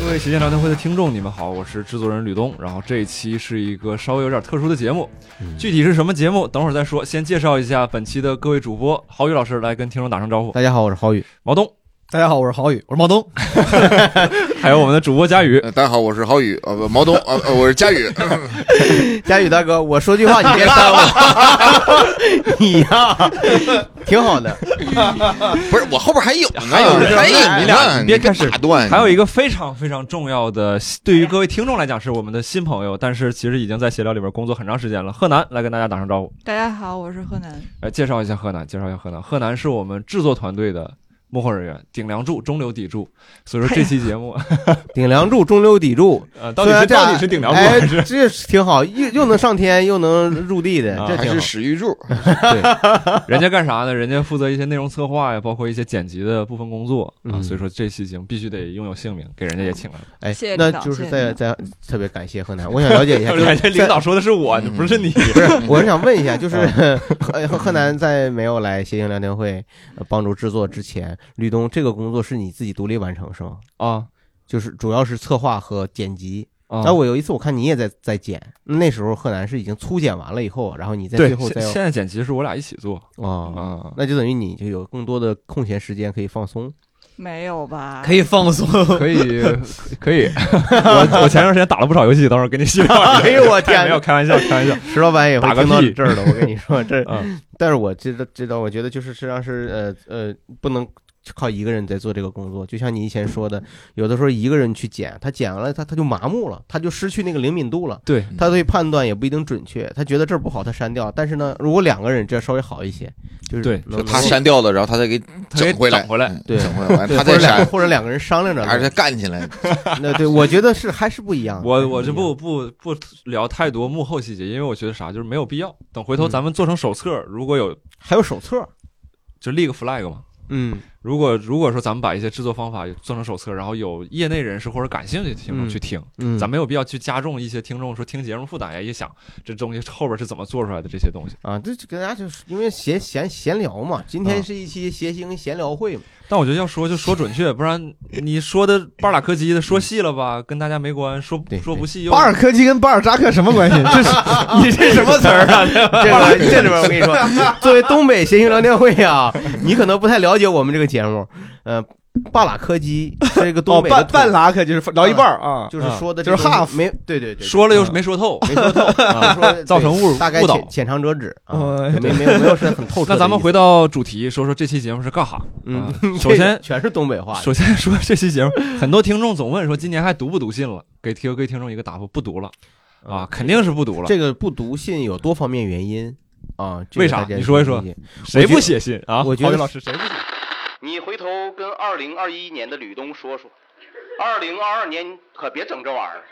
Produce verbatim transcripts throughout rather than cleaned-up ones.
各位斜线聊天会的听众，你们好，我是制作人吕东。然后这一期是一个稍微有点特殊的节目，具体是什么节目，等会儿再说。先介绍一下本期的各位主播，郝宇老师来跟听众打声招呼。 大家好，我是郝宇。 毛东。 大家好，我是郝宇，我是毛东。 还有我们的主播佳宇。 呃、大家好，我是郝宇，呃，毛东，呃，我是佳宇。 佳宇大哥，我说句话你别耽误。你呀、啊，挺好的。 不是，我后边还有呢， 还有还有你俩别开始打断。 还有一个非常非常重要的，对于各位听众来讲是我们的新朋友，但是其实已经在闲聊里边工作很长时间了。贺南来跟大家打声招呼。 大家好，我是贺南。 来介绍一下贺南，介绍一下贺南。贺南是我们制作团队的幕后人员，顶梁柱，中流砥柱。所以说这期节目， 顶梁柱，中流砥柱， 呃，到底是到底是顶梁柱还是？ 哎、这挺好，又又能上天，又能入地的， 啊、 这还是史玉柱。 对，人家干啥呢？人家负责一些内容策划呀，包括一些剪辑的部分工作啊。 嗯、 所以说这期节目必须得拥有姓名，给人家也请来了。 哎， 谢谢那就是在在特别感谢贺南，我想了解一下， 人家领导说的是我， 嗯、 不是你。 不是，我是想问一下，就是贺贺南在没有来谐星聊天会、呃、帮助制作之前，吕东这个工作是你自己独立完成是吗？ 啊， 就是主要是策划和剪辑。 啊， 然后我有一次我看你也在在剪，那时候贺南是已经粗剪完了以后，然后你在最后再现在剪辑是我俩一起做啊、 哦啊， 那就等于你就有更多的空闲时间可以放松。 没有吧？ 可以放松， 可以可以。我我前段时间打了不少游戏，等会儿给你细聊。 哎呦我天， 没有开玩笑，开玩笑。 石老板也会听到这儿的，我跟你说这。 嗯， 但是我知道知道，我觉得就是实际上是呃呃不能靠一个人在做这个工作，就像你以前说的，有的时候一个人去剪，他剪完了他他就麻木了，他就失去那个灵敏度了。 对， 他对判断也不一定准确，他觉得这儿不好他删掉。但是呢，如果两个人这稍微好一些，就是对， 就他删掉了，然后他再给整回来， 整回来， 对， 整回来，他再删， 或者两个人商量着， 还是他干起来。 那对，我觉得是还是不一样。 我我就不不不聊太多幕后细节，因为我觉得啥就是没有必要。等回头咱们做成手册，如果有还有手册， 就立个 flag 嘛。 嗯， 如果如果说咱们把一些制作方法做成手册，然后有业内人士或者感兴趣的听众去听， 嗯， 咱没有必要去加重一些听众说听节目负担呀。一想这东西后边是怎么做出来的这些东西啊，这跟大家就是因为闲闲闲聊嘛，今天是一期谐星闲聊会嘛。 但我觉得要说就说准确，不然你说的巴尔塔科基的说细了吧，跟大家没关；说说不细又巴尔科基跟巴尔扎克什么关系？这是你这什么词儿啊？ 这个这里边我跟你说，作为东北谐星聊天会啊，你可能不太了解我们这个节目，呃。巴拉科基是一个东北的、 哦、半半拉克就是聊一半啊， 就是说的就是哈没对对对， 说了又是没说透， 没说透，啊、说造成误大概误导， 浅尝辄止啊， 哦、 没没有没有是很透彻。 那咱们回到主题，说说这期节目是干哈？ 嗯， 啊、首先全是东北话。 首先说这期节目，很多听众总问说今年还读不读信了？给提给听众一个答复，不读了啊，肯定是不读了。 这个不读信有多方面原因啊？这个、 为啥？你说一说，谁不写信啊？ 我觉得老师谁不写？ 你回头跟二零二一年的吕东说说，二零二二年可别整这玩意儿，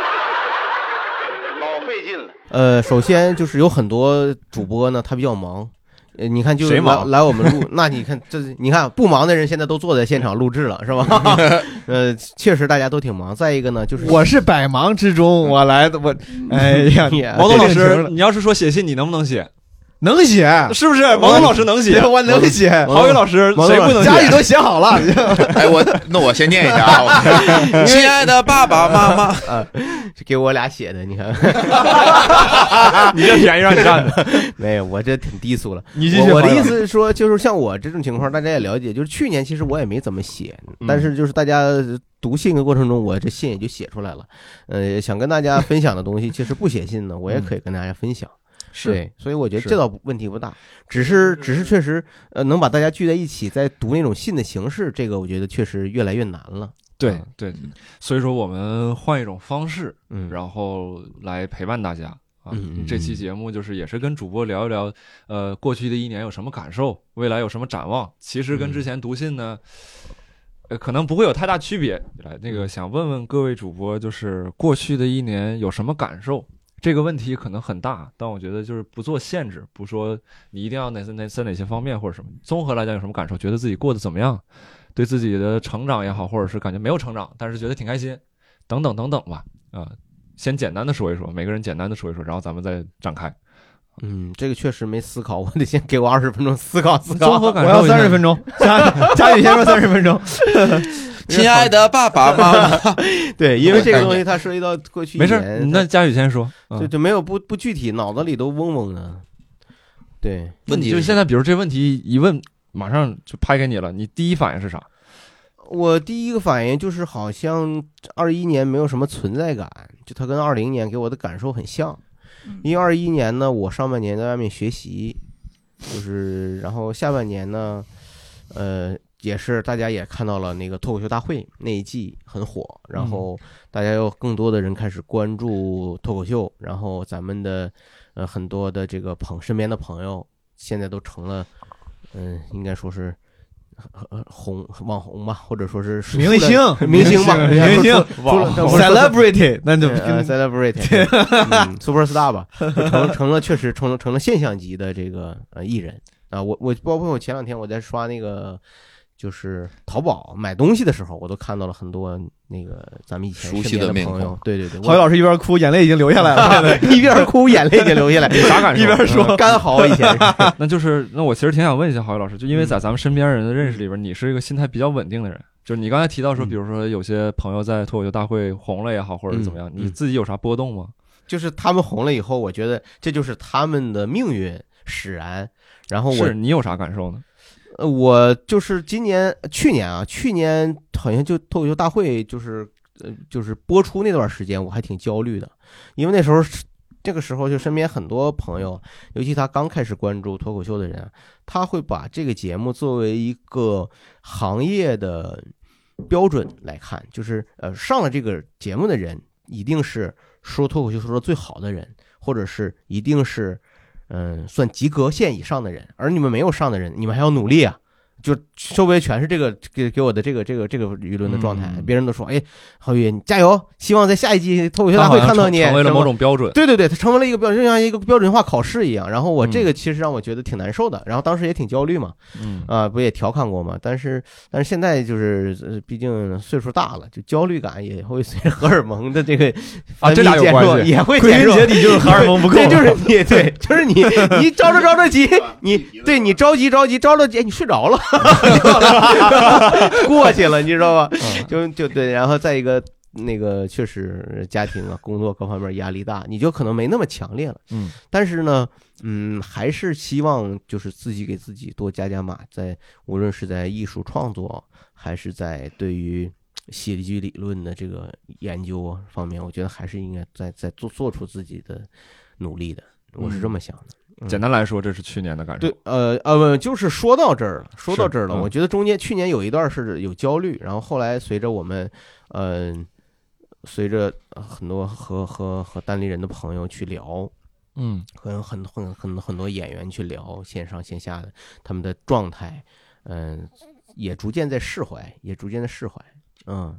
老费劲了。呃，首先就是有很多主播呢，他比较忙。呃，你看就谁忙来来我们录，那你看这你看不忙的人现在都坐在现场录制了，是吧？呃，确实大家都挺忙。再一个呢，就是我是百忙之中我来的，我哎呀， 毛东老师，你要是说写信，你能不能写？ 能写， 是不是？毛东老师能写， 我能写。 郝宇老师谁不能写？ 佳宇都写好了。 哎，我那我先念一下啊，亲爱的爸爸妈妈， 呃，给我俩写的，你看， 你这便宜让你占的。 没有，我这挺低俗了。 你我我的意思是说，就是像我这种情况，大家也了解。就是去年其实我也没怎么写，但是就是大家读信的过程中，我这信也就写出来了。呃，想跟大家分享的东西，其实不写信呢，我也可以跟大家分享。对，所以我觉得这倒问题不大，只是只是确实，呃，能把大家聚在一起，在读那种信的形式，这个我觉得确实越来越难了。 对对，所以说我们换一种方式， 嗯， 然后来陪伴大家啊。 嗯， 这期节目就是也是跟主播聊一聊，呃，过去的一年有什么感受，未来有什么展望。其实跟之前读信呢，呃，可能不会有太大区别。来，那个想问问各位主播，就是过去的一年有什么感受？这个问题可能很大，但我觉得就是不做限制，不说你一定要哪哪在哪些方面或者什么，综合来讲有什么感受，觉得自己过得怎么样，对自己的成长也好，或者是感觉没有成长，但是觉得挺开心，等等等等吧。啊、呃，先简单的说一说，每个人简单的说一说，然后咱们再展开。 嗯，这个确实没思考，我得先给我二十分钟思考思考。 综合感受， 我要三十分钟，佳佳宇先说三十分钟。 亲爱的爸爸妈妈， 对，因为这个东西它涉及到过去一没年， 事，那佳宇先说。 就就没有不不具体，脑子里都嗡嗡的。对， 问题就是现在，比如这问题一问，马上就拍给你了，你第一反应是啥？ 我第一个反应就是好像二一年没有什么存在感，就它跟二零年给我的感受很像。因为二一年呢，我上半年在外面学习，就是然后下半年呢，呃，也是大家也看到了那个脱口秀大会那一季很火，然后大家有更多的人开始关注脱口秀，然后咱们的呃很多的这个朋身边的朋友现在都成了，嗯、呃，应该说是。呃，红网红吧，或者说是明星， 明星吧， 明星，celebrity，那就 celebrity，superstar 吧，成成了确实成了成了现象级的这个呃艺人啊。我我包括我前两天我在刷那个就是淘宝买东西的时候，我都看到了很多那个咱们以前熟悉的朋友，对对对， 郝宇老师一边哭，眼泪已经流下来了， 一边哭眼泪已经流下来， 啥感受？ 一边说干嚎以前是， 那就是那我其实挺想问一下郝宇老师，就因为在咱们身边人的认识里边，你是一个心态比较稳定的人，就是你刚才提到说，比如说有些朋友在脱口秀大会红了也好，或者怎么样，你自己有啥波动吗？ 就是他们红了以后，我觉得这就是他们的命运使然，然后我是你有啥感受呢？ 呃，我就是今年、去年啊，去年好像就脱口秀大会就是呃就是播出那段时间，我还挺焦虑的，因为那时候这个时候就身边很多朋友，尤其他刚开始关注脱口秀的人，他会把这个节目作为一个行业的标准来看，就是呃上了这个节目的人一定是说脱口秀说的最好的人，或者是一定是。嗯，算及格线以上的人，而你们没有上的人，你们还要努力啊！就周围全是这个给给我的这个这个这个舆论的状态， 嗯、 别人都说：“哎，郝宇，你加油！希望在下一季脱口秀大会看到你。” 成为了某种标准。 对对对，它成为了一个标，就像一个标准化考试一样。然后我这个其实让我觉得挺难受的，然后当时也挺焦虑嘛， 嗯啊，不也调侃过嘛？但是但是现在就是，呃，毕竟岁数大了，就焦虑感也会随着荷尔蒙的这个啊，这俩有关系， 也会归根结底就是荷尔蒙不够， 对，就是你，对，就是你，你着着着着急，你对你着急着急着着急，你睡着了。过去了，你知道吧？就就对，然后再一个那个，确实家庭啊、工作各方面压力大，你就可能没那么强烈了。 嗯， 但是呢，嗯，还是希望就是自己给自己多加加码，在无论是在艺术创作，还是在对于喜剧理论的这个研究方面，我觉得还是应该在在做做出自己的努力的。我是这么想的。 嗯、简单来说，这是去年的感受。 对，呃呃，就是说到这儿了，说到这儿了， 嗯、 我觉得中间去年有一段是有焦虑，然后后来随着我们，嗯、呃，随着很多和和和单立人的朋友去聊， 嗯， 和很很很很多演员去聊线上线下的他们的状态，嗯、呃，也逐渐在释怀，也逐渐在释怀，嗯。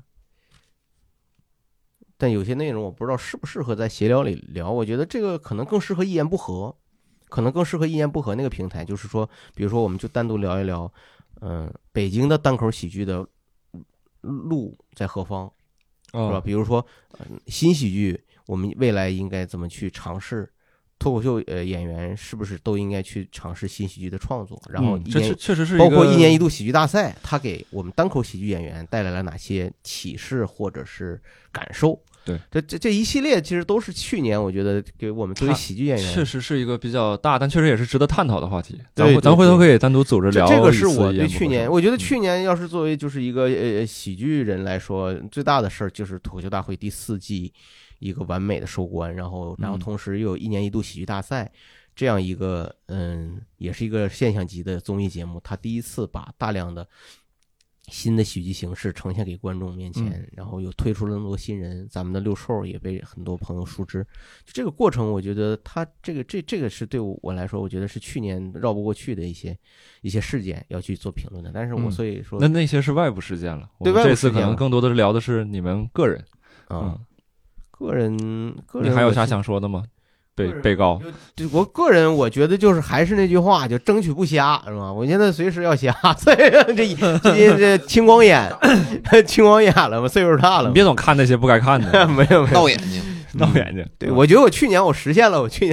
但有些内容我不知道适不适合在闲聊里聊，我觉得这个可能更适合一言不合。可能更适合一言不合那个平台，就是说，比如说，我们就单独聊一聊，嗯、呃，北京的单口喜剧的路在何方， 哦、 是吧？比如说、呃，新喜剧，我们未来应该怎么去尝试？脱口秀呃演员是不是都应该去尝试新喜剧的创作？然后一年、 嗯、这确实是包括一年一度喜剧大赛，它给我们单口喜剧演员带来了哪些启示或者是感受？ 对， 这这这一系列其实都是去年我觉得给我们作为喜剧演员， 确实是一个比较大，但确实也是值得探讨的话题。 对对对， 咱咱回头可以单独组织聊。 这个是我对去年，我觉得去年要是作为就是一个呃喜剧人来说，最大的事儿就是脱口秀大会第四季一个完美的收官，然后然后同时又有一年一度喜剧大赛这样一个嗯，也是一个现象级的综艺节目，它第一次把大量的新的喜剧形式呈现给观众面前， 嗯、 然后又推出了那么多新人，咱们的六兽也被很多朋友熟知。就这个过程，我觉得他这个这这个是对我来说，我觉得是去年绕不过去的一些一些事件要去做评论的。但是我所以说， 嗯、那那些是外部事件了。 对， 这次可能更多的是聊的是你们个人啊、嗯，个人个人。 你还有啥想说的吗？被被告， 我个人我觉得就是还是那句话，就争取不瞎，是吧？我现在随时要瞎，所以这这这青光眼，青光眼了嘛，岁数大了， 你别总看那些不该看的， 没有没有闹眼睛， 闹眼睛。 对，我觉得我去年我实现了我去年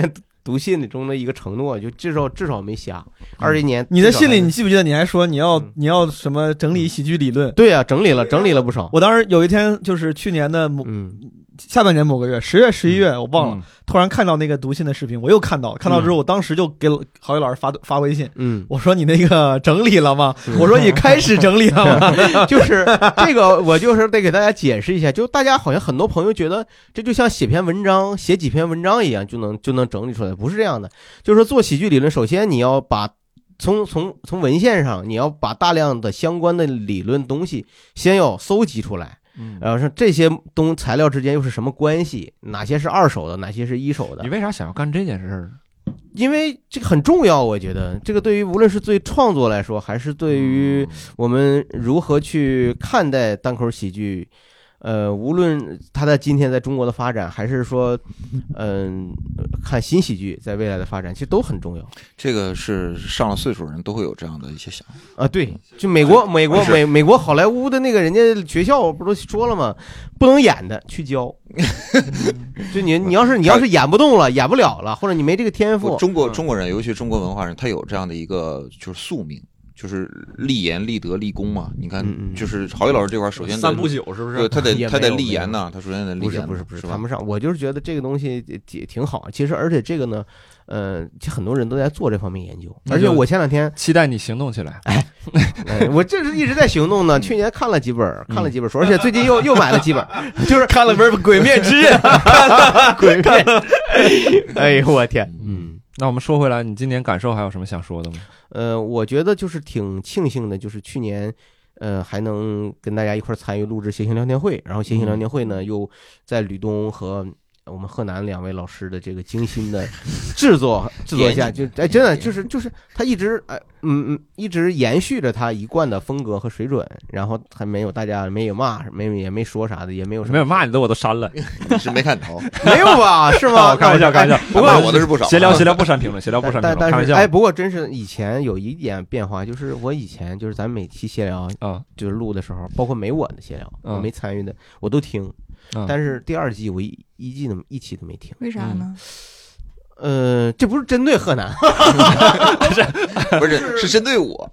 读信中的一个承诺，就至少至少没瞎。二十一年， 你的信里，你记不记得你还说你要、 嗯、 你要什么整理喜剧理论？ 对啊，整理了，整理了不少。 我当时有一天就是去年的某、 嗯、 下半年某个月，十月、十一月，我忘了、 嗯， 突然看到那个读信的视频，我又看到，看到之后，我当时就给郝宇老师发发微信， 嗯， 我说你那个整理了吗？我说你开始整理了吗？ 就是这个，我就是得给大家解释一下，就大家好像很多朋友觉得这就像写篇文章、写几篇文章一样，就能就能整理出来，不是这样的。就是说做喜剧理论，首先你要把从从从文献上，你要把大量的相关的理论东西先要搜集出来。 嗯， 然后说这些东材料之间又是什么关系？哪些是二手的，哪些是一手的？ 你为啥想要干这件事儿？ 因为这个很重要，我觉得这个对于无论是对创作来说，还是对于我们如何去看待单口喜剧，呃，无论它在今天在中国的发展，还是说，嗯、呃，看新喜剧在未来的发展，其实都很重要。 这个是上了岁数人都会有这样的一些想法啊。对，就美国，美国美美国好莱坞的那个人家学校不都说了吗？不能演的去教。就你你要是你要是演不动了，演不了了，或者你没这个天赋， 中国中国人，尤其中国文化人，他有这样的一个就是宿命。就是立言、立德、立功嘛。你看，就是郝宇老师这块，首先三不朽是不是？ 对，他得他得立言呐，他首先得立言。 不是不是不是是谈不上。我就是觉得这个东西也挺好。其实，而且这个呢，呃，很多人都在做这方面研究。而且我前两天期待你行动起来。 哎，哎我这是一直在行动呢。去年看了几本，看了几本书，而且最近又又买了几本，就是看了本《鬼灭之刃》， 鬼灭。哎呦我天，嗯。 那我们说回来，你今年感受还有什么想说的吗？ 呃，我觉得就是挺庆幸的，就是去年，呃，还能跟大家一块参与录制谐星聊天会，然后谐星聊天会呢，又在吕东和我们河南两位老师的这个精心的制作制作下，就哎，真的就是就是他一直哎嗯嗯一直延续着他一贯的风格和水准，然后还没有大家没有骂，没也没说啥的，也没有什么没有骂你的我都删了， 你是没看着？ 没有吧？是吗？ 开玩笑，开玩笑。 不过我的是不少。 闲聊闲聊不删评论，闲聊不删评论。 但开玩笑。 哎，不过真是以前有一点变化，就是我以前就是咱每期闲聊啊， 就是录的时候，包括没我的闲聊，我没参与的，我都听。但是第二季我一一季都一期都没听， 为啥呢？ 呃，这不是针对河南， 不是是针对我，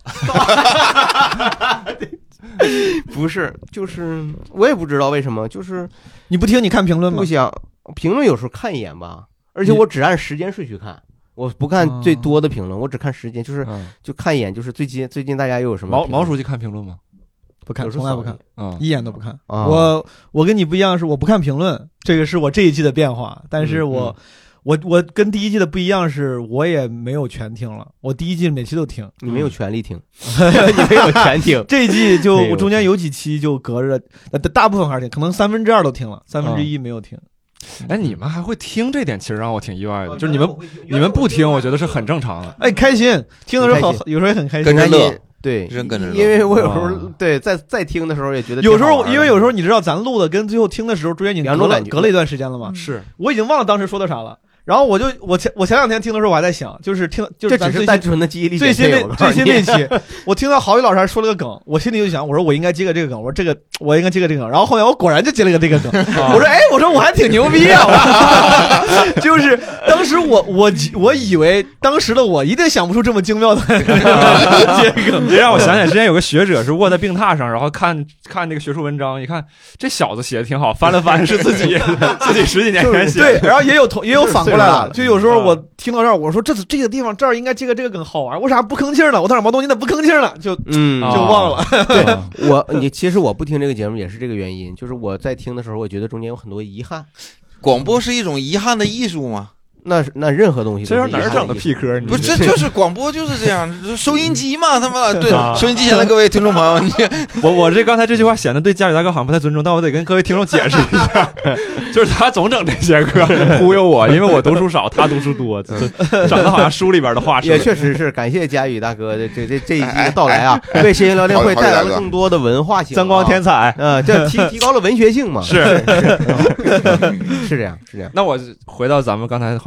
不是，就是我也不知道为什么，就是你不听你看评论吗？ 不想评论，有时候看一眼吧，而且我只按时间顺序看。我不看最多的评论，我只看时间，就是就看一眼，就是最近最近大家又有什么？ 毛毛书记看评论吗？ 不看，从来不看， 啊， 一眼都不看。 啊、 我我跟你不一样，是我不看评论，这个是我这一季的变化。但是我、嗯、我我跟第一季的不一样，是我也没有全听了。我第一季每期都听， 你没有全力听，你没有全听。 这一季就我中间有几期就隔着，大部分还是听，可能三分之二都听了，三分之一没有听。 哎，你们还会听这点，其实让我挺意外的。就是你们你们不听，我觉得是很正常的。 哎，开心，听的时候好，有时候也很开心， 跟着乐。 对， 真跟着乐， 因为我有时候、哦、对在在听的时候也觉得有时候，因为有时候你知道咱录的跟最后听的时候中间已经隔了隔了一段时间了嘛。 是我已经忘了当时说的啥了。然后我就我前我前两天听的时候我还在想，就是听就是这只是单纯的记忆力最新那最新那期，我听到郝宇老师还说了个梗，我心里就想，我说我应该接个这个梗，我说这个我应该接个这个梗，然后后面我果然就接了个这个梗，我说哎，我说我还挺牛逼啊，就是当时我我我以为当时的我一定想不出这么精妙的接梗， 这让我想起来之前有个学者是卧在病榻上，然后看看那个学术文章，一看这小子写的挺好，翻了翻是自己自己十几年前写的， 对，然后也有同也有反。过来了，就有时候我听到这儿，我说这这个地方这儿应该接个这个梗好玩，为啥不吭气呢？我当时毛东你咋不吭气呢？就嗯就忘了。 对我你其实我不听这个节目也是这个原因，就是我在听的时候，我觉得中间有很多遗憾。 广播是一种遗憾的艺术吗？ 那那任何东西， 这是哪儿整的屁科？ 不是，这就是广播就是这样，收音机嘛，他妈对，收音机前的各位听众朋友，你我我这刚才这句话显得对佳宇大哥好像不太尊重，但我得跟各位听众解释一下，就是他总整这些歌忽悠我，因为我读书少，他读书多，整的好像书里边的话是。 也确实是感谢佳宇大哥的这这这一集的到来啊，为谐星聊天会带来了更多的文化性， 增光添彩， 呃，这提提高了文学性嘛， 是是是这样是这样。 那我回到咱们刚才话。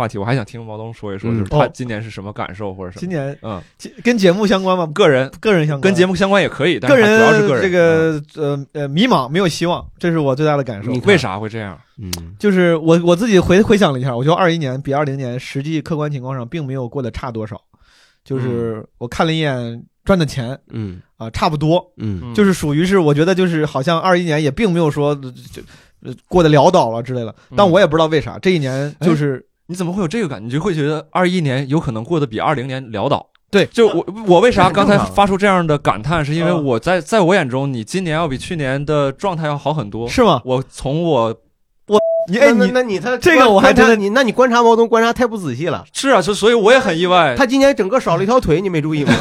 话题，我还想听毛东说一说， 嗯就是他今年是什么感受或者什么。 今年嗯， 跟节目相关吗？ 个人个人相关， 跟节目相关也可以，但个是主要是个人这个呃呃迷茫，没有希望，这是我最大的感受。 为啥会这样？ 嗯， 就是我我自己回回想了一下，我觉得二一年比二零年实际客观情况上并没有过得差多少，就是我看了一眼赚的钱， 嗯啊、呃，差不多， 嗯， 就是属于是我觉得就是好像二一年也并没有说就过得潦倒了之类的，但我也不知道为啥这一年就是、 哎、你怎么会有这个感觉？你就会觉得二一年有可能过得比二零年潦倒。 对， 就我我为啥刚才发出这样的感叹，是因为我在在我眼中，你今年要比去年的状态要好很多， 是吗？ 我从我我你哎你那你他这个我还真的你那你观察毛东观察太不仔细了。 是啊，所所以我也很意外， 他今年整个少了一条腿，你没注意吗？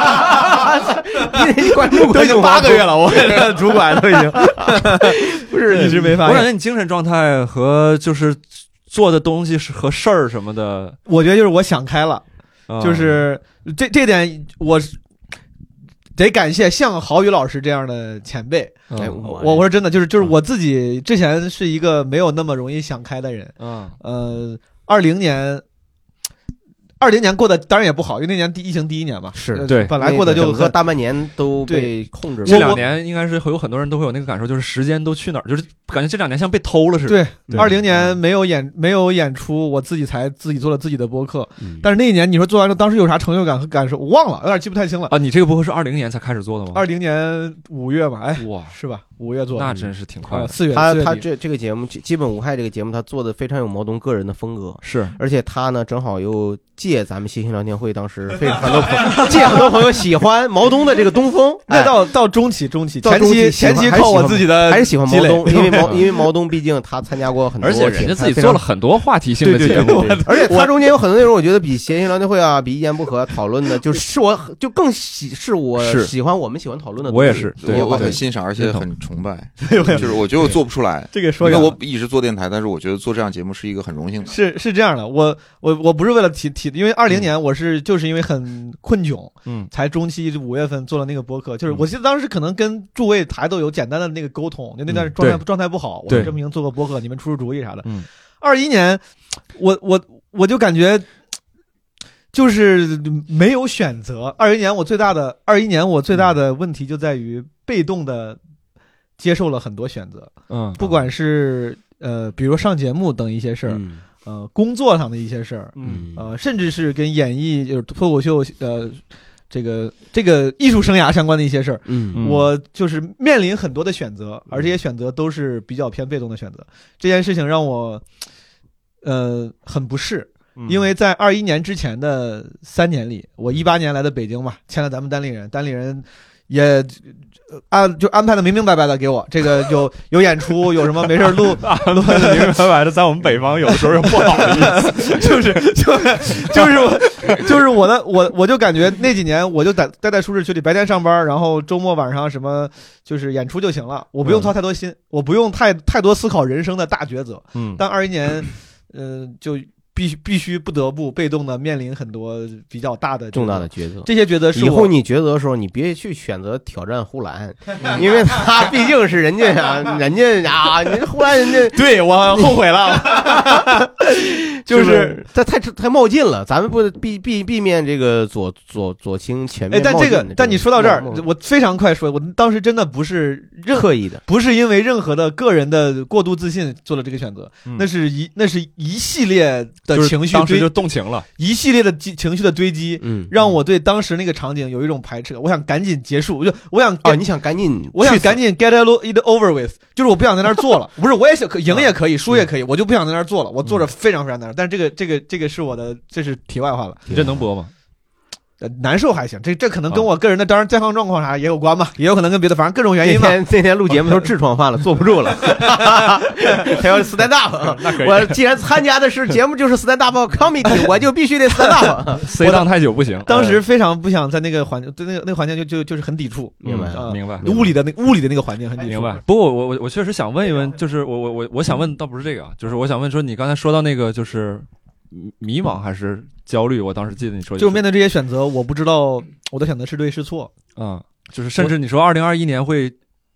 你关注都已经八个月了，我主管都已经不是一直没发现。 我感觉你精神状态和就是做的东西是和事儿什么的， 我觉得就是我想开了。 嗯、 就是这这点，我得感谢像郝宇老师这样的前辈。 嗯、 我我说真的，就是就是我自己之前是一个没有那么容易想开的人。 嗯， 呃，二零年。二零年过得当然也不好，因为那年第疫情第一年嘛， 是对， 本来过得就和大半年都被控制了。 这两年应该是有很多人都会有那个感受，就是时间都去哪儿，就是感觉这两年像被偷了似的。 对，二零年没有演没有演出，我自己才自己做了自己的播客。 嗯、 但是那一年你说做完之后，当时有啥成就感和感受，我忘了，有点记不太清了啊。你这个播客是二零年才开始做的吗？ 二零年五月吧，哎， 哇， 是吧？五月做的， 那真是挺快的。 四、呃、月， 他月他这这个节目基本无害这个节目，他做的非常有毛东个人的风格， 是， 而且他呢正好又借咱们谐星聊天会当时非常很多朋友借很多朋友喜欢毛东的这个东风。 那到到中期中期前期前期靠我自己的还是喜欢毛东，因为毛因为毛东毕竟他参加过很多， 而且人家自己做了很多话题性的节目， 而且他中间有很多内容，我觉得比谐星聊天会啊，比一言不合讨论的，就是我就更喜是我喜欢我们喜欢讨论的。 我也是， 对我很欣赏，而且很崇拜。就是我觉得我做不出来， 这个说因为我一直做电台，但是我觉得做这样节目是一个很荣幸的。 是是这样的，我我我不是为了提提，因为二零年我是就是因为很困窘，嗯，才中期五月份做了那个播客。就是我记得当时可能跟诸位台都有简单的那个沟通，就那段状态、嗯、状态不好，我说这么行做个播客，你们出出主意啥的。 嗯， 二一年，我我我就感觉。就是没有选择。二一年我最大的二一年我最大的问题就在于被动的接受了很多选择， 嗯， 不管是呃，比如上节目等一些事儿， 嗯、 呃，工作上的一些事儿， 嗯， 呃，甚至是跟演艺就是脱口秀呃这个这个艺术生涯相关的一些事儿， 嗯， 我就是面临很多的选择，而这些选择都是比较偏被动的选择。这件事情让我呃很不适。因为在二一年之前的三年里，我一八年来的北京嘛，签了咱们单立人，单立人也安就安排的明明白白的给我，这个有有演出，有什么没事录， 安排的明明白白的，在我们北方有的时候又不好意思， 就是就是就是我就是我的我我就感觉那几年我就待待在舒适区里，白天上班，然后周末晚上什么就是演出就行了，我不用操太多心，嗯、我不用太太多思考人生的大抉择。 嗯， 但二一年，嗯、呃，就。必须必须不得不被动的面临很多比较大的重大的抉择， 这些抉择是以后你抉择的时候，你别去选择挑战呼兰，因为他毕竟是人家啊，人家啊，你呼兰人家对我后悔了，就是他太太冒进了，咱们不避避避免这个左左左倾前面。 哎，但这个但你说到这儿，我非常快说，我当时真的不是刻意的， 不是因为任何的个人的过度自信做了这个选择， 嗯、 那是一那是一系列。的情绪当时就动情了， 一系列的情绪的堆积， 嗯， 让我对当时那个场景有一种排斥。我想赶紧结束，我就我想哦，你想赶紧， 我想赶紧 get it over with， 就是我不想在那儿做了。不是，我也想赢也可以，输也可以，我就不想在那儿做了。我做着非常非常难受，但是这个这个这个是我的，这是题外话了。 你这能播吗？ 呃，难受还行，这这可能跟我个人的当然健康状况啥也有关吧，也有可能跟别的，反正各种原因吧。 那天那天录节目的时候痔疮犯了，坐不住了，他要 stand up。我既然参加的是节目就是 stand up comedy， 我就必须得 stand up。 塞当太久不行。 当时非常不想在那个环境，对那个那个环境就就就是很抵触， 明白啊，明白。 屋里的那屋里的那个环境很抵触， 明白。不过我我我确实想问一问，就是我我我我想问倒不是这个啊，就是我想问说你刚才说到那个就是迷茫还是焦虑？我当时记得你说就面对这些选择，我不知道我的选择是对是错。 嗯，就是甚至你说二零二一年会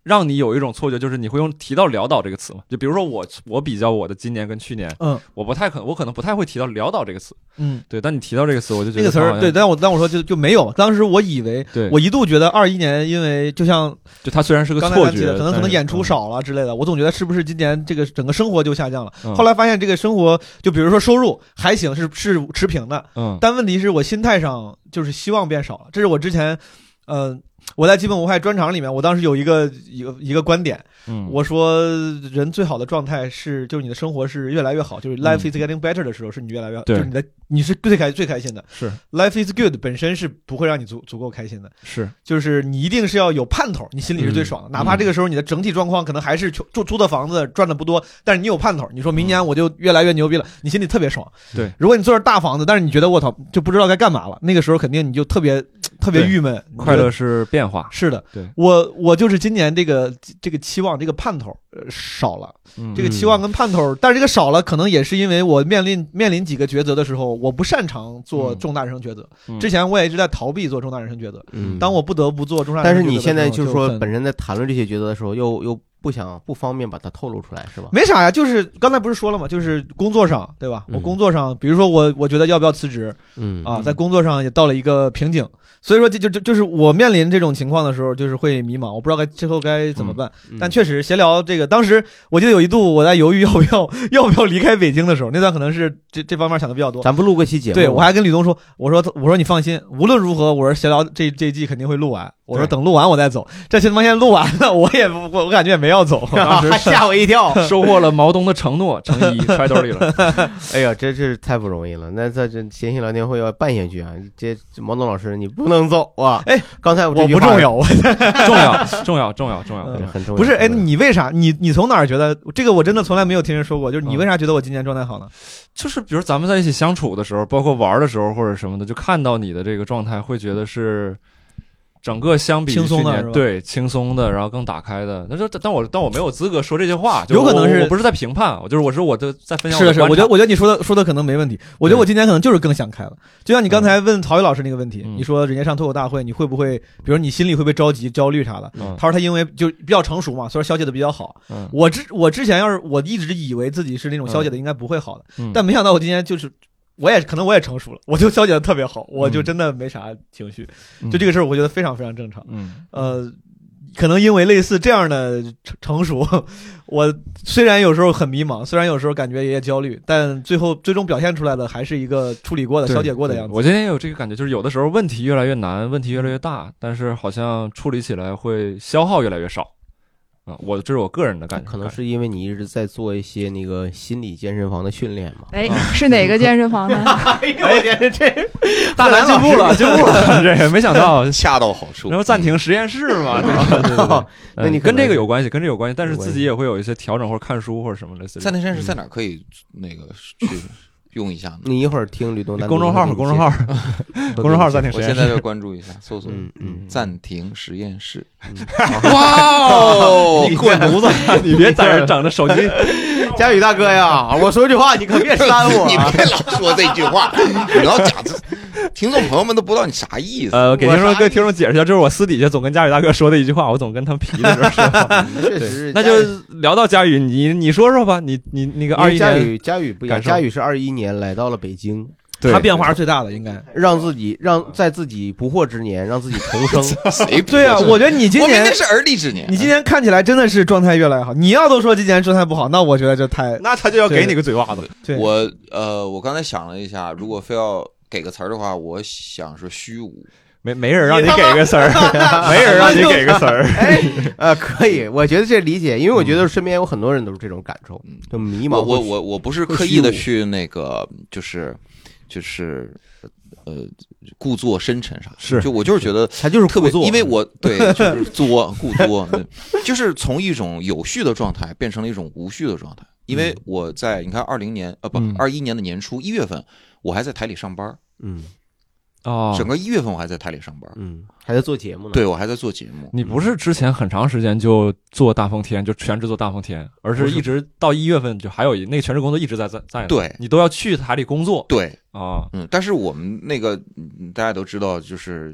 让你有一种错觉，就是你会用提到潦倒这个词嘛？就比如说我我比较我的今年跟去年， 嗯， 我不太可我可能不太会提到潦倒这个词， 嗯， 对，但你提到这个词，我就觉得这个词儿对，但我但我说就就没有，当时我以为， 对， 我一度觉得二一年因为就像就它虽然是个刚才错觉， 可能可能演出嗯少了之类的，我总觉得是不是今年这个整个生活就下降了？ 嗯后来发现这个生活，就比如说收入还行，是是持平的， 嗯， 但问题是我心态上就是希望变少了。这是我之前，呃，我在基本无害专场里面，我当时有一个一个一个观点， 嗯， 我说人最好的状态是，就是你的生活是越来越好，就是 life is getting better 的时候，是你越来越好， 对就是你的你是最开最开心的。 是 life is good 本身是不会让你足足够开心的， 是， 就是你一定是要有盼头，你心里是最爽的。 嗯哪怕这个时候你的整体状况可能还是住租的房子赚的不多，但是你有盼头，你说明年我就越来越牛逼了，你心里特别爽。 对， 如果你坐着大房子，但是你觉得我操就不知道该干嘛了，那个时候肯定你就特别特别郁闷。 快乐是变化， 是的， 对， 我我就是今年这个这个期望这个盼头呃少了， 嗯这个期望跟盼头，但是这个少了，可能也是因为我面临面临几个抉择的时候，我不擅长做重大人生抉择。 嗯之前我也一直在逃避做重大人生抉择， 嗯， 当我不得不做重大人但是生抉择的时候， 你现在就是说很本身在谈论这些抉择的时候，又又不想不方便把它透露出来，是吧？ 没啥呀，就是刚才不是说了吗？就是工作上，对吧？ 嗯我工作上，比如说我我觉得要不要辞职嗯啊，在工作上也到了一个瓶颈，所以说这就就就是我面临这种情况的时候，就是会迷茫，我不知道该之后该怎么办。 嗯但确实闲聊这个，当时我记得有一度我在犹豫要不要要不要离开北京的时候，那段可能是这这方面想的比较多。 咱不录个期节目？ 对，我还跟吕东说，我说我说你放心，无论如何，我说闲聊这这一季肯定会录完。我说等录完我再走，这他妈现在录完了，我也我我感觉也没要走，当时吓我一跳。 收获了毛东的承诺，乘以一揣兜里了。 哎呀，真是太不容易了。那在这闲情聊天会要办下去啊，这这毛东老师你不能走啊！ 哎， 刚才我这我句话不重要，我重要，重要，重要，重要， 嗯很重要。 不是，哎，你为啥？你你从哪儿觉得这个？我真的从来没有听人说过，就是你为啥觉得我今年状态好呢？ 就是比如咱们在一起相处的时候，包括玩的时候或者什么的，就看到你的这个状态，会觉得是整个相比于轻松的去年是吧对轻松的，然后更打开的。但是但我但我没有资格说这些话，就有可能是我我不是在评判，我就是我说我的在分享是的，是的，我觉得得我觉得你说的说的可能没问题。我觉得我今年可能就是更想开了。就像你刚才问曹宇老师那个问题， 嗯你说人家上脱口大会，你会不会，比如你心里会不会着急、焦虑啥的？ 嗯他说他因为就比较成熟嘛，所以说消解的比较好。 嗯我之我之前要是我一直以为自己是那种消解的应该不会好的， 嗯但没想到我今年就是。我也可能我也成熟了，我就消解的特别好，我就真的没啥情绪， 嗯就这个事儿，我觉得非常非常正常。 嗯呃，可能因为类似这样的成成熟，我虽然有时候很迷茫，虽然有时候感觉也焦虑，但最后最终表现出来的还是一个处理过的、 对消解过的样子。 我今天也有这个感觉，就是有的时候问题越来越难，问题越来越大，但是好像处理起来会消耗越来越少。啊，我这是我个人的感觉， 可能是因为你一直在做一些那个心理健身房的训练嘛。 哎，是哪个健身房呢？ 哎呦，我天，这大南进步了，进步了，这没想到。 恰到好处。 然后暂停实验室嘛，对对对对， 那你可能跟这个有关系，跟这个有关系，但是有关系自己也会有一些调整或者看书或者什么类似的。 暂停实验室在哪儿可以那个去用一下呢？ 你一会儿听吕东单独公众号， 给你公众号， 介公众号暂停实我验室。 现在就关注一下，搜索嗯嗯， 暂停实验室。 嗯哇哦！ 你滚犊子！你别在这儿整着手机。 佳宇大哥呀，我说句话你可别删我你啊。 别老说这句话，你要讲这，听众朋友们都不知道你啥意思。 呃，给听众我啥跟听众解释一下，这是我私底下总跟佳宇大哥说的一句话，我总跟他们皮的时候说。 确实， 那就聊到佳宇，你你说说吧，你你那个二一年， 佳宇，佳宇不一样， 感受佳宇是二一年来到了北京， 对他变化是最大的，应该。 让自己让在自己不惑之年让自己重生。 谁不对啊，我觉得你今年我明年是而立之年， 你今年看起来真的是状态越来越好。你要都说今年状态不好，那我觉得这太那他就要给你个嘴巴子。 对。 我呃，我刚才想了一下，如果非要给个词儿的话，我想是虚无。 没没人让你给个词儿，没人让你给个词儿。 哎，呃，可以，我觉得这理解，因为我觉得身边有很多人都是这种感受，就迷茫。 我我我我不是刻意的去那个，就是就是呃，故作深沉啥， 是就我就是觉得他就是特别， 故作因为我对就是作故作，对就是从一种有序的状态变成了一种无序的状态。因为我在你看二零年呃不嗯二一年的年初一月份，我还在台里上班， 嗯哦， 整个一月份我还在台里上班， 嗯，还在做节目呢。 对我还在做节目。 你不是之前很长时间就做大风天，就全职做大风天，而是一直到一月份就还有一那个全职工作一直在在在呢。 对你都要去台里工作。 对， 啊， 嗯，但是我们那个嗯大家都知道，就是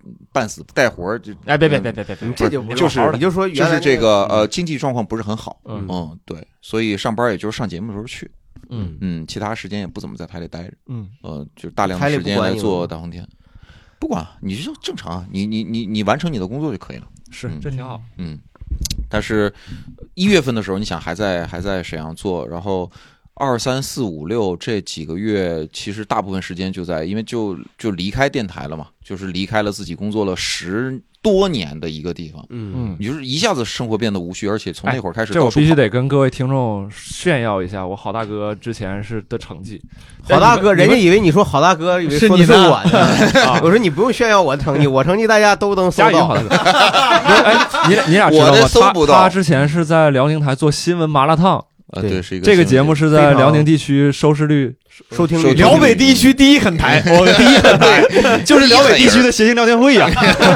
半死带活就哎，别别别别别别， 这就不就是你就说就是这个呃经济状况不是很好， 嗯嗯对，所以上班也就是上节目的时候去， 嗯嗯，其他时间也不怎么在台里待着， 嗯呃，就是大量的时间来做大风天。不管你就正常啊，你你你你完成你的工作就可以了。 是，这挺好。 嗯，但是一月份的时候，你想还在还在沈阳做，然后二三四五六这几个月，其实大部分时间就在，因为就就离开电台了嘛，就是离开了自己工作了十多年的一个地方， 嗯， 你就是一下子生活变得无趣，而且从那会儿开始， 这我必须得跟各位听众炫耀一下，我好大哥之前是的成绩。 好大哥，人家以为你说好大哥，以为说的是我呢。我说你不用炫耀我的成绩，我成绩大家都能搜到。 哎，你俩你俩知道吗？他他之前是在辽宁台做新闻麻辣烫。 啊，对，是一个这个节目是在辽宁地区收视率、 收听率， 辽北地区第一狠台，我第一狠台就是辽北地区的谐星聊天会呀。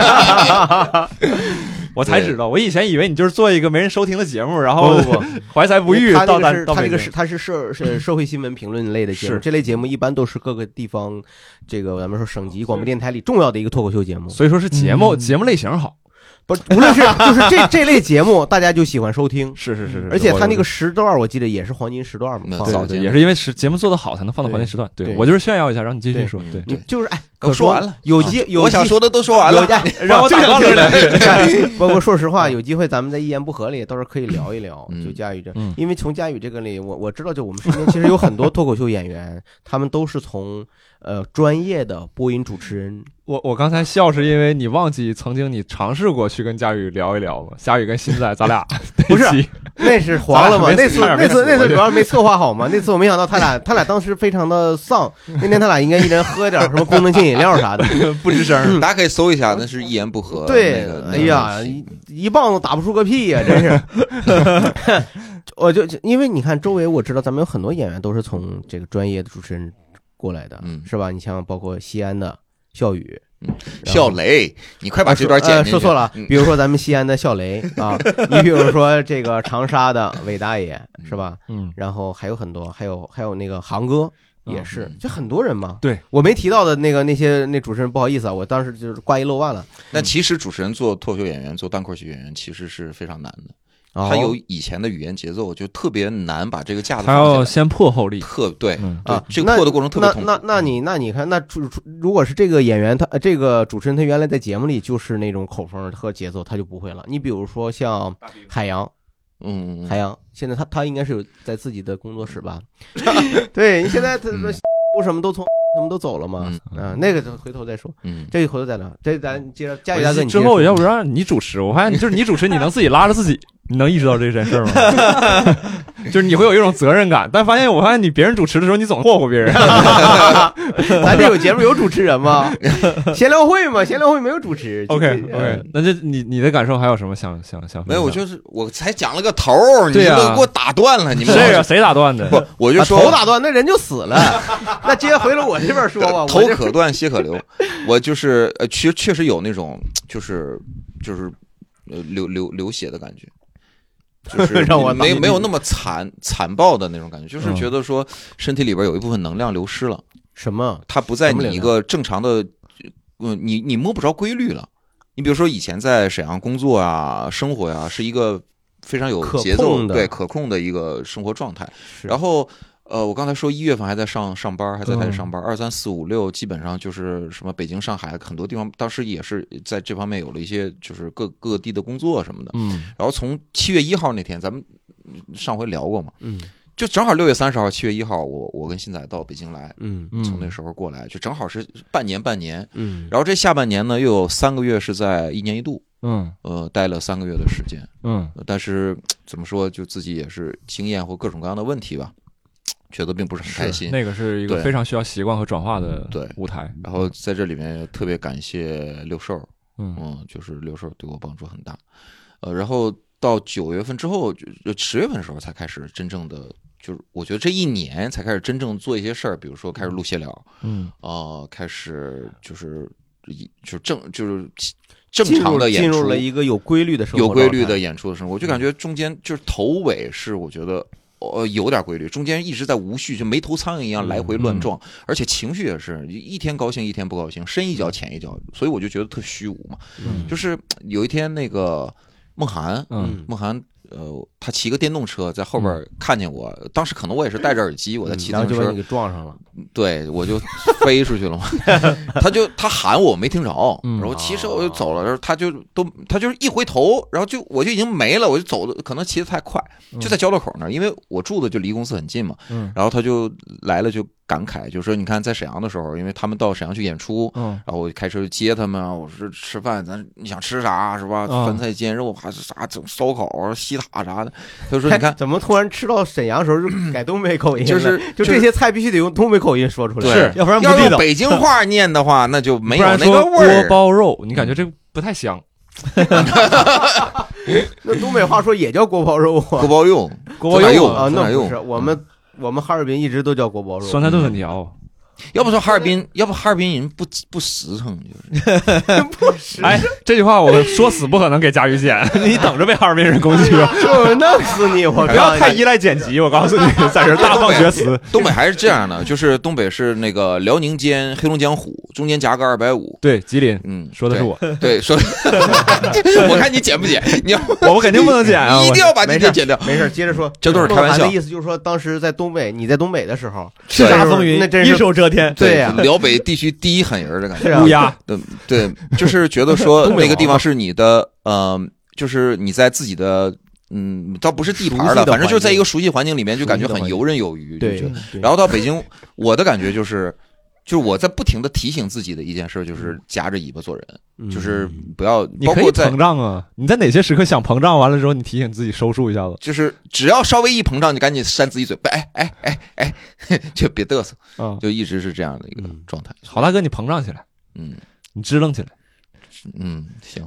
我才知道，我以前以为你就是做一个没人收听的节目，然后怀才不遇。 他到这个是他这个是他是社是社会新闻评论类的节目，这类节目一般都是各个地方这个咱们说省级广播电台里重要的一个脱口秀节目， 所以说是节目节目类型好。 不，无论是就是这这类节目，大家就喜欢收听， 是是是是， 而且他那个时段，我记得也是黄金时段嘛， 对对，也是因为是节目做得好才能放到黄金时段。对我就是炫耀一下，让你继续说。对， 你就是哎， 我说完了， 有机有我想说的都说完了， 让我打断了。不过说实话，有机会咱们在一言不合里倒是可以聊一聊，就佳宇这，因为从佳宇这个里，我我知道，就我们身边其实有很多脱口秀演员，他们都是从呃专业的播音主持人。 我我刚才笑是因为你忘记曾经你尝试过去跟佳宇聊一聊吗？佳宇跟新仔咱俩不是那是黄了吗？那次那次那次主要是没策划好嘛。那次我没想到他俩他俩当时非常的丧。那天他俩应该一人喝点什么功能性饮料啥的， 不吱声。 大家可以搜一下，那是一言不合。 对，哎呀，一一棒子打不出个屁呀，真是。我就因为你看周围，我知道咱们有很多演员都是从这个专业的主持人过来的， 嗯， 是吧？你像包括西安的笑宇。 嗯，笑雷，你快把这段剪进去。 说错了，比如说咱们西安的笑雷啊，你比如说这个长沙的韦大爷，是吧？ 嗯， 然后还有很多，还有还有那个航哥也是，就很多人嘛。 对， 我没提到的那个那些那主持人，不好意思啊，我当时就是挂一漏万了。 但其实主持人做脱口秀演员、做单口喜剧演员，其实是非常难的。他有以前的语言节奏，就特别难把这个架子放下来。 他要先破后立， 特对啊， 这个破的过程特别痛苦。 那那那你那你看，那如果是这个演员，他这个主持人，他原来在节目里就是那种口风和节奏，他就不会了。你比如说像海洋， 嗯， 海洋，现在他他应该是有在自己的工作室吧？对，你现在他不什么都从。他们都走了嘛？嗯、啊，那个回头再说。嗯，这个回头再聊。这咱接着佳宇大哥，你之后要不让你主持，我发现就是你主持，你能自己拉着自己，你能意识到这件事吗？就是你会有一种责任感，但发现我发现你别人主持的时候，你总霍霍别人。 咱这有节目有主持人吗？闲聊会嘛，闲聊会没有主持。 OK OK， 那这你你的感受还有什么想想想？ 没有，我就是我才讲了个头儿，你们都给我打断了，你们这个谁打断的？ 不，我就说头打断，那人就死了。那接回了我这边说吧， 头可断血可流。我就是呃，确确实有那种就是就是呃流流流血的感觉。就是让我没没有那么惨残暴的那种感觉，就是觉得说身体里边有一部分能量流失了。 什么？ 它不在你一个正常的，嗯，你你摸不着规律了。你比如说以前在沈阳工作啊、生活呀、啊，是一个非常有节奏、对可控的一个生活状态。然后呃，我刚才说一月份还在上上班，还在台里上班，二三四五六基本上就是什么北京、上海很多地方，当时也是在这方面有了一些就是各各地的工作什么的。 嗯， 然后从七月一号那天，咱们上回聊过嘛， 嗯， 就正好六月三十号、七月一号，我我跟新仔到北京来， 嗯， 从那时候过来，就正好是半年半年， 嗯， 然后这下半年呢，又有三个月是在一年一度。 嗯， 呃，待了三个月的时间， 嗯， 但是怎么说，就自己也是经验或各种各样的问题吧。觉得并不是很开心， 那个是一个非常需要习惯和转化的舞台。 然后在这里面特别感谢六兽， 嗯嗯，就是六兽对我帮助很大。呃，然后到九月份之后，就十月份的时候才开始真正的，就是我觉得这一年才开始真正做一些事儿，比如说开始录闲聊， 嗯， 啊、呃，开始就是就正就是正常的演出， 进入了一个有规律的生活， 有规律的演出的生活，我就感觉中间就是头尾是我觉得。 呃有点规律，中间一直在无序，就没头苍蝇一样来回乱撞， 嗯、 而且情绪也是一天高兴一天不高兴，深一脚浅一脚，所以我就觉得特虚无嘛。 嗯、 就是有一天那个梦涵， 嗯， 梦涵。呃，他骑个电动车在后边看见我，嗯、当时可能我也是戴着耳机，我在骑电动车， 然后就把你给撞上了， 对，我就飞出去了嘛。他就他喊我没听着，然后骑车我就走了，然后他就都他就是一回头，然后就我就已经没了，我就走的可能骑得太快，就在交道口那儿，因为我住的就离公司很近嘛， 嗯， 然后他就来了就感慨，就说你看在沈阳的时候，因为他们到沈阳去演出， 嗯， 然后我开车接他们，我说吃饭咱你想吃啥是吧？ 嗯、 酸菜煎肉还是啥整烧烤西塔啥的，他就说你看怎么突然吃到沈阳的时候就改东北口音， 就是就这些菜必须得用东北口音说出来， 是， 要不然要用北京话念的话，那就没有那个味儿。锅包肉，你感觉这不太香。 那东北话说也叫锅包肉啊， 锅包肉， 锅包肉啊，那不是我们我们哈尔滨一直都叫锅包肉， 酸菜炖粉条。 要不说哈尔滨，要不哈尔滨人不不实诚，就是不实。 哎，这句话我说死不可能给佳宇剪，你等着被哈尔滨人攻击吧， 就弄死你！我不要太依赖剪辑，我告诉你，在这大放厥词。 东北还是这样的，就是东北是那个辽宁兼黑龙江虎，中间夹个二百五。 对，吉林， 嗯， 说的是我， 对，说，我看你剪不剪？你要我肯定不能剪啊， 你一定要把这个剪掉。 没事，接着说， 这都是开玩笑。 的意思就是说，当时在东北，你在东北的时候， 叱咤风云， 那真是一手遮天。 对呀。 辽北地区第一狠人的感觉， 乌鸦， 对对，就是觉得说那个地方是你的，呃，就是你在自己的，嗯，倒不是地盘了，反正就是在一个熟悉环境里面，就感觉很游刃有余，就觉得。然后到北京，我的感觉就是，就是我在不停的提醒自己的一件事，就是夹着尾巴做人，就是不要。 你可以膨胀啊！你在哪些时刻想膨胀？完了之后，你提醒自己收束一下子。 就是只要稍微一膨胀，就赶紧扇自己嘴巴，哎哎哎哎，就别嘚瑟，就一直是这样的一个状态。 好大哥，你膨胀起来， 嗯， 你支棱起来， 嗯，行。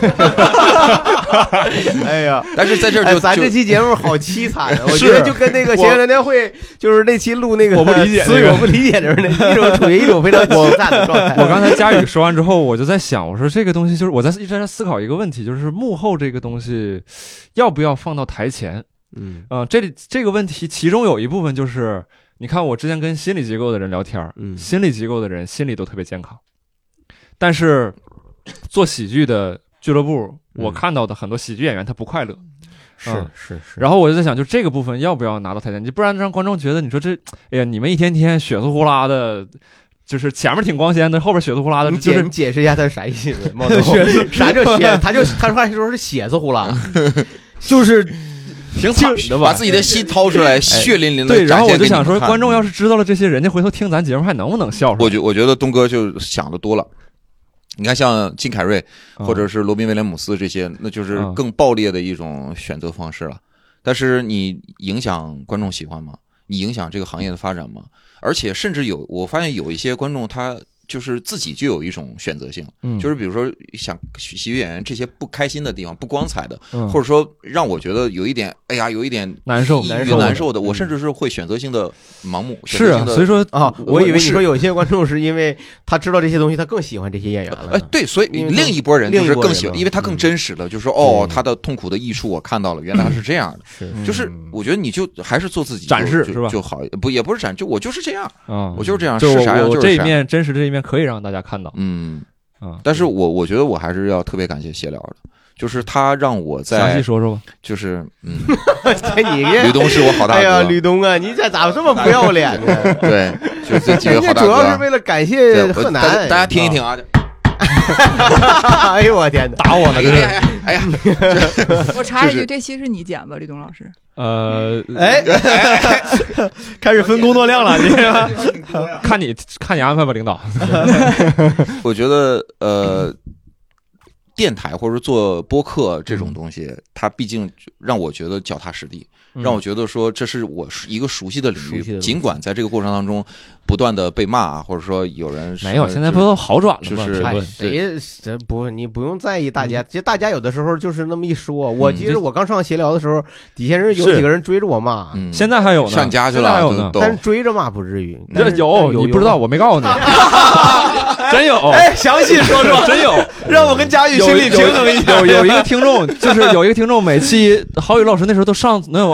哎呀， 但是在这儿就咱这期节目好凄惨啊！我觉得就跟那个闲聊天会，就是那期录那个我不理解， 所以我不理解的人，一种处于一种非常凄惨的状态。 我刚才佳宇说完之后，我就在想，我说这个东西就是我在一直在思考一个问题，就是幕后这个东西要不要放到台前？ 嗯啊、呃，这里这个问题其中有一部分就是，你看我之前跟心理机构的人聊天， 嗯， 心理机构的人心理都特别健康，但是做喜剧的俱乐部，我看到的很多喜剧演员他不快乐， 是是是。 然后我就在想，就这个部分要不要拿到台前？你不然让观众觉得，你说这，哎呀，你们一天天血丝呼啦的，就是前面挺光鲜的，后边血丝呼啦的，就是你解释一下他是啥意思？毛豆啥叫血？他就他说说是血丝呼啦， 就是挺惨的吧？ 把自己的心掏出来，血淋淋的。 对，然后我就想说，观众要是知道了这些，人家回头听咱节目还能不能笑出来？ 我觉我觉得东哥就想的多了。你看，像金凯瑞或者是罗宾威廉姆斯这些，那就是更暴烈的一种选择方式了。但是你影响观众喜欢吗？你影响这个行业的发展吗？而且甚至有，我发现有一些观众他就是自己就有一种选择性， 嗯， 就是比如说想喜剧演员这些不开心的地方、不光彩的， 嗯、 或者说让我觉得有一点，哎呀，有一点难受、 难受、难受的，我甚至是会选择性的盲目。 是啊，所以说啊，我以为你说有些观众是因为他知道这些东西，他更喜欢这些演员了。 哎，对，所以另一拨人就是更喜欢，因为他更真实了，就是说哦，他的痛苦的益处我看到了，原来他是这样的。 是， 就是我觉得你就还是做自己展示是吧？ 就好，不也不是展，就我就是这样啊， 我就是这样， 是啥样就是啥。 这一面真实的这一面可以让大家看到。 嗯啊， 但是我我觉得我还是要特别感谢谢聊的，就是他让我在详细说说吧。 就是嗯， 你吕东是我好大哥。 哎呀，吕东啊，你这咋这么不要脸呢？ 对，就这几位好大哥。 主要是为了感谢贺南， 大家听一听啊。 哎呦我天哪， 打我呢！这是， 哎呀， 我插一句，这期是你剪吧，吕东老师？ 呃， 哎，开始分工作量了，你看你看你安排吧，领导。 我觉得呃，电台或者做播客这种东西，它毕竟让我觉得脚踏实地。让我觉得说这是我一个熟悉的领域，尽管在这个过程当中不断的被骂，或者说有人没有，现在不都好转了吗？就是谁这不你不用在意大家，其实大家有的时候就是那么一说。我记得我刚上闲聊的时候，底下人有几个人追着我骂， 现在还有呢， 上家去了，还有呢， 但是追着骂不至于。 这有你不知道，我没告诉你，真有。 哎，详细说说， 真有， 让我跟佳宇心里平衡一下。 有有一个听众，就是有一个听众，每期郝宇老师那时候都上能有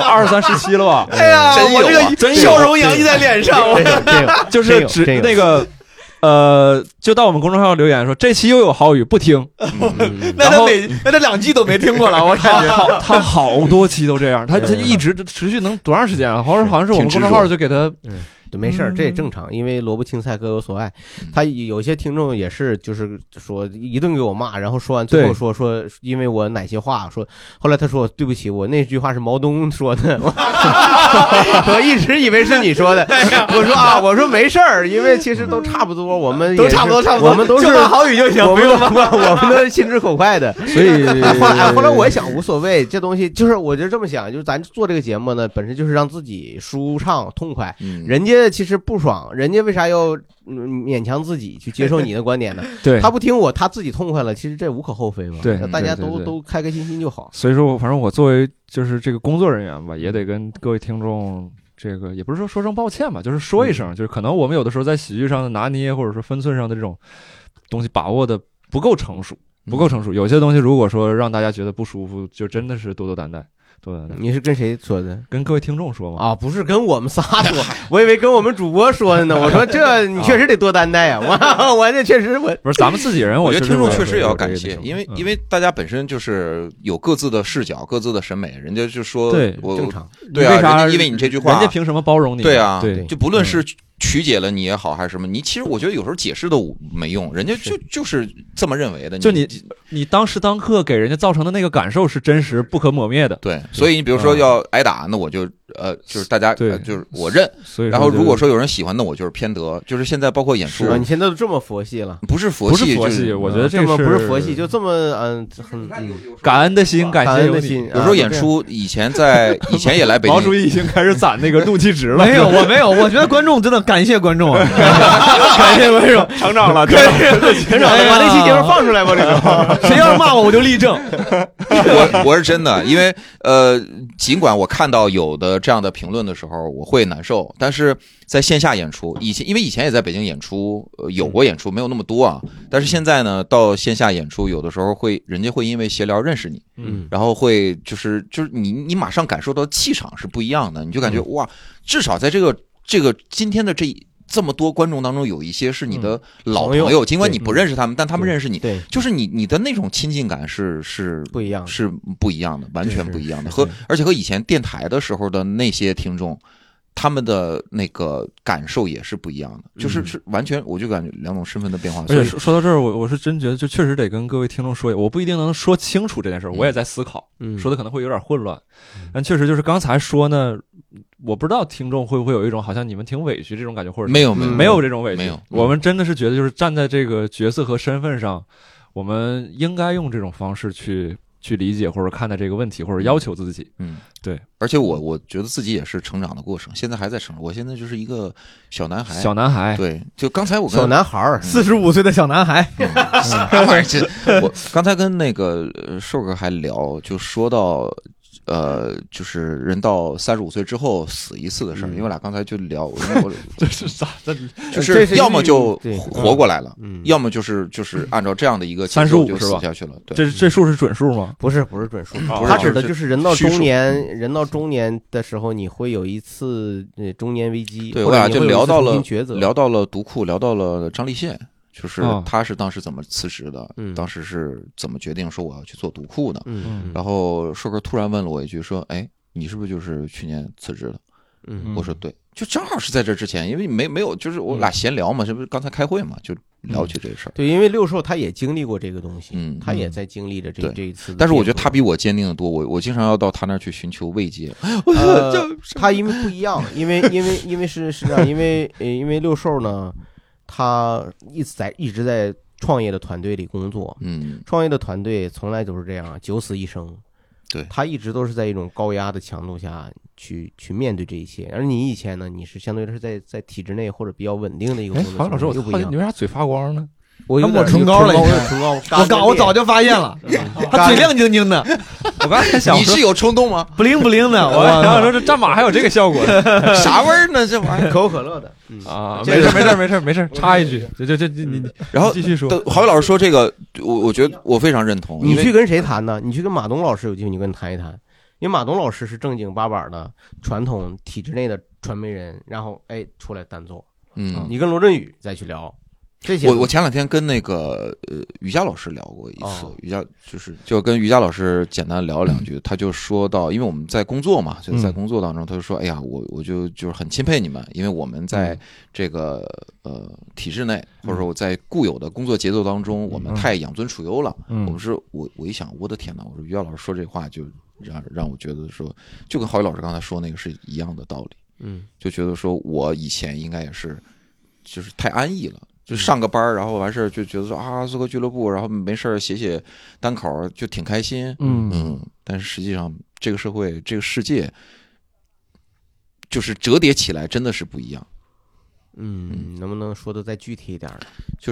二十三十七了吧？ 哎呀， 真有啊我这个笑容洋溢在脸上， 就是只那个。呃，就到我们公众号留言说这期又有郝宇不听， 嗯、那他每那他两季都没听过了，我感觉他他好多期都这样，他他一直持续能多长时间啊？好像好像是我们公众号就给他。 嗯对，没事儿，这也正常，因为萝卜青菜各有所爱。他有些听众也是，就是说一顿给我骂，然后说完最后说说，因为我哪些话说，后来他说对不起，我那句话是毛东说的，我一直以为是你说的。我说啊，我说没事儿，因为其实都差不多，我们都差不多，差不多， 我们都是郝宇就行， 我们我们都心直口快的， 所以后来后来我也想无所谓，这东西就是我就这么想，就是咱做这个节目呢，本身就是让自己舒畅痛快，人家。其实不爽，人家为啥要、嗯、勉强自己去接受你的观点呢？ 对， 他不听我，他自己痛快了，其实这无可厚非嘛。 对， 大家都对对对都开开心心就好。 所以说，反正我作为就是这个工作人员吧，也得跟各位听众，这个也不是说说声抱歉吧，就是说一声，嗯、就是可能我们有的时候在喜剧上的拿捏，或者说分寸上的这种东西把握的不够成熟，不够成熟。有些东西如果说让大家觉得不舒服，就真的是多多担待。 你是跟谁说的？ 跟各位听众说吗？ 啊，不是跟我们仨说，我以为跟我们主播说的呢。我说这你确实得多担待啊！我我这确实我不是咱们自己人， 我觉得听众确实也要感谢，因为嗯、 因为大家本身就是有各自的视角、各自的审美，人家就说对我正常， 对啊， 为啥因为你这句话， 人家凭什么包容你？ 对啊， 对， 就不论是曲解了你也好，还是什么，你其实我觉得有时候解释都没用，人家就就是这么认为的。 就你你当时当刻给人家造成的那个感受是真实不可磨灭的。 对，所以你比如说要挨打，那我就呃就是大家呃就是我认。 所以然后如果说有人喜欢，那我就是偏德。就是现在包括演出， 你现在都这么佛系了？ 不是佛系， 不是佛系，我觉得这么不是佛系，就这么嗯很感恩的心，感谢的心。 有时候演出以前在以前也来北京， 毛主席已经开始攒那个怒气值了。 没有，我没有，我觉得观众真的感谢观众啊。感谢观众， 成长了， 成长了， 把那期节目放出来吧，这个谁要是骂我，我就立正。 我我是真的，因为呃，尽管我看到有的这样的评论的时候，我会难受，但是在线下演出，以前因为以前也在北京演出，呃、有过演出，没有那么多啊。但是现在呢，到线下演出，有的时候会人家会因为闲聊认识你， 嗯， 然后会就是就是你你马上感受到气场是不一样的，你就感觉、嗯、哇，至少在这个这个今天的这这么多观众当中，有一些是你的老朋友，嗯、尽管你不认识他们，但他们认识你， 对， 就是你你的那种亲近感是是不一样， 是不一样的，完全不一样的，和而且和以前电台的时候的那些听众，他们的那个感受也是不一样的，就是是完全，我就感觉两种身份的变化。 而且说到这儿，我我是真觉得，就确实得跟各位听众说，我不一定能说清楚这件事，我也在思考， 嗯， 说的可能会有点混乱，但确实就是刚才说呢。我不知道听众会不会有一种好像你们挺委屈这种感觉，或者没有没有没有这种委屈， 没有。 我们真的是觉得就是站在这个角色和身份上，我们应该用这种方式去去理解或者看待这个问题，或者要求自己。 嗯， 对。 而且我我觉得自己也是成长的过程，现在还在成长。我现在就是一个小男孩， 小男孩。 对，就刚才我跟小男孩， 四十五岁的小男孩。 嗯、我刚才跟那个瘦哥还聊，就说到。呃，就是人到三十五岁之后死一次的事儿，因为我俩刚才就聊，我这是啥？这就是要么就活过来了， 嗯、 要么就是就是按照这样的一个三十五就死下去了。对， 这这数是准数吗？ 不是，不是准数， 哦、 他指的就是人到中年，人到中年的时候，你会有一次呃中年危机。 对，我俩就聊到了抉择， 聊到了读库，聊到了张立宪。就是他是当时怎么辞职的、嗯，当时是怎么决定说我要去做读库的。 嗯， 然后硕哥突然问了我一句说：“哎，你是不是就是去年辞职的？” 嗯， 我说对，就正好是在这之前，因为没没有，就是我俩闲聊嘛，这不是刚才开会嘛，就聊起这个事儿、嗯。 对，因为六兽他也经历过这个东西， 嗯， 他也在经历着这这一次。 但是我觉得他比我坚定的多，我我经常要到他那儿去寻求慰藉。 呃，他因为不一样，因为因为因为是是这样，因为呃因为六兽呢，他一直在一直在。创业的团队里工作， 嗯， 创业的团队从来都是这样，九死一生。 对， 他一直都是在一种高压的强度下去去面对这一切。而你以前呢，你是相对是在在体制内或者比较稳定的一个工作。 郝老师，我又不一样。 你为啥嘴发光呢？ 我有抹唇膏了， 唇膏， 我刚我早就发现了，他嘴亮晶晶的。 我刚才想， 你是有冲动吗？ 不灵不灵的。 我想说这战马还有这个效果， 啥味儿呢？这玩意儿可口可乐的啊，没事没事没事没事，插一句，这这这你你， 然后继续说。 郝宇老师说这个，我我觉得我非常认同。 你去跟谁谈呢？你去跟马东老师有机会，你跟他谈一谈。 因为马东老师是正经八百的传统体制内的传媒人，然后哎出来单做， 嗯， 你跟罗振宇再去聊这些。 我我前两天跟那个呃瑜伽老师聊过一次，哦、瑜伽就是就跟瑜伽老师简单聊两句，嗯、他就说到，因为我们在工作嘛，就在工作当中，他就说，哎呀，我我就就是很钦佩你们，因为我们在这个呃体制内，或者说我在固有的工作节奏当中，我们太养尊处优了。嗯、我们是我我一想，我的天哪！我说瑜伽老师说这话就。让让我觉得说，就跟郝宇老师刚才说那个是一样的道理， 嗯， 就觉得说我以前应该也是，就是太安逸了，就上个班然后完事儿就觉得说啊做个俱乐部，然后没事儿写写单口就挺开心， 嗯嗯，但是实际上这个社会这个世界，就是折叠起来真的是不一样， 嗯，能不能说的再具体一点呢？ 就是。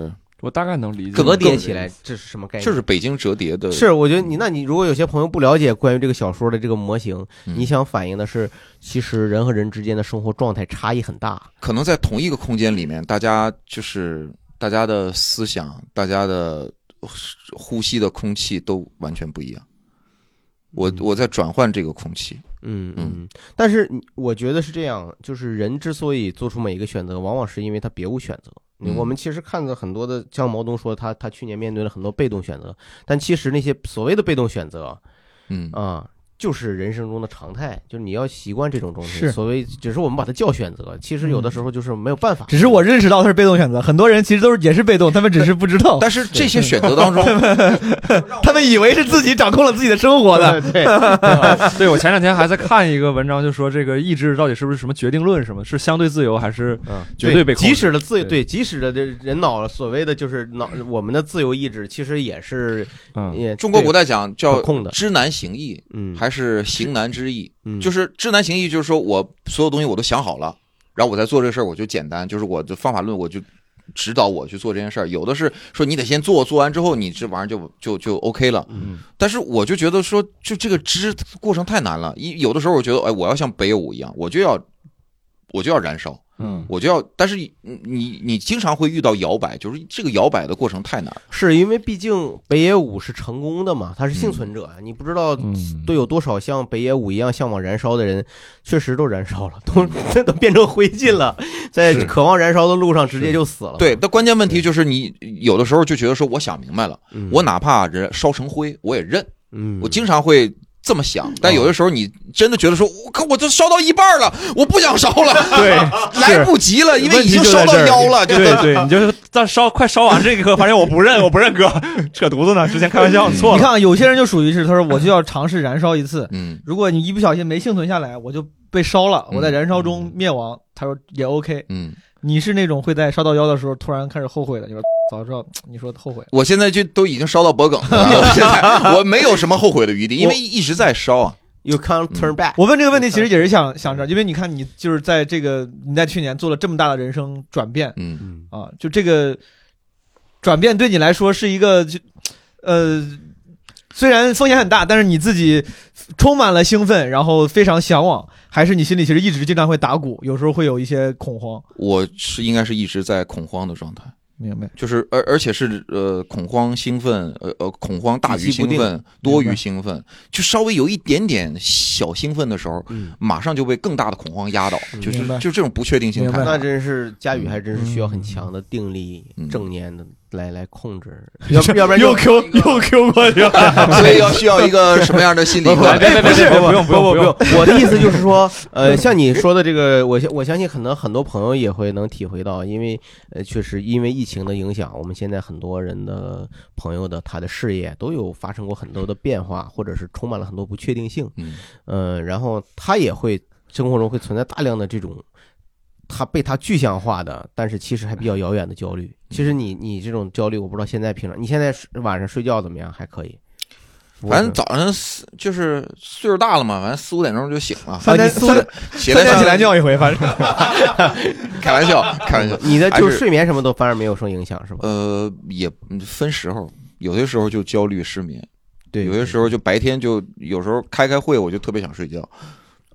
我大概能理解折叠起来这是什么概念？ 就是北京折叠的。 是，我觉得你那你如果有些朋友不了解关于这个小说的这个模型， 嗯、 你想反映的是，其实人和人之间的生活状态差异很大。 可能在同一个空间里面，大家就是大家的思想、大家的呼吸的空气都完全不一样。我我在转换这个空气。 嗯嗯，但是我觉得是这样，就是人之所以做出每一个选择，往往是因为他别无选择。 嗯、 我们其实看到很多的，像毛东说他他去年面对了很多被动选择，但其实那些所谓的被动选择， 嗯啊，就是人生中的常态，就是你要习惯这种东西。 是所谓只是我们把它叫选择，其实有的时候就是没有办法。 只是我认识到它是被动选择，很多人其实都是也是被动，他们只是不知道。 但是这些选择当中， 他们以为是自己掌控了自己的生活的。 对， 对我前两天还在看一个文章，就说这个意志到底是不是什么决定论，什么是相对自由还是绝对被控制？ 即使的自由，对，即使的这人脑所谓的就是脑我们的自由意志，其实也是嗯， 也中国古代讲叫控的知难行易， 嗯， 还是行难之易。 嗯， 就是知难行易，就是说我所有东西我都想好了，然后我在做这个事儿我就简单，就是我的方法论我就指导我去做这件事儿。有的是说你得先做，做完之后你这玩意儿就就就 OK 了。 嗯， 但是我就觉得说，就这个知过程太难了。一有的时候我觉得，哎，我要像北野武一样，我就要我就要燃烧。 嗯， 我就要，但是你你你经常会遇到摇摆，就是这个摇摆的过程太难了。 是因为毕竟北野武是成功的嘛，他是幸存者，嗯、你不知道都有多少像北野武一样向往燃烧的人，确实都燃烧了，都都变成灰烬了，在渴望燃烧的路上直接就死了。 对，但关键问题就是你有的时候就觉得说，我想明白了， 嗯、 我哪怕人烧成灰，我也认。 嗯， 我经常会这么想，但有的时候你真的觉得说，我靠，我都烧到一半了，我不想烧了， 对， 来不及了，因为已经烧到腰了， 对对，你就是在烧快烧完这个，发现我不认，我不认哥，扯犊子呢，之前开玩笑错了。 你看有些人就属于是，他说我就要尝试燃烧一次， 嗯， 如果你一不小心没幸存下来，我就被烧了，我在燃烧中灭亡，他说也 OK， 嗯， 你是那种会在烧到腰的时候突然开始后悔的，你说早知道你说后悔， 我现在就都已经烧到脖梗了，现在我没有什么后悔的余地，因为一直在烧啊。 You can't turn back。 我问这个问题其实也是想想着，因为你看你就是在这个你在去年做了这么大的人生转变， 嗯啊，就这个转变对你来说是一个就呃虽然风险很大，但是你自己充满了兴奋，然后非常向往，还是你心里其实一直经常会打鼓，有时候会有一些恐慌？ 我是应该是一直在恐慌的状态。 明白， 就是而而且是呃恐慌兴奋，呃呃恐慌大于兴奋，多于兴奋，就稍微有一点点小兴奋的时候， 嗯、 马上就被更大的恐慌压倒， 嗯、 就是就这种不确定性太大。 那真是佳宇还真是需要很强的定力、嗯、正念的来来控制， 要要不然又 Q 又 Q 过去了， 所以要需要一个什么样的心理？ 不是不是不用不用不用，我的意思就是说，呃，像你说的这个，我我相信可能很多朋友也会能体会到，因为呃确实因为疫情的影响，我们现在很多人的朋友的他的事业都有发生过很多的变化，或者是充满了很多不确定性， 嗯， 呃，然后他也会生活中会存在大量的这种。他被他具象化的，但是其实还比较遥远的焦虑。其实你你这种焦虑，我不知道现在平常你现在晚上睡觉怎么样？还可以。 反正早上就是岁数大了嘛，反正四五点钟就醒了。 三天四起来起来尿一回，反正开玩笑，开玩笑。 你的就是睡眠什么都反而没有受影响是吧？ 呃，也分时候，有些时候就焦虑失眠， 对， 有些时候就白天就有时候开开会，我就特别想睡觉。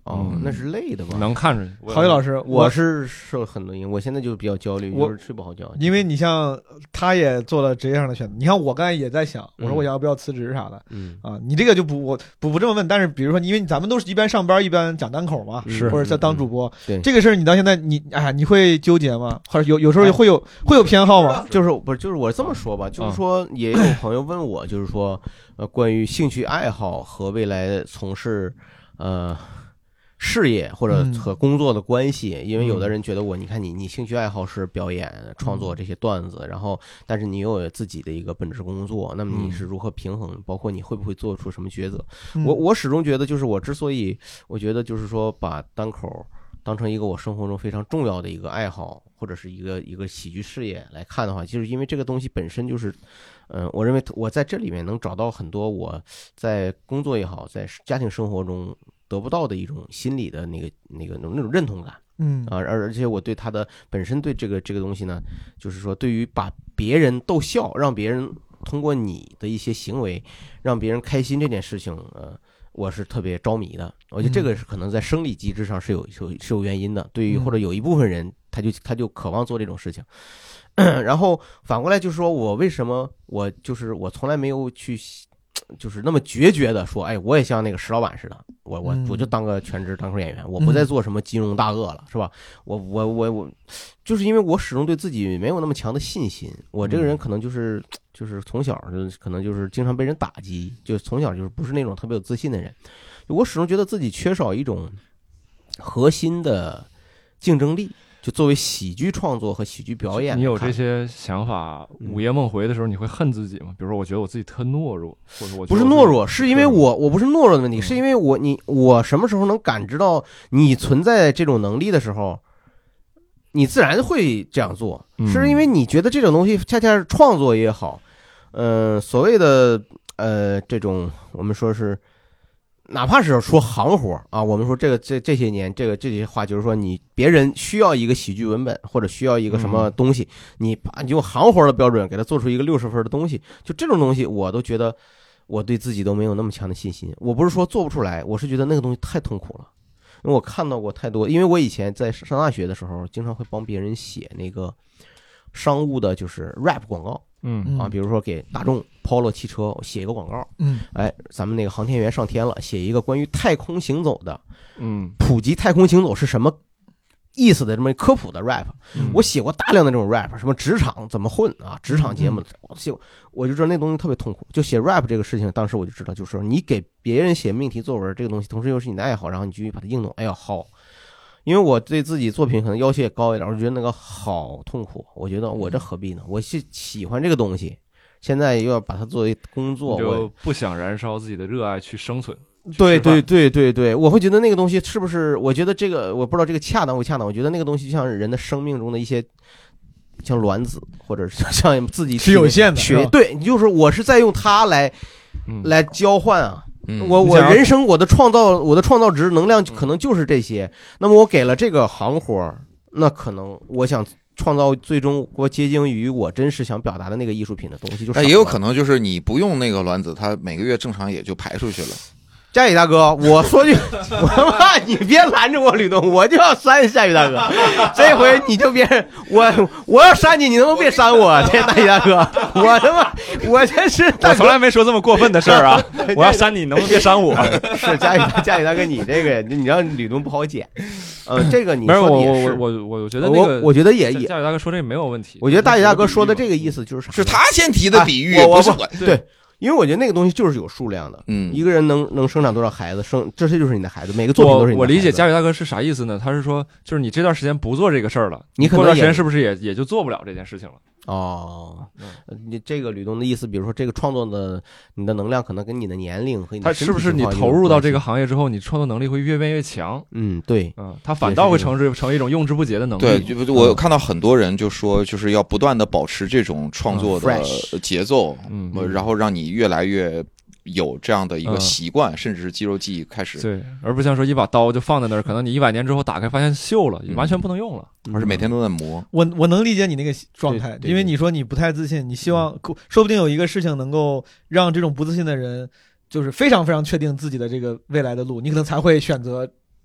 哦，那是累的吧？ 能看出去。 郝宇老师， 我是受很多影响，我现在就比较焦虑，就是睡不好觉。 因为你像他也做了职业上的选择，你看我刚才也在想，我说我要不要辞职啥的， 嗯啊，你这个就不我不不这么问，但是比如说，因为咱们都是一边上班一边讲单口嘛， 是或者在当主播， 对这个事儿，你到现在你哎呀，你会纠结吗？或者有有时候会有会有偏好吗？ 就是不是就是我这么说吧，就是说也有朋友问我，就是说呃关于兴趣爱好和未来从事呃。事业或者和工作的关系，嗯、因为有的人觉得我，你看你，你兴趣爱好是表演、创作这些段子，然后但是你又有自己的一个本职工作，那么你是如何平衡？包括你会不会做出什么抉择？ 嗯、 我我始终觉得，就是我之所以我觉得就是说把单口当成一个我生活中非常重要的一个爱好，或者是一个一个喜剧事业来看的话，就是因为这个东西本身就是。嗯，我认为我在这里面能找到很多我在工作也好，在家庭生活中得不到的一种心理的那个那个那种认同感。 嗯啊，而而且我对他的本身对这个这个东西呢，就是说对于把别人逗笑，让别人通过你的一些行为让别人开心这件事情，呃，我是特别着迷的。我觉得这个是可能在生理机制上是有有是有原因的。对于或者有一部分人，他就他就渴望做这种事情。然后反过来就是说我为什么我就是我从来没有去就是那么决绝的说，哎，我也像那个石老板似的，我我我就当个全职单口演员，我不再做什么金融大鳄了，是吧？我我我我，就是因为我始终对自己没有那么强的信心。我这个人可能就是就是从小就可能就是经常被人打击，就从小就是不是那种特别有自信的人。我始终觉得自己缺少一种核心的竞争力。就作为喜剧创作和喜剧表演， 你有这些想法，午夜梦回的时候，你会恨自己吗？比如说，我觉得我自己特懦弱，或者我不是懦弱，是因为我我不是懦弱的问题，是因为我你我什么时候能感知到你存在这种能力的时候，你自然会这样做，是因为你觉得这种东西恰恰是创作也好，呃，所谓的呃这种我们说是。哪怕是说行活啊，我们说这个这这些年这个这些话，就是说你别人需要一个喜剧文本或者需要一个什么东西，你你用行活的标准给他做出一个六十分的东西，就这种东西，我都觉得我对自己都没有那么强的信心。我不是说做不出来，我是觉得那个东西太痛苦了，因为我看到过太多。因为我以前在上大学的时候，经常会帮别人写那个商务的，就是 rap 广告。 嗯啊，比如说给大众 Polo 汽车写一个广告， 嗯， 哎，咱们那个航天员上天了，写一个关于太空行走的， 嗯， 普及太空行走是什么意思的这么科普的 rap，、嗯、我写过大量的这种 rap， 什么职场怎么混啊，职场节目，我写，我就知道那东西特别痛苦。就写 rap 这个事情，当时我就知道，就是说你给别人写命题作文这个东西，同时又是你的爱好，然后你继续把它应用，哎呀好。因为我对自己作品可能要求也高一点，我就觉得那个好痛苦。我觉得我这何必呢？我是喜欢这个东西，现在又要把它作为工作， 就不想燃烧自己的热爱去生存。 对对对对对，我会觉得那个东西是不是？我觉得这个我不知道这个恰当不恰当。我觉得那个东西就像人的生命中的一些，像卵子或者是像自己是有限的血，对，就是我是在用它来、嗯、来交换啊。 嗯、 我我人生我的创造我的创造值能量可能就是这些，那么我给了这个行活，那可能我想创造最终我接近于我真实想表达的那个艺术品的东西就少了。 也有可能就是你不用那个卵子，它每个月正常也就排出去了。 佳宇大哥，我说句，我骂你别拦着我，吕东，我就要删夏雨大哥。这回你就别，我我要删你，你能不能别删我？这大宇大哥，我他妈，我这是我从来没说这么过分的事儿啊！我要删你，能不能别删我？ 是佳宇佳宇大哥，你这个你让吕东不好剪。呃，这个你没有我也是我我我觉得那个， 我我觉得也也， 佳宇大哥说这个没有问题。 我觉得大宇大哥说的这个意思就是啥？ 是他先提的比喻， 哎、 不是我。 对。因为我觉得那个东西就是有数量的， 嗯， 一个人能能生产多少孩子，生这些就是你的孩子，每个作品都是你的孩子。 我我理解佳宇大哥是啥意思呢？他是说，就是你这段时间不做这个事儿了， 你可能过段时间是不是也也就做不了这件事情了？ 哦，你这个吕东的意思，比如说这个创作的你的能量可能跟你的年龄和你的他是不是你投入到这个行业之后，你创作能力会越变越强？ 嗯，对， 嗯，他反倒会成成成为一种用之不竭的能力。 对，就我看到很多人就说，就是要不断的保持这种创作的节奏， 嗯， 然后让你越来越有这样的一个习惯，甚至是肌肉记忆开始。 对，而不像说一把刀就放在那儿，可能你一百年之后打开发现锈了，完全不能用了， 而是每天都在磨。 我我能理解你那个状态，因为你说你不太自信，你希望说不定有一个事情能够让这种不自信的人，就是非常非常确定自己的这个未来的路，你可能才会选择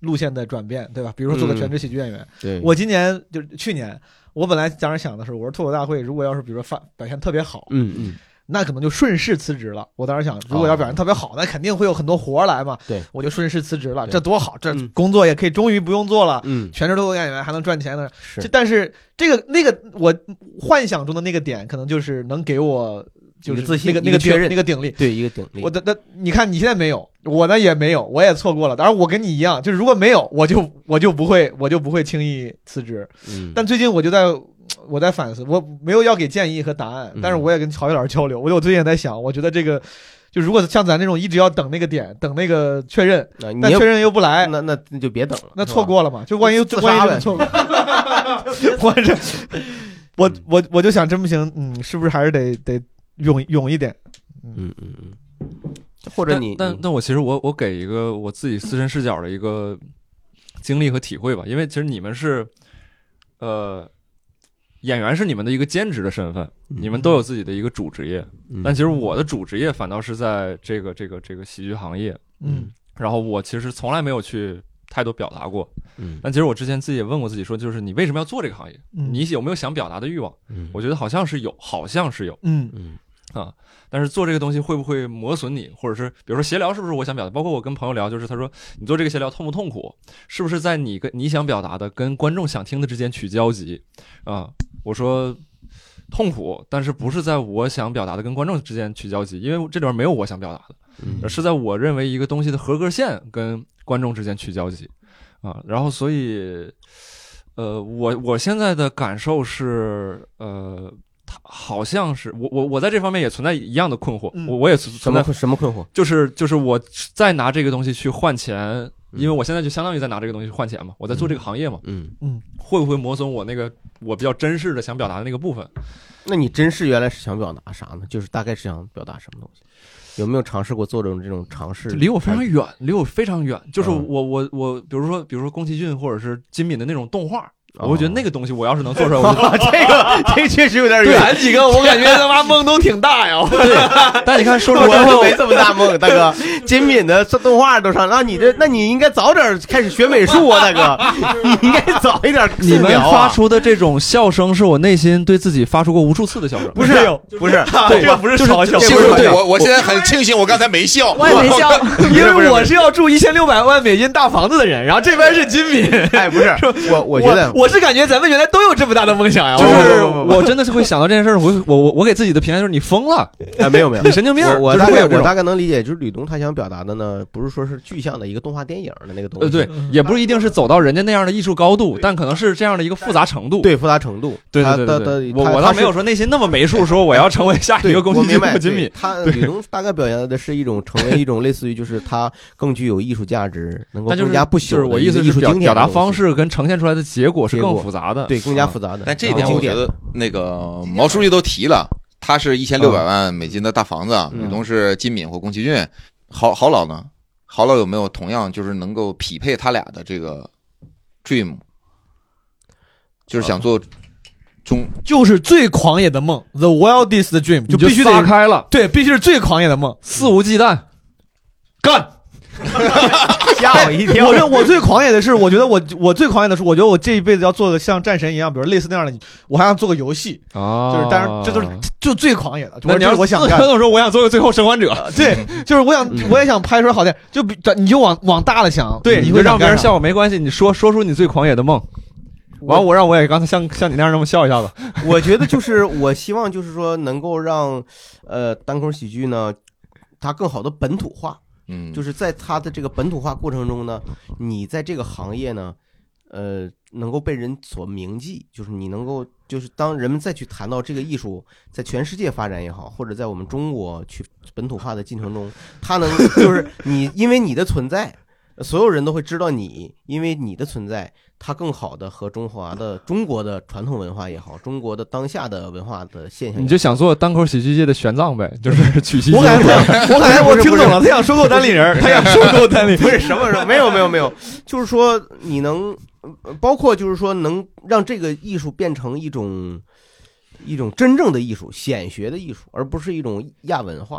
路线的转变，对吧？比如说做个全职喜剧演员， 嗯、对， 我今年就是去年，我本来当时想的是，我说脱口大会如果要是比如说发表现特别好， 嗯嗯。 那可能就顺势辞职了。我当时想，如果要表现特别好，那肯定会有很多活来嘛。 对， 我就顺势辞职了，这多好！这工作也可以终于不用做了， 嗯， 全职脱口演员还能赚钱呢。 是， 但是这个那个我幻想中的那个点，可能就是能给我就是自信那个那个确认那个鼎力， 对，一个鼎力。 我的那你看你现在没有，我呢也没有，我也错过了。当然我跟你一样，就是如果没有，我就我就不会我就不会轻易辞职。 嗯， 但最近我就在。我在反思，我没有要给建议和答案，但是我也跟郝宇老师交流。我就我最近也在想，我觉得这个，就如果像咱这种一直要等那个点，等那个确认，但确认又不来， 那那那就别等了， 那错过了嘛？就万一自杀呗， 错过。我这，我我我就想，真不行，嗯，是不是还是得得勇勇一点？ 嗯嗯嗯。或者你， 但但但我其实我我给一个我自己自身视角的一个经历和体会吧，因为其实你们是，呃。演员是你们的一个兼职的身份，你们都有自己的一个主职业， 嗯、 但其实我的主职业反倒是在这个这个这个喜剧行业， 嗯， 然后我其实从来没有去太多表达过， 嗯， 但其实我之前自己也问过自己说，就是你为什么要做这个行业？ 嗯、 你有没有想表达的欲望？ 嗯， 我觉得好像是有，好像是有， 嗯嗯啊，但是做这个东西会不会磨损你，或者是比如说闲聊是不是我想表达？包括我跟朋友聊，就是他说你做这个闲聊痛不痛苦？是不是在你跟你想表达的跟观众想听的之间取交集？啊，我说。痛苦，但是不是在我想表达的跟观众之间取交集，因为这里面没有我想表达的， 嗯， 是在我认为一个东西的合格线跟观众之间取交集啊。然后所以，呃，我我现在的感受是，呃，好像是我我我在这方面也存在一样的困惑， 嗯、 我我也存什么什么困惑？ 就是就是我在拿这个东西去换钱。因为我现在就相当于在拿这个东西去换钱嘛，我在做这个行业嘛， 嗯嗯， 会不会磨损我那个我比较真实的想表达的那个部分？ 那你真实原来是想表达啥呢？就是大概是想表达什么东西？有没有尝试过做这种这种尝试？ 离我非常远，离我非常远。就是我我我，比如说比如说宫崎骏或者是金敏的那种动画。我会觉得那个东西，我要是能做出来，我这个这确实有点远。 咱几个我感觉他妈梦都挺大呀。 对，但你看，说实话，我没这么大梦，大哥。金敏的动画都上，那你这，那你应该早点开始学美术啊，大哥。你应该早一点。 你们发出的这种笑声，是我内心对自己发出过无数次的笑声。 不是，不是， 这个不是嘲笑。 我我现在很庆幸，我刚才没笑。 我也没笑， 因为我是要住一千六百万美金大房子的人，然后这边是金敏。 哎，不是，我我觉得我是感觉咱们原来。都有这么大的梦想呀！ 就是我真的是会想到这件事儿，我我我我给自己的评价就是你疯了啊！没有没有， 你神经病！ 我我大概我大概能理解，就是吕东他想表达的呢，不是说是具象的一个动画电影的那个东西， 呃对，也不是一定是走到人家那样的艺术高度，但可能是这样的一个复杂程度， 对复杂程度， 对对对对，我我倒没有说内心那么没数，说我要成为下一个宫崎骏或金敏。 他吕东大概表现的是一种成为一种类似于就是他更具有艺术价值，能够更加不朽。 就是我意思是表表达方式跟呈现出来的结果是更复杂的， 对，更加复杂的。 但这一点我觉得那个毛书记都提了，他是一千六百万美金的大房子，吕东是金敏或宫崎骏，郝郝老呢？郝老有没有同样就是能够匹配他俩的这个 dream？ 就是想做中， 就是最狂野的梦 ，the wildest dream， 就必须得撒开了， 对，必须是最狂野的梦， 肆无忌惮， 干。 吓我一跳！ 我我最狂野的是，我觉得我我最狂野的是，我觉得我这一辈子要做的像战神一样，比如类似那样的，我还想做个游戏啊， 就是，但是这都是就最狂野的。 那你要我想干， 我说我想做个最后生还者， 对，就是我想我也想拍出来好点，就比你就往往大了想， 对， 你会让别人笑我没关系，你说说出你最狂野的梦。完，我让我也刚才像像你那样那么笑一下子。 我觉得就是我希望就是说能够让呃单口喜剧呢，它更好的本土化。 嗯， 就是在它的这个本土化过程中呢，你在这个行业呢，呃，能够被人所铭记，就是你能够，就是当人们再去谈到这个艺术在全世界发展也好，或者在我们中国去本土化的进程中，它能就是你因为你的存在，所有人都会知道你，因为你的存在。它更好的和中华的中国的传统文化也好，中国的当下的文化的现象， 你就想做单口喜剧界的玄奘呗，就是取其精华。我感觉我听懂了，他想收购单立人，他想收购单立人， 不是什么什么，没有没有没有，就是说你能，包括就是说能让这个艺术变成一种一种真正的艺术，显学的艺术，而不是一种亚文化。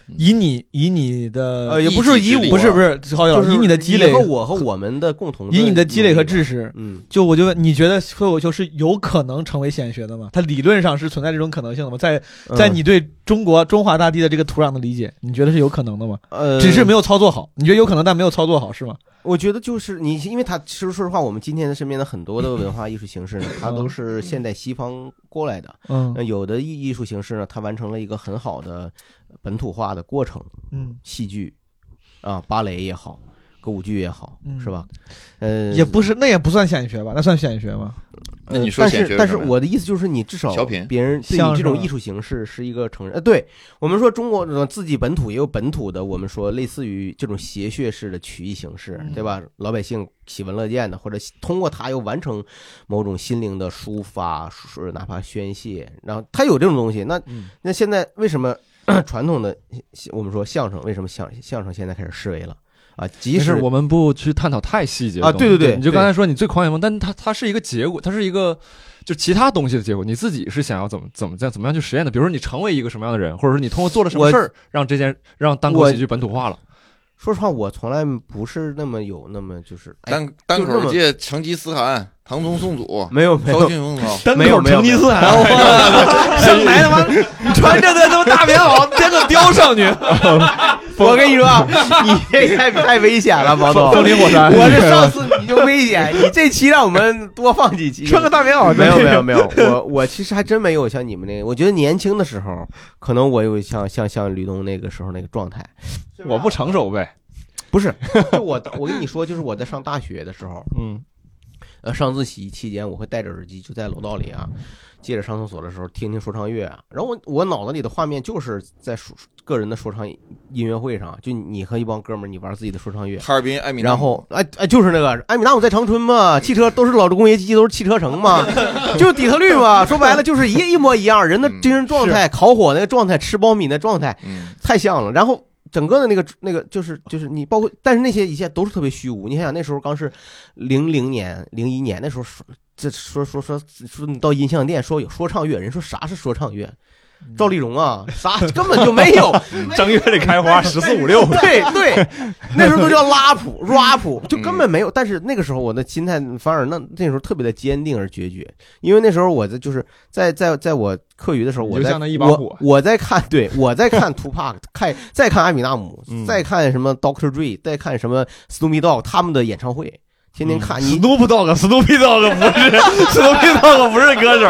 以你以你的呃也不是以我不是不是郝宇老师，以你的积累和我和我们的共同的以你的积累和知识， 嗯， 就我就问你觉得脱口秀是有可能成为显学的吗？它理论上是存在这种可能性的吗？在在你对中国中华大地的这个土壤的理解，你觉得是有可能的吗？呃，只是没有操作好。你觉得有可能，但没有操作好是吗？ 我觉得就是你，因为他其实说实话，我们今天的身边的很多的文化艺术形式呢，它都是现代西方过来的。嗯，有的艺艺术形式呢，它完成了一个很好的本土化的过程。嗯，戏剧啊，芭蕾也好，歌舞剧也好，嗯、是吧？呃， 也不是，那也不算显学吧？那算显学吗？ 那你说显学， 但是但是我的意思就是，你至少别人对你这种艺术形式是一个承认。呃，对我们说中国自己本土也有本土的，我们说类似于这种谐谑式的曲艺形式，对吧？老百姓喜闻乐见的，或者通过它又完成某种心灵的抒发，哪怕宣泄，然后它有这种东西。那那现在为什么传统的我们说相声为什么相相声现在开始式微了？啊，即使我们不去探讨太细节啊，对对对， 你就刚才说你最狂野梦，但它它是一个结果，它是一个就其他东西的结果，你自己是想要怎么怎么样怎么样去实验的？比如说你成为一个什么样的人，或者说你通过做了什么事儿，让这件让单口喜剧本土化了。 说实话，我从来不是那么有那么就是单单口界成吉思汗、唐宗宋祖， 没有没有， 单口成吉思汗，上台他妈穿着个他妈大棉袄，添个貂上去。 我跟你说，你这太太危险了，毛总。 风林火山， 我这上次你就危险，你这期让我们多放几期。 穿个大棉袄， 没有没有没有，我我其实还真没有像你们那个，我觉得年轻的时候，可能我有像像像吕东那个时候那个状态。 我不成熟呗。 不是，就我我跟你说，就是我在上大学的时候，嗯，呃，上自习期间，我会戴着耳机，就在楼道里啊，接着上厕所的时候听听说唱乐啊，然后我我脑子里的画面就是在说个人的说唱音乐会上，就你和一帮哥们儿，你玩自己的说唱乐， 哈尔滨艾米纳姆， 然后哎哎，就是那个艾米纳姆在长春嘛，汽车都是老工业机，都是汽车城嘛，就是底特律嘛，说白了就是一一模一样，人的精神状态、烤火那个状态、吃苞米那状态，太像了，然后。整个的那个那个就是就是你包括，但是那些一切都是特别虚无。你想想那时候刚是零零年、零一年那时候说，这说说说说你到音像店说有说唱乐，人说啥是说唱乐？赵丽蓉啊，啥根本就没有。 正月里开花，十四五六。 对对，那时候都叫拉普、rap， 就根本没有。但是那个时候我的心态反而那那时候特别的坚定而决绝，因为那时候我在就是在在在我课余的时候，我在我我在看，对我在看 Tupac， 看再看艾米纳姆，再看什么 doctor Dre， 再看什么 Snoop Dogg 他们的演唱会。天天看你 Snoop Dogg，Snoop Dogg 不是 Snoop Dogg 不是歌手，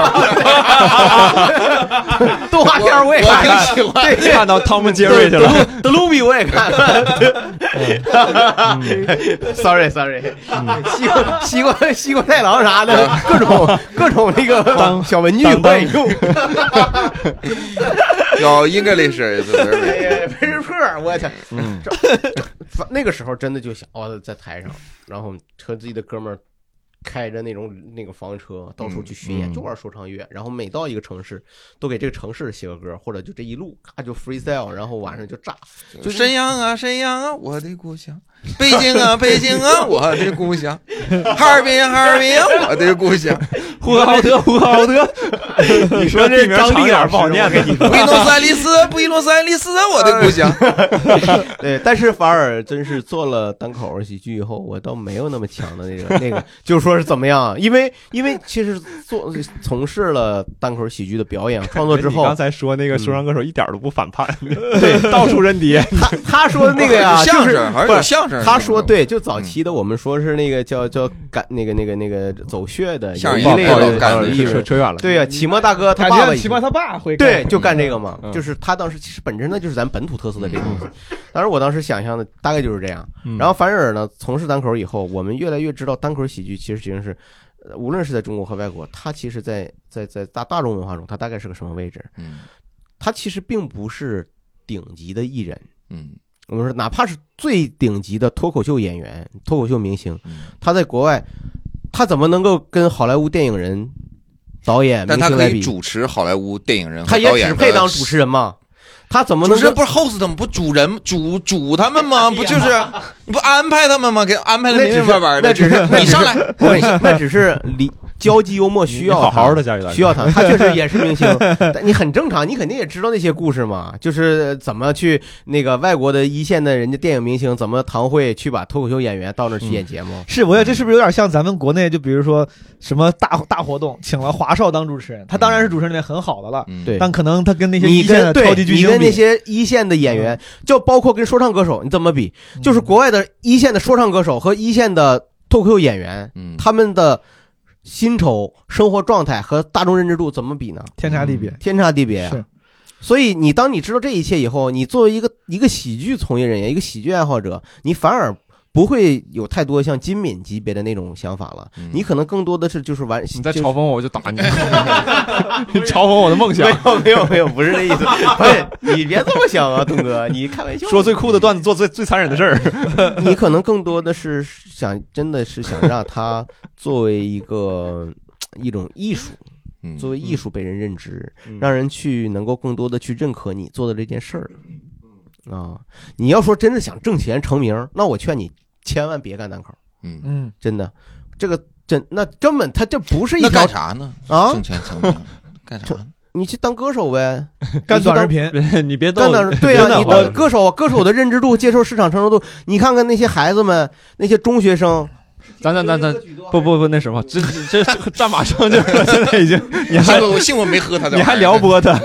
动画片我也看， 我挺喜欢， 对， 看到汤姆杰瑞去了， 德鲁比我也看，sorry sorry， 西瓜西瓜西瓜太郎啥的，各种各种那个小文具我也用， 有 English very poor， 我操，嗯，那个时候真的就想哦，在台上。然后和自己的哥们儿开着那种那个房车到处去巡演，嗯、就玩说唱乐。然后每到一个城市，都给这个城市写个歌，或者就这一路咔就 freestyle， 然后晚上就炸。 就沈阳啊，沈阳啊，我的故乡；北京啊，北京啊，我的故乡；哈尔滨啊，哈尔滨啊，我的故乡； 呼和浩特，呼和浩特。你说这张力点不好念，跟你说。 布宜诺斯艾利斯，布宜诺斯艾利斯，我的故乡。 对，但是反而真是做了单口喜剧以后，我倒没有那么强的那个那个，就说是怎么样？因为因为其实做从事了单口喜剧的表演创作之后， 你刚才说那个说唱歌手一点都不反叛，对，到处认爹。 他他说的那个呀， 相声还是有相声。 他说对，就早期的我们说是那个叫叫赶那个那个那个走穴的相声一类的赶的艺术， 扯远了。 对呀，齐墨大哥他爸爸， 齐墨他爸会对就干这个嘛，就是他当时其实本身呢就是咱本土特色的这个东西。当然我当时想象的大概就是这样。然后反而呢，从事单口以后，我们越来越知道单口喜剧其实实际上是。无论是在中国和外国，它其实在在在大大众文化中，它大概是个什么位置？嗯，它其实并不是顶级的艺人。嗯，我们说哪怕是最顶级的脱口秀演员、脱口秀明星，他在国外，他怎么能够跟好莱坞电影人、导演、 但他可以主持好莱坞电影人和导演，他也只配当主持人嘛？他怎么能？ 主持人不是 host 他们不主人主主他们吗？不就是你不安排他们吗？给安排的明明白白的， 那只是你上来， 那只是离交际幽默需要好好的佳宇大哥需要他，他确实也是明星，但你很正常，你肯定也知道那些故事嘛，就是怎么去那个外国的一线的人家电影明星怎么堂会去把脱口秀演员到那去演节目。 嗯、是，我觉得这是不是有点像咱们国内，就比如说什么大大活动，请了华少当主持人，他当然是主持人里面很好的了， 嗯、 对， 但可能他跟那些一线的超级巨星比， 你跟那些一线的演员，就包括跟说唱歌手，你怎么比？就是国外的一线的说唱歌手和一线的脱口秀演员， 嗯， 他们的薪酬、生活状态和大众认知度怎么比呢？ 天差地别， 天差地别、啊。 是， 所以你当你知道这一切以后，你作为一个一个喜剧从业人员、一个喜剧爱好者，你反而不会有太多像金敏级别的那种想法了。嗯、你可能更多的是就是玩。 你再嘲讽我，我就打你。你嘲讽我的梦想？ 没有没有没有，不是这意思。不是你别这么想啊，东哥，你开玩笑。 说最酷的段子，做最最残忍的事儿。 你可能更多的是想，真的是想让他作为一个一种艺术。作为艺术被人认知，嗯、让人去能够更多的去认可你做的这件事儿啊！你要说真的想挣钱成名，那我劝你千万别干单口。 嗯嗯， 真的，这个真那根本他这不是一条干啥呢？ 啊， 挣钱成名干啥呢？ 你去当歌手呗， 干短视频， 你别逗。 对啊，你当歌手，歌手的认知度、接受市场承受度，你看看那些孩子们，那些中学生。 咱咱咱咱不不不那什么，这这战马上就是现在已经，你还我幸我没喝他的， 你还撩拨他，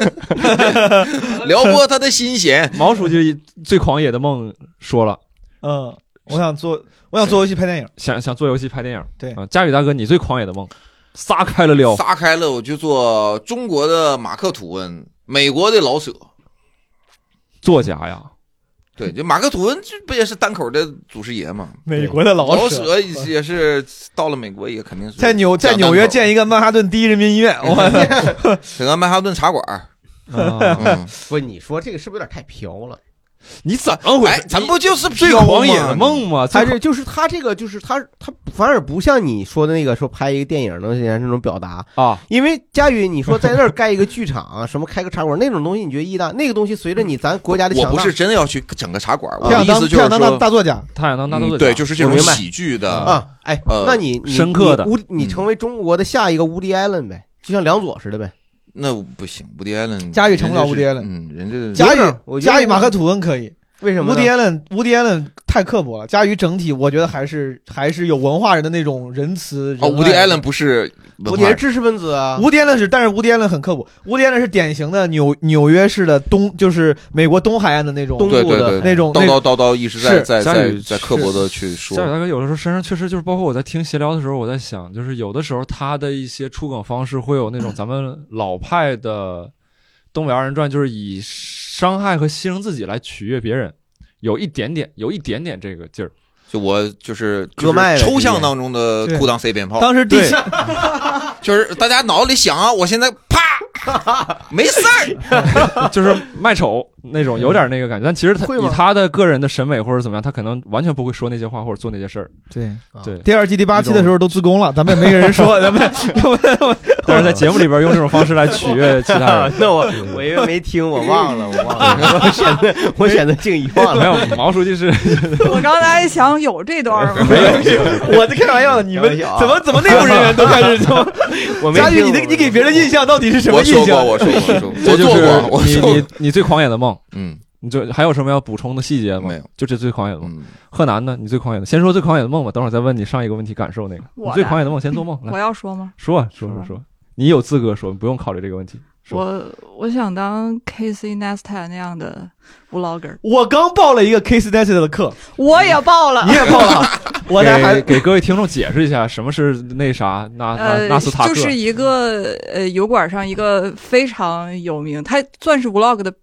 撩拨他的心弦。 毛书记最狂野的梦说了， 嗯，我想做，我想做游戏拍电影， 想想做游戏拍电影。 对啊，佳宇大哥，你最狂野的梦，撒开了撩， 撒开了我就做中国的马克吐温，美国的老舍， 作家呀。 对，就马克吐温这不也是单口的祖师爷吗？ 美国的老老舍也是到了美国也肯定是在纽在纽约建一个曼哈顿第一人民医院，我整个曼哈顿茶馆。 啊嗯、不，你说这个是不是有点太飘了？ 你怎么回事？ 咱不就是最狂野的梦吗？ 他这就是他这个就是他他反而不像你说的那个说拍一个电影能这种表达啊。 因为佳宇你说在那儿盖一个剧场啊，什么开个茶馆那种东西，你觉得意义大？那个东西随着你咱国家的强大， 我不是真的要去整个茶馆，我的意思就是说当大作家， 他想当大作家， 对，就是这种喜剧的啊。哎， 呃、 那你深刻的， 你你成为中国的下一个 Woody Allen 呗，就像梁左似的呗。 那不行，Woody Allen， 佳宇成不了 Woody Allen， 嗯，人家佳宇佳宇马克吐温可以。 为什么 Woody Allen Woody Allen 太刻薄了，佳宇整体我觉得还是还是有文化人的那种仁慈。 哦 Woody Allen 不是也是知识分子啊。 Woody Allen 是，但是 Woody Allen 很刻薄。Woody Allen 是典型的纽纽约式的东，就是美国东海岸的那种东部的那种叨叨叨叨，一直在在在在在刻薄的去说。 佳宇大哥有的时候身上确实就是，包括我在听闲聊的时候，我在想，就是有的时候他的一些出梗方式会有那种咱们老派的东北二人转，就是以伤害和牺牲自己来取悦别人。有一点点，有一点点这个劲儿， 就我就是就是抽象当中的裤裆塞鞭炮。 当时第七， 就是大家脑子里想啊，我现在啪，没事儿， 就是卖丑那种，有点那个感觉。但其实他以他的个人的审美或者怎么样，他可能完全不会说那些话或者做那些事儿。 对对， 第二季第八期的时候都自宫了，咱们也没给人说，咱们但是在节目里边用这种方式来取悦其他人。 那我我因为没听，我忘了，我忘了，我选择我选择静怡忘了。 没有，毛书记是。 我刚才想有这段吗？ 没有，我在开玩笑的。你们怎么怎么内部人员都开始说？ 我没佳宇，你的你给别人印象到底是什么印象？ 我说过，我说过， 我做过，我你你你最狂野的梦， 嗯， 你就还有什么要补充的细节吗？ 没有， 就这最狂野的梦。贺楠呢？你最狂野的，先说最狂野的梦吧，等会儿再问你上一个问题感受那个。你最狂野的梦，先做梦。 我要说吗？ 说说说说，你有资格说，不用考虑这个问题。 我我想当 Casey Neistat 那样的 vlogger。 我刚报了一个 Casey Neistat 的课， 我也报了， 你也报了。我给给各位听众解释一下，什么是那啥纳纳纳斯塔克？ 就是一个呃油管上一个非常有名，他算是 vlog 的。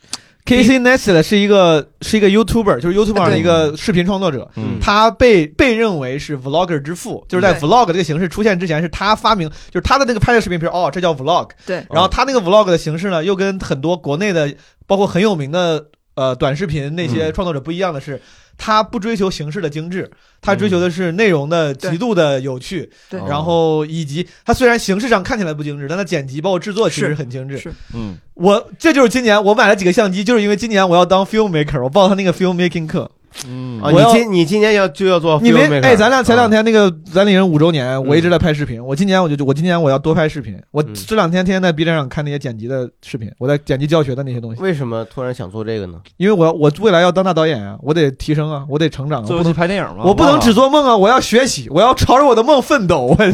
Casey Neistat 是一个是一个 YouTuber， 就是 YouTuber 上的一个视频创作者， 嗯、 他被被认为是 vlogger 之父，就是在 vlog 这个形式出现之前，是他发明，就是他的那个拍的视频，比如哦，这叫 vlog， 对， 然后他那个 vlog 的形式呢，又跟很多国内的包括很有名的呃短视频那些创作者不一样的是。他不追求形式的精致，他追求的是内容的极度的有趣， 对， 然后以及他虽然形式上看起来不精致，但他剪辑包括制作其实很精致。 是， 嗯， 我这就是今年我买了几个相机，就是因为今年我要当 filmmaker， 我报他那个 filmmaking 课。 嗯， 啊， 我要你今你今年要就要做 filmmaker， 你没哎，咱俩前两啊天那个咱领人五周年， 嗯我一直在拍视频。我今年我就我今年我要多拍视频。我嗯这两天天天在 B 站上看那些剪辑的视频，我在剪辑教学的那些东西。 为什么突然想做这个呢？ 因为我我未来要当大导演啊，我得提升啊，我得成长啊， 最后去我不能拍电影嘛， 我不能只做梦啊，我要学习，我要朝着我的梦奋斗。我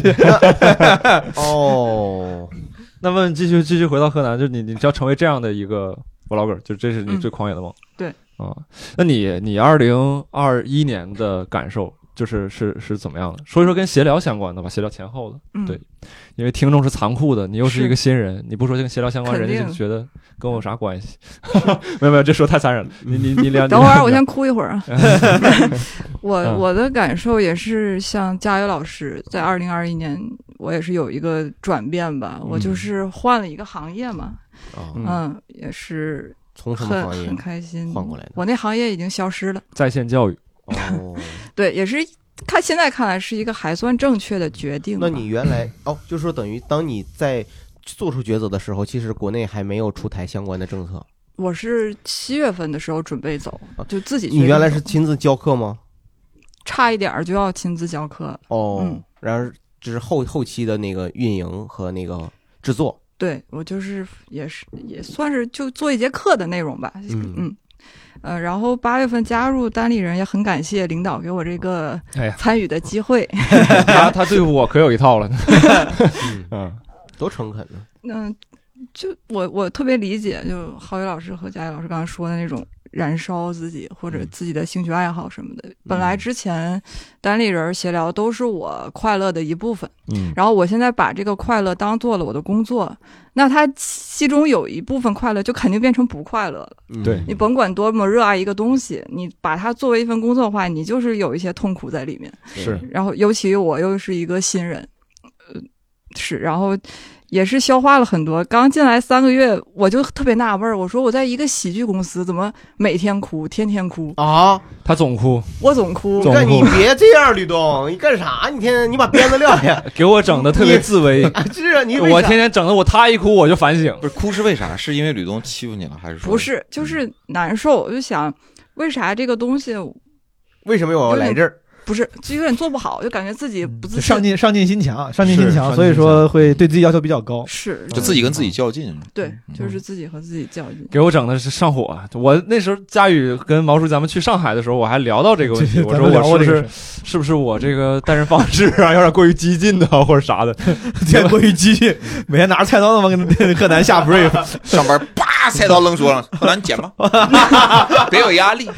哦， 那么继续继续回到河南，就是你你要成为这样的一个 vlogger，就这是你最狂野的梦。 嗯、对啊，那你你二零二一年的感受就是是是怎么样的？说一说跟闲聊相关的吧，闲聊前后的。 嗯、 对，因为听众是残酷的，你又是一个新人，你不说跟闲聊相关， 肯定人家就觉得跟我有啥关系？没有没有，这说太残忍了。你你你两等会儿我先哭一会儿啊。我嗯我的感受也是像佳宇老师，在二零二一年我也是有一个转变吧， 嗯、 我就是换了一个行业嘛， 哦、 嗯，也是从什么行业很很开心换过来的？ 我那行业已经消失了， 在线教育。 哦， 对，也是看现在看来是一个还算正确的决定。 那你原来哦，就是说等于当你在做出抉择的时候，其实国内还没有出台相关的政策。 我是七月份的时候准备走，就自己。 你原来是亲自教课吗？ 差一点就要亲自教课哦， 嗯、 然后这是后后期的那个运营和那个制作。 对，我就是也是也算是就做一节课的内容吧。 嗯嗯，呃，然后八月份加入单立人，也很感谢领导给我这个参与的机会。 哎、他他对付我可有一套了。 嗯， 嗯多诚恳呢。 嗯，就我我特别理解，就郝宇老师和佳宇老师刚才说的那种燃烧自己或者自己的兴趣爱好什么的。嗯、本来之前单立人闲聊都是我快乐的一部分， 嗯， 然后我现在把这个快乐当做了我的工作，那它其中有一部分快乐就肯定变成不快乐了。 对， 你甭管多么热爱一个东西，你把它作为一份工作的话，你就是有一些痛苦在里面。 是， 然后尤其我又是一个新人，呃，是，然后。也是消化了很多，刚进来三个月，我就特别纳闷儿，我说我在一个喜剧公司，怎么每天哭，天天哭啊？ 他总哭， 我总哭。 你看你别这样，吕东，你干啥？你天天你把鞭子撂下， 给我整的特别自卑。 是啊，你我天天整的我，他一哭我就反省。 不是哭是为啥？是因为吕东欺负你了，还是说不是？就是难受，我就想为啥这个东西， 为什么我要来这儿？ 不是，就有点做不好，就感觉自己不自信， 上进上进心强，上进心强，所以说会对自己要求比较高， 是就自己跟自己较劲。 对，就是自己和自己较劲。 给我整的是上火。我那时候佳宇跟毛叔咱们去上海的时候，我还聊到这个问题，我说我是不是是不是我这个待人方式啊有点过于激进的或者啥的， 太过于激进，每天拿着菜刀那么跟柯南下 brief， 上班啪菜刀扔桌上，柯南剪吧，别有压力。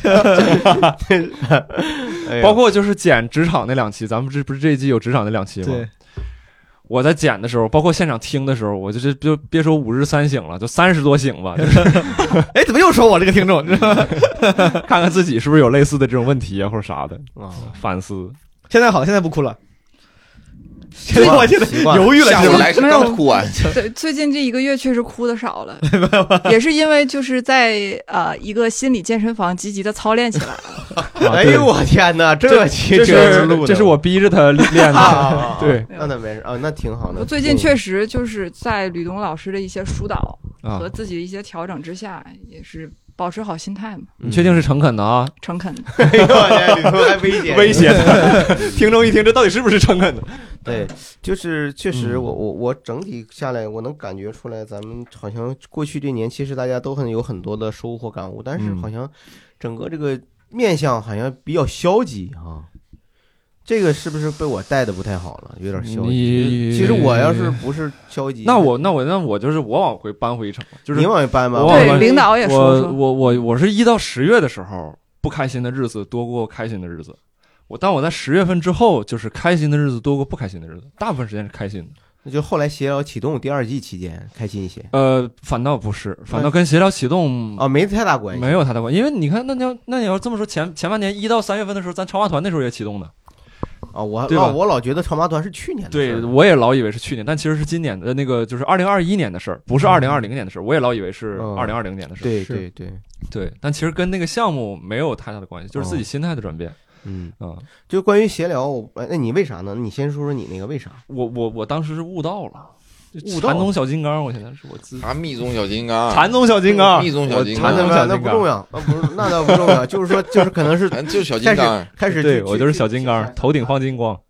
包括就是剪职场那两期，咱们这不是这一季有职场那两期吗？ 对， 我在剪的时候，包括现场听的时候，我就是就别说五日三省了，就三十多省吧。就是哎，怎么又说我这个听众？ 看看自己是不是有类似的这种问题啊，或者啥的啊， 反思。 现在好，现在不哭了。现在我现在犹豫了， 下午来是刚哭完。 对，最近这一个月确实哭的少了，也是因为就是在呃一个心理健身房积极的操练起来了。 哎呦我天哪，这这是这是我逼着他练的。对， 那那没事啊，那挺好的。 我最近确实就是在吕东老师的一些疏导和自己的一些调整之下，也是保持好心态嘛。 你确定是诚恳的啊？ 诚恳的。 哎呦我天，吕东还威胁威胁他，听众一听这到底是不是诚恳的？ 对，就是确实我，我我我整体下来，我能感觉出来，咱们好像过去这年，其实大家都很有很多的收获感悟，但是好像整个这个面相好像比较消极啊。这个是不是被我带的不太好了？有点消极。其实我要是不是消极， 那我那我那我就是我往回搬回一层，就是你往回搬吧。 对，领导也说说， 我我我我是一到十月的时候，不开心的日子多过开心的日子。我当我在十月份之后，就是开心的日子多过不开心的日子，大部分时间是开心的。 那就后来闲聊启动第二季期间开心一些。 呃，反倒不是，反倒跟闲聊启动啊、哦、没太大关系， 没有太大关系。因为你看，那你要那你要这么说，前前半年一到三月份的时候，咱超马团那时候也启动的。 啊、哦，我对吧？ 我老觉得超马团是去年的事， 对，我也老以为是去年，但其实是今年的那个，就是二零二一年的事儿，不是二零二零年的事儿。我也老以为是二零二零年的事儿、 嗯。对对对对，但其实跟那个项目没有太大的关系，就是自己心态的转变。 哦嗯啊、嗯， 就关于闲聊，那你为啥呢？你先说说你那个为啥？ 我我我当时是悟到了， 禅宗小金刚，我现在是我自啊，密宗小金刚， 禅宗小金刚， 密宗小金刚， 禅宗小金刚那不重要，那不是那倒不重要，就是说就是可能是就是小金刚， 开始对我就是小金刚，头顶放金光。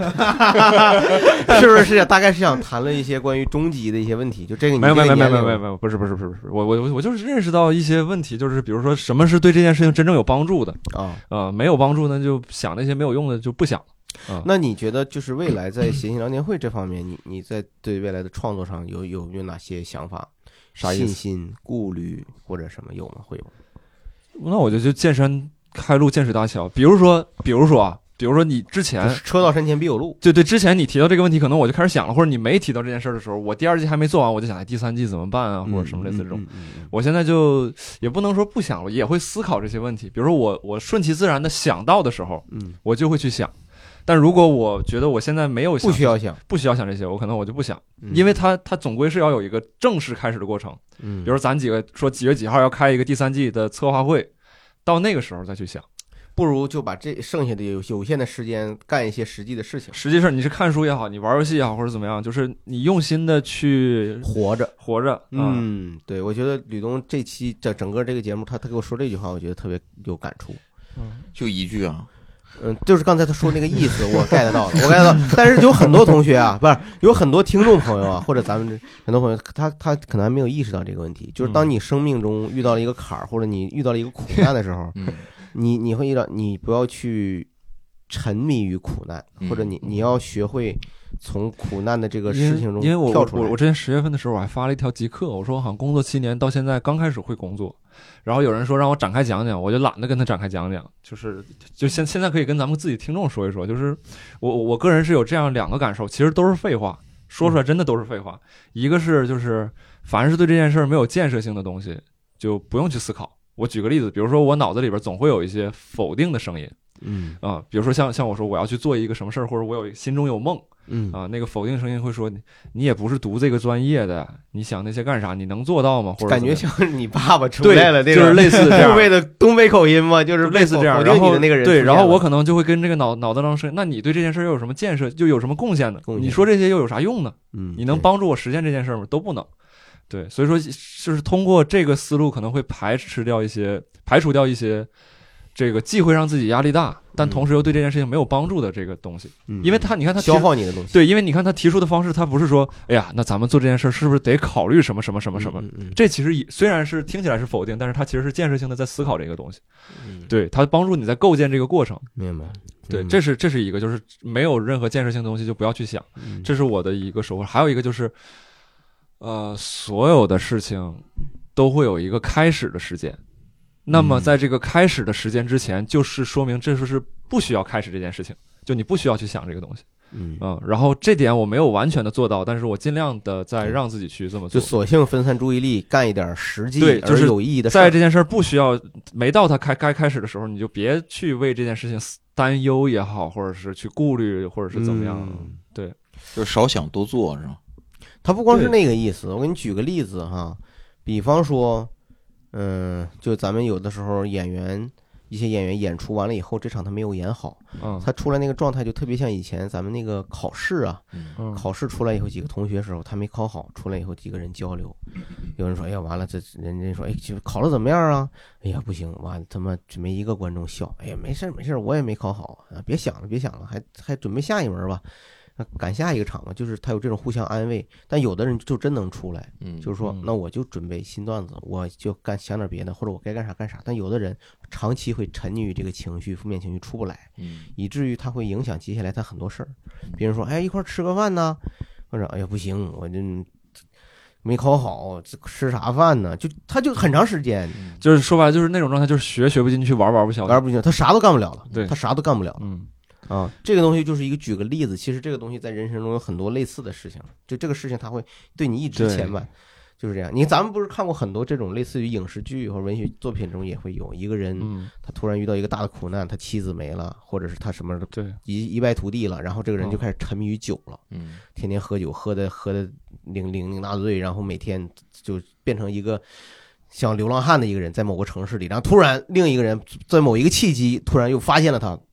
是不是是大概是想谈论一些关于终极的一些问题？就这个你没有没有没有没有没有没有不是不是不是不是我我我就是认识到一些问题，就是比如说什么是对这件事情真正有帮助的啊呃没有帮助呢就想那些没有用的就不想。啊、 那你觉得就是未来在谐星聊天会这方面，你你在对未来的创作上有有有哪些想法、 啥信心、顾虑或者什么有吗？会有？ 那我就就见山开路，见水搭桥。比如说，比如说啊。比如说你之前车到山前必有路， 对对，之前你提到这个问题，可能我就开始想了，或者你没提到这件事的时候，我第二季还没做完，我就想，哎，第三季怎么办啊，或者什么类似这种。 嗯嗯嗯嗯、 我现在就也不能说不想了，也会思考这些问题。比如说我我顺其自然的想到的时候， 嗯， 我就会去想。但如果我觉得我现在没有想不需要想， 不需要想这些，我可能我就不想， 嗯、 因为它它总归是要有一个正式开始的过程。 嗯， 比如咱几个说几月几号要开一个第三季的策划会，到那个时候再去想。 不如就把这剩下的有有限的时间干一些实际的事情。 实际上你是看书也好，你玩游戏也好，或者怎么样，就是你用心的去活着， 活着。 嗯，对，我觉得吕东这期整整个这个节目，他他给我说这句话，我觉得特别有感触。 嗯， 就一句啊。 嗯，就是刚才他说那个意思，我 get 到了，我 get 到。但是有很多同学啊，不是有很多听众朋友啊，或者咱们很多朋友，他他可能还没有意识到这个问题，就是当你生命中遇到了一个坎儿，或者你遇到了一个苦难的时候， 嗯。 你你会遇到，你不要去沉迷于苦难，或者你你要学会从苦难的这个事情中因为我跳出来。 我我之前十月份的时候，我还发了一条极客，我说我好像工作七年到现在刚开始会工作，然后有人说让我展开讲讲，我就懒得跟他展开讲讲，就是就现现在可以跟咱们自己听众说一说，就是我我个人是有这样两个感受，其实都是废话，说出来真的都是废话。一个是就是凡是对这件事没有建设性的东西，就不用去思考。我举个例子，比如说我脑子里边总会有一些否定的声音， 嗯啊、呃，比如说像像我说我要去做一个什么事儿，或者我有心中有梦， 嗯啊、呃，那个否定声音会说你也不是读这个专业的，你想那些干啥？你能做到吗？或者感觉像是你爸爸出来了， 对，就是类似这样东北的东北口音嘛，就是类似这样。 否定你的那个人对，然后我可能就会跟这个脑脑袋上说，那你对这件事又有什么建设，就有什么贡献呢？你说这些又有啥用呢？ 嗯， 你能帮助我实现这件事吗？都不能。对，所以说就是通过这个思路，可能会排斥掉一些，排除掉一些这个既会让自己压力大，但同时又对这件事情没有帮助的这个东西。 嗯、 因为他，你看他消耗你的东西。 对，因为你看他提出的方式，他不是说，哎呀，那咱们做这件事是不是得考虑什么什么什么什么？ 嗯嗯嗯、 这其实也虽然是听起来是否定，但是他其实是建设性的在思考这个东西。 嗯、 对，他帮助你在构建这个过程。 明白。 对，这是这是一个，就是没有任何建设性的东西就不要去想， 嗯、 这是我的一个收获。还有一个就是。呃，所有的事情都会有一个开始的时间，那么在这个开始的时间之前，就是说明这就是不需要开始这件事情，就你不需要去想这个东西。 嗯嗯，然后这点我没有完全的做到，但是我尽量的在让自己去这么做， 就索性分散注意力，干一点实际对，就是有意义的事。 在这件事不需要没到它开该开始的时候，你就别去为这件事情担忧也好，或者是去顾虑，或者是怎么样。 嗯、 对， 就是少想多做，是吧？ 他不光是那个意思，我给你举个例子哈，比方说，嗯，就咱们有的时候演员，一些演员演出完了以后，这场他没有演好， 嗯， 他出来那个状态就特别像以前咱们那个考试啊， 嗯， 考试出来以后几个同学的时候，他没考好，出来以后几个人交流，有人说，哎呀，完了，这人家说，哎，考得怎么样啊？哎呀，不行，完了他妈没一个观众笑，哎呀，没事没事，我也没考好啊，别想了，别想了，还还准备下一门吧。赶下一个场嘛，就是他有这种互相安慰，但有的人就真能出来， 嗯， 就是说，那我就准备新段子，我就干想点别的，或者我该干啥干啥。但有的人长期会沉溺于这个情绪，负面情绪出不来， 嗯， 以至于他会影响接下来他很多事儿。别人说，哎，一块吃个饭呢，或者哎呀不行，我这没考好，这吃啥饭呢？就他就很长时间， 就是说白了就是那种状态，就是学学不进去，玩玩不消， 玩不进去，他啥都干不了了， 对， 他啥都干不了了， 嗯。 啊，这个东西就是一个举个例子，其实这个东西在人生中有很多类似的事情，就这个事情它会对你一直牵绊，就是这样。你咱们不是看过很多这种类似于影视剧或者文学作品中也会有一个人，他突然遇到一个大的苦难，他妻子没了，或者是他什么对一一败涂地了，然后这个人就开始沉迷于酒了， 嗯， 天天喝酒，喝的喝的酩酊酊大醉，然后每天就变成一个像流浪汉的一个人，在某个城市里，然后突然另一个人在某一个契机突然又发现了他。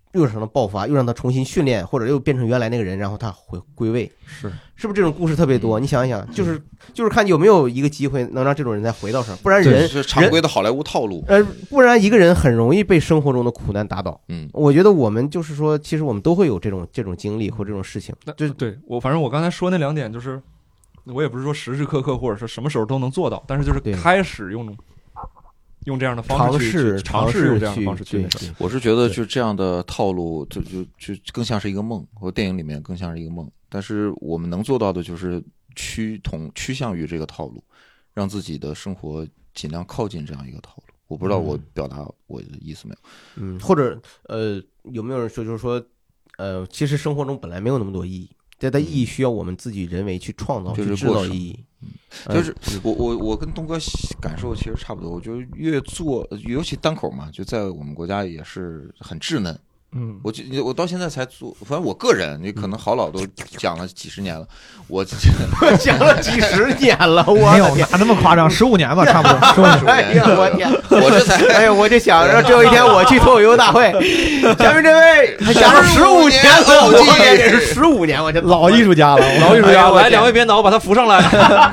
又让他爆发，又让他重新训练，或者又变成原来那个人，然后他回归位， 是是不是这种故事特别多？你想一想，就是就是看有没有一个机会能让这种人再回到上，不然人是常规的好莱坞套路， 呃，不然一个人很容易被生活中的苦难打倒。 嗯， 我觉得我们就是说，其实我们都会有这种这种经历或这种事情。 就对我，反正我刚才说那两点，就是我也不是说时时刻刻或者说什么时候都能做到，但是就是开始用。用这样的方式去尝试用这样的方式去， 我是觉得就这样的套路，就就就更像是一个梦，或电影里面更像是一个梦。但是我们能做到的就是趋同趋向于这个套路，让自己的生活尽量靠近这样一个套路。我不知道我表达我的意思没有？ 嗯，或者呃，有没有人说就是说，呃，其实生活中本来没有那么多意义，这的意义需要我们自己人为去创造、 就是去制造意义。 嗯，就是我我我跟东哥感受其实差不多，我就越做，尤其单口嘛，就在我们国家也是很稚嫩。 嗯， 我就我到现在才做，反正我个人，你可能郝老都讲了几十年了，我讲了几十年了，我没有哪那么夸张，十五年吧，差不多。十五年， 哎呀，我天， 我这才， 哎呀，我就想着最后一天我去脱口秀大会，下面这位他讲了十五年，我今年也是十五年，我这老艺术家了， 老艺术家，来两位编导把他扶上来。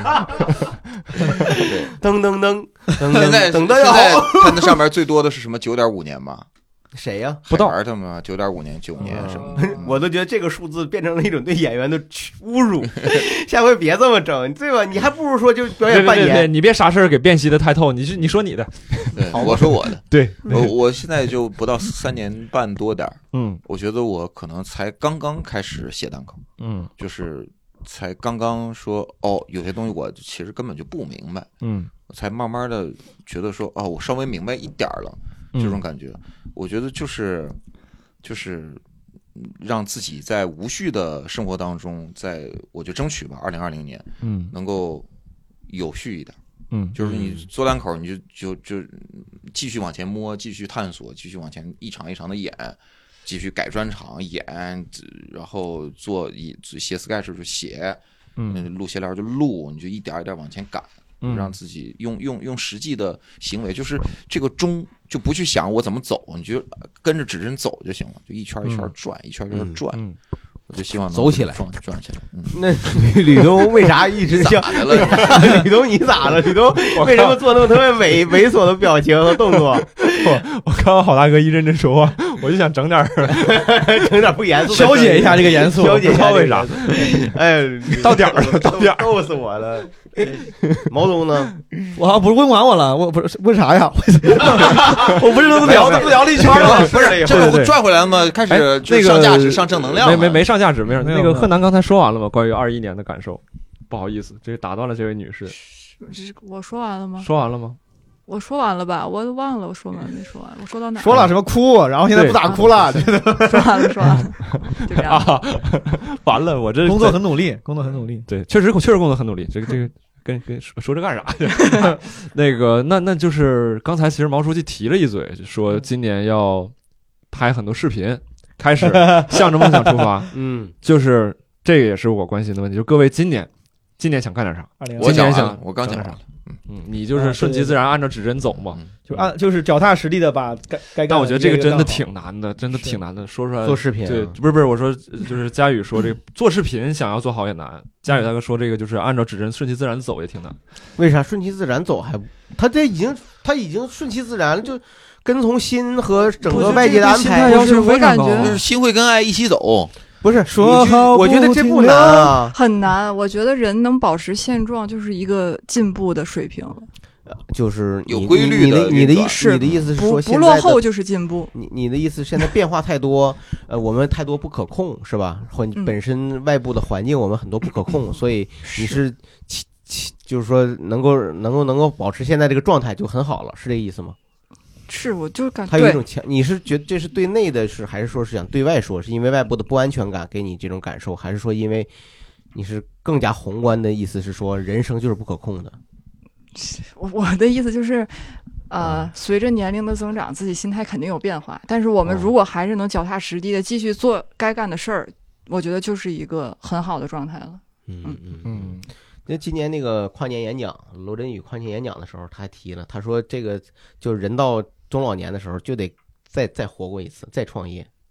噔噔噔噔现在等的要好，看那上面最多的是什么九点五年吧？ 谁呀？ 不到他们九点五年、九年什么的， 我都觉得这个数字变成了一种对演员的侮辱。下回别这么整，对吧？你还不如说就表演半年。 你别啥事儿给辨析的太透，你是你说你的， 对，我说我的。 对， 我我现在就不到三年半多点儿， 嗯， 我觉得我可能才刚刚开始写单口， 嗯， 就是才刚刚说哦，有些东西我其实根本就不明白， 嗯， 我才慢慢的觉得说哦，我稍微明白一点了。这种感觉，我觉得就是就是让自己在无序的生活当中，在我就争取吧，二零二零年， 嗯， 能够有序一点， 嗯， 就是你做单口，你就就就继续往前摸，继续探索，继续往前一场一场的演，继续改专场演，然后做一写 sketch 就写，嗯，录闲聊就录，你就一点一点往前赶。让自己用用用实际的行为，就是这个钟就不去想我怎么走，你就跟着指针走就行了，就一圈一圈转，嗯、一圈一圈转。嗯嗯、我就希望走起来， 转转起来。嗯、 那吕东为啥一直像？吕东你咋了？吕东为什么做那么特别猥猥琐的表情和动作？ 我我看到郝大哥一认真说话，我就想整点整点不严肃， 消解一下这个严肃， 消解一下为啥？ 哎， 到点儿了，到点儿， 逗死我了。毛东呢？ 我好像不是问完我了，我不是问啥呀？我不是都聊都聊了一圈了， 不是这不转回来了吗？开始就上价值、上正能量。 没没没上价值，没有。那个贺南刚才说完了吗？关于二一年的感受，不好意思，这打断了这位女士。 我说完了吗？ 说完了吗？ 我说完了吧，我都忘了我说完没说完，我说到哪？ 说了什么哭，然后现在不咋哭了。 说完了，说完了，就这样。 啊、完了，我这工作很努力，工作很努力。 对，确实确实工作很努力。这个这个跟跟说说这干啥？那个那那就是刚才其实毛书记提了一嘴，说今年要拍很多视频，开始向着梦想出发。嗯，就是这个也是我关心的问题，就各位今年今年想干点啥？ 我讲想我刚讲完了。 嗯，你就是顺其自然，按照指针走嘛， 就按就是脚踏实地的把该该干。 但我觉得这个真的挺难的，真的挺难的。说出来做视频， 对，不是不是，我说就是佳宇说这个做视频想要做好也难。佳宇大哥说这个就是按照指针顺其自然走也挺难。 为啥顺其自然走还？他这已经他已经顺其自然了，就跟从心和整个外界的安排。 要求我感觉就是心会跟爱一起走。 不是说好， 我觉得这不难啊， 很难。我觉得人能保持现状就是一个进步的水平。 就是有规律的，你的意思， 你的意思是说， 不落后就是进步。 你你的意思，现在变化太多，呃，我们太多不可控，是吧？或本身外部的环境我们很多不可控，所以你是，就是说能够能够能够保持现在这个状态就很好了，是这意思吗？ 是，我就感觉还有一种强，你是觉得这是对内的是，还是说是想对外说，是因为外部的不安全感给你这种感受，还是说因为你是更加宏观的意思是说人生就是不可控的？ 我的意思就是，呃，随着年龄的增长，自己心态肯定有变化。但是我们如果还是能脚踏实地的继续做该干的事儿，我觉得就是一个很好的状态了。 嗯嗯嗯。那今年那个跨年演讲，罗振宇跨年演讲的时候，他还提了，他说这个就是人到中老年的时候就得再再活过一次，再创业。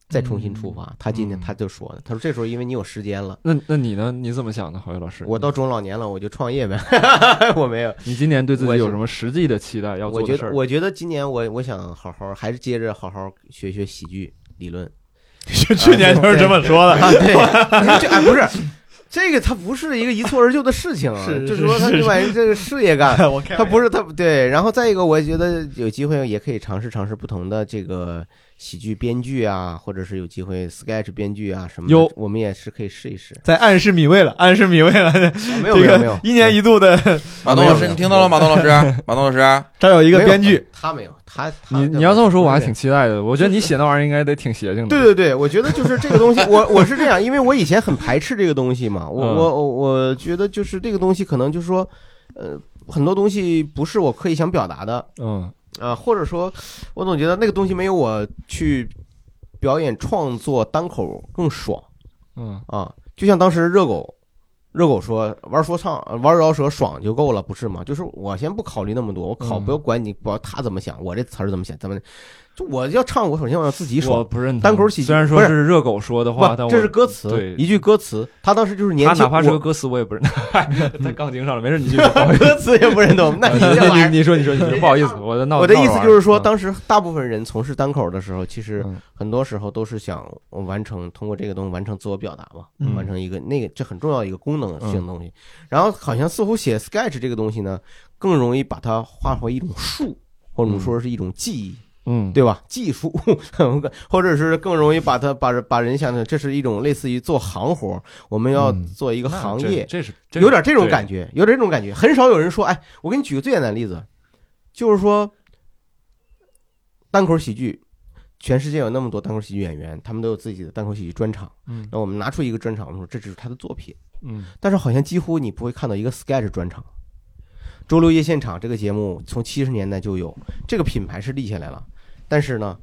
再重新出发。他今天他就说的，他说这时候因为你有时间了。 那那你呢？你怎么想的，郝宇老师？ 我到中老年了，我就创业呗。我没有。 你今年对自己有什么实际的期待？要做的事儿？ 我觉得，我觉得今年我我想好好还是接着好好学学喜剧理论。 去年就是这么说的。 啊、对，这哎不是。这个他不是一个一蹴而就的事情啊， 是就是说他就把这个事业干， 他不是他对。然后再一个，我觉得有机会也可以尝试尝试不同的这个喜剧编剧啊，或者是有机会 sketch 编剧啊什么的，我们也是可以试一试。 在暗示米未了，暗示米未了。 啊、没有没有没有， 一年一度的马东老师，你听到了？马东老师，马东老师， 这有一个编剧， 他没有。他你你要这么说，我还挺期待的。我觉得你写那玩意儿应该得挺邪性的。 对对对，我觉得就是这个东西，我我是这样，因为我以前很排斥这个东西嘛。我、嗯、我我觉得就是这个东西，可能就是说，呃，很多东西不是我刻意想表达的。 嗯啊、呃，或者说，我总觉得那个东西没有我去表演创作单口更爽。 嗯啊，就像当时热狗。热狗说玩说唱玩饶舌爽就够了，不是吗？就是我先不考虑那么多，我考不要管你，不要他怎么想，我这词儿怎么想，怎么就我要唱，我首先我要自己爽。 我不认同单口喜剧， 虽然说是热狗说的话，但这是歌词， 对一句歌词。他当时就是年轻， 他哪怕是个歌词，我也不认同。在杠精上了，没事，你继续。 歌词也不认同，那你这玩意儿， 你说你说你说，不好意思，我的闹。 我的意思就是说，当时大部分人从事单口的时候，其实很多时候都是想完成通过这个东西完成自我表达嘛， 嗯、 完成一个那个这很重要一个功能性的东西。嗯、然后好像似乎写 sketch 这个东西呢，更容易把它化为一种术，或者说是一种技艺。 嗯， 对吧？技术，或者是更容易把它把把人想成这是一种类似于做行活，我们要做一个行业， 嗯、这, 这是这有点这种感觉，有点这种感觉。很少有人说，哎，我给你举个最简单的例子，就是说单口喜剧，全世界有那么多单口喜剧演员，他们都有自己的单口喜剧专场。 嗯， 那我们拿出一个专场，我们说这只是他的作品。 嗯， 但是好像几乎你不会看到一个 sketch 专场。周六夜现场这个节目从七十年代就有，这个品牌是立下来了。但是呢，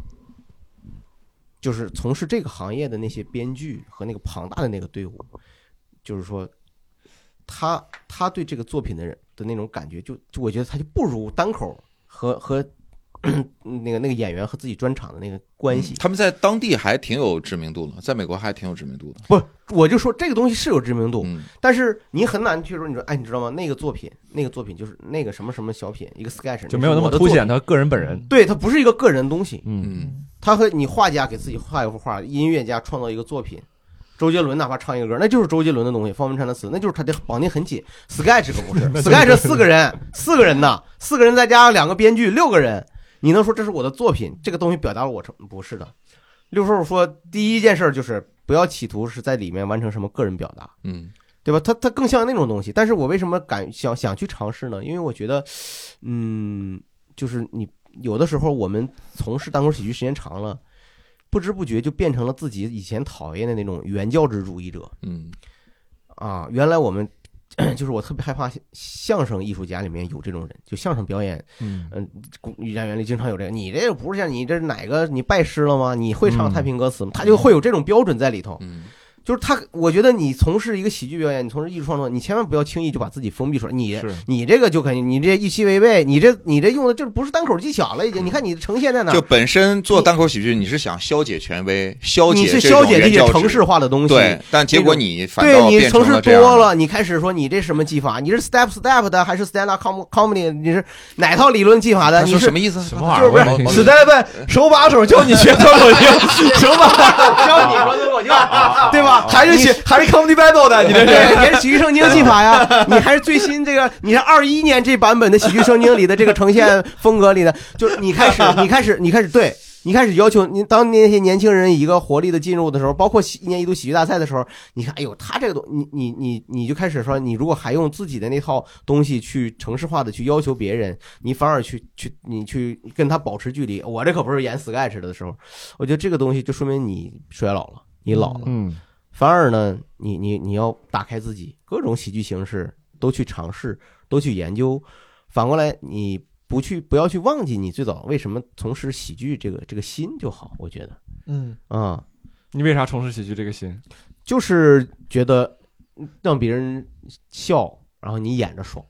就是从事这个行业的那些编剧和那个庞大的那个队伍，就是说，他他对这个作品的人的那种感觉就，就我觉得他就不如单口和和那个那个演员和自己专场的那个关系。 嗯、他们在当地还挺有知名度的，在美国还挺有知名度的。 不，我就说这个东西是有知名度， 嗯、 但是你很难去说，你说，哎，你知道吗？那个作品，那个作品就是那个什么什么小品，一个 sketch 就没有那么凸显他个人本人。 对，他不是一个个人东西。 嗯， 他和你画家给自己画一幅画，音乐家创造一个作品。周杰伦哪怕唱一个歌，那就是周杰伦的东西，方文山的词，那就是他得绑定很紧。sketch 可不是，sketch 四个人，四个人呢，四个人再加上两个编剧，六个人。你能说这是我的作品？这个东西表达了我成不是的。六兽说，第一件事就是不要企图是在里面完成什么个人表达， 嗯， 对吧？它它更像那种东西。但是我为什么敢想想去尝试呢？因为我觉得，嗯，就是你有的时候我们从事单口喜剧时间长了，不知不觉就变成了自己以前讨厌的那种原教旨主义者。 嗯， 啊，原来我们。就是我特别害怕相声艺术家里面有这种人，就相声表演， 嗯嗯，演员里经常有这个，你这个不是像你这哪个你拜师了吗？你会唱太平歌词吗？他就会有这种标准在里头。 嗯， 就是他，我觉得你从事一个喜剧表演，你从事艺术创作，你千万不要轻易就把自己封闭出来。你你这个就肯定，你这预期违背，你这你这用的这不是单口技巧了，已经。你看你呈现在哪？ 就本身做单口喜剧，你是想消解权威，消解你是消解这些城市化的东西。 对，但结果你反倒变成了这样。 对你城市多了，你开始说你这什么技法？你是 step step 的还是 stand up comedy？ 你是哪套理论技法的？你是什么意思？ 什么玩意儿？ 就是 step 手把手教你学脱口秀，手把手教你说脱口秀，对吧？ 还是学还是 comedy battle 的？你这是也是喜剧圣经技法呀？你还是最新这个？你是二一年这版本的喜剧圣经里的这个呈现风格里的？就是你开始，你开始，你开始对。你开始要求你，当那些年轻人以一个活力的进入的时候，包括一年一度喜剧大赛的时候，你看，哎呦，他这个东，你你你你就开始说，你如果还用自己的那套东西去程式化的去要求别人，你反而去去你去跟他保持距离。我这可不是演 sketch 的时候，我觉得这个东西就说明你衰老了，你老了。 嗯， 反而呢，你你你要打开自己，各种喜剧形式都去尝试，都去研究。反过来，你。不去，不要去忘记你最早为什么从事喜剧这个这个心就好，我觉得， 嗯啊、嗯， 你为啥从事喜剧这个心？ 就是觉得让别人笑，然后你演着爽，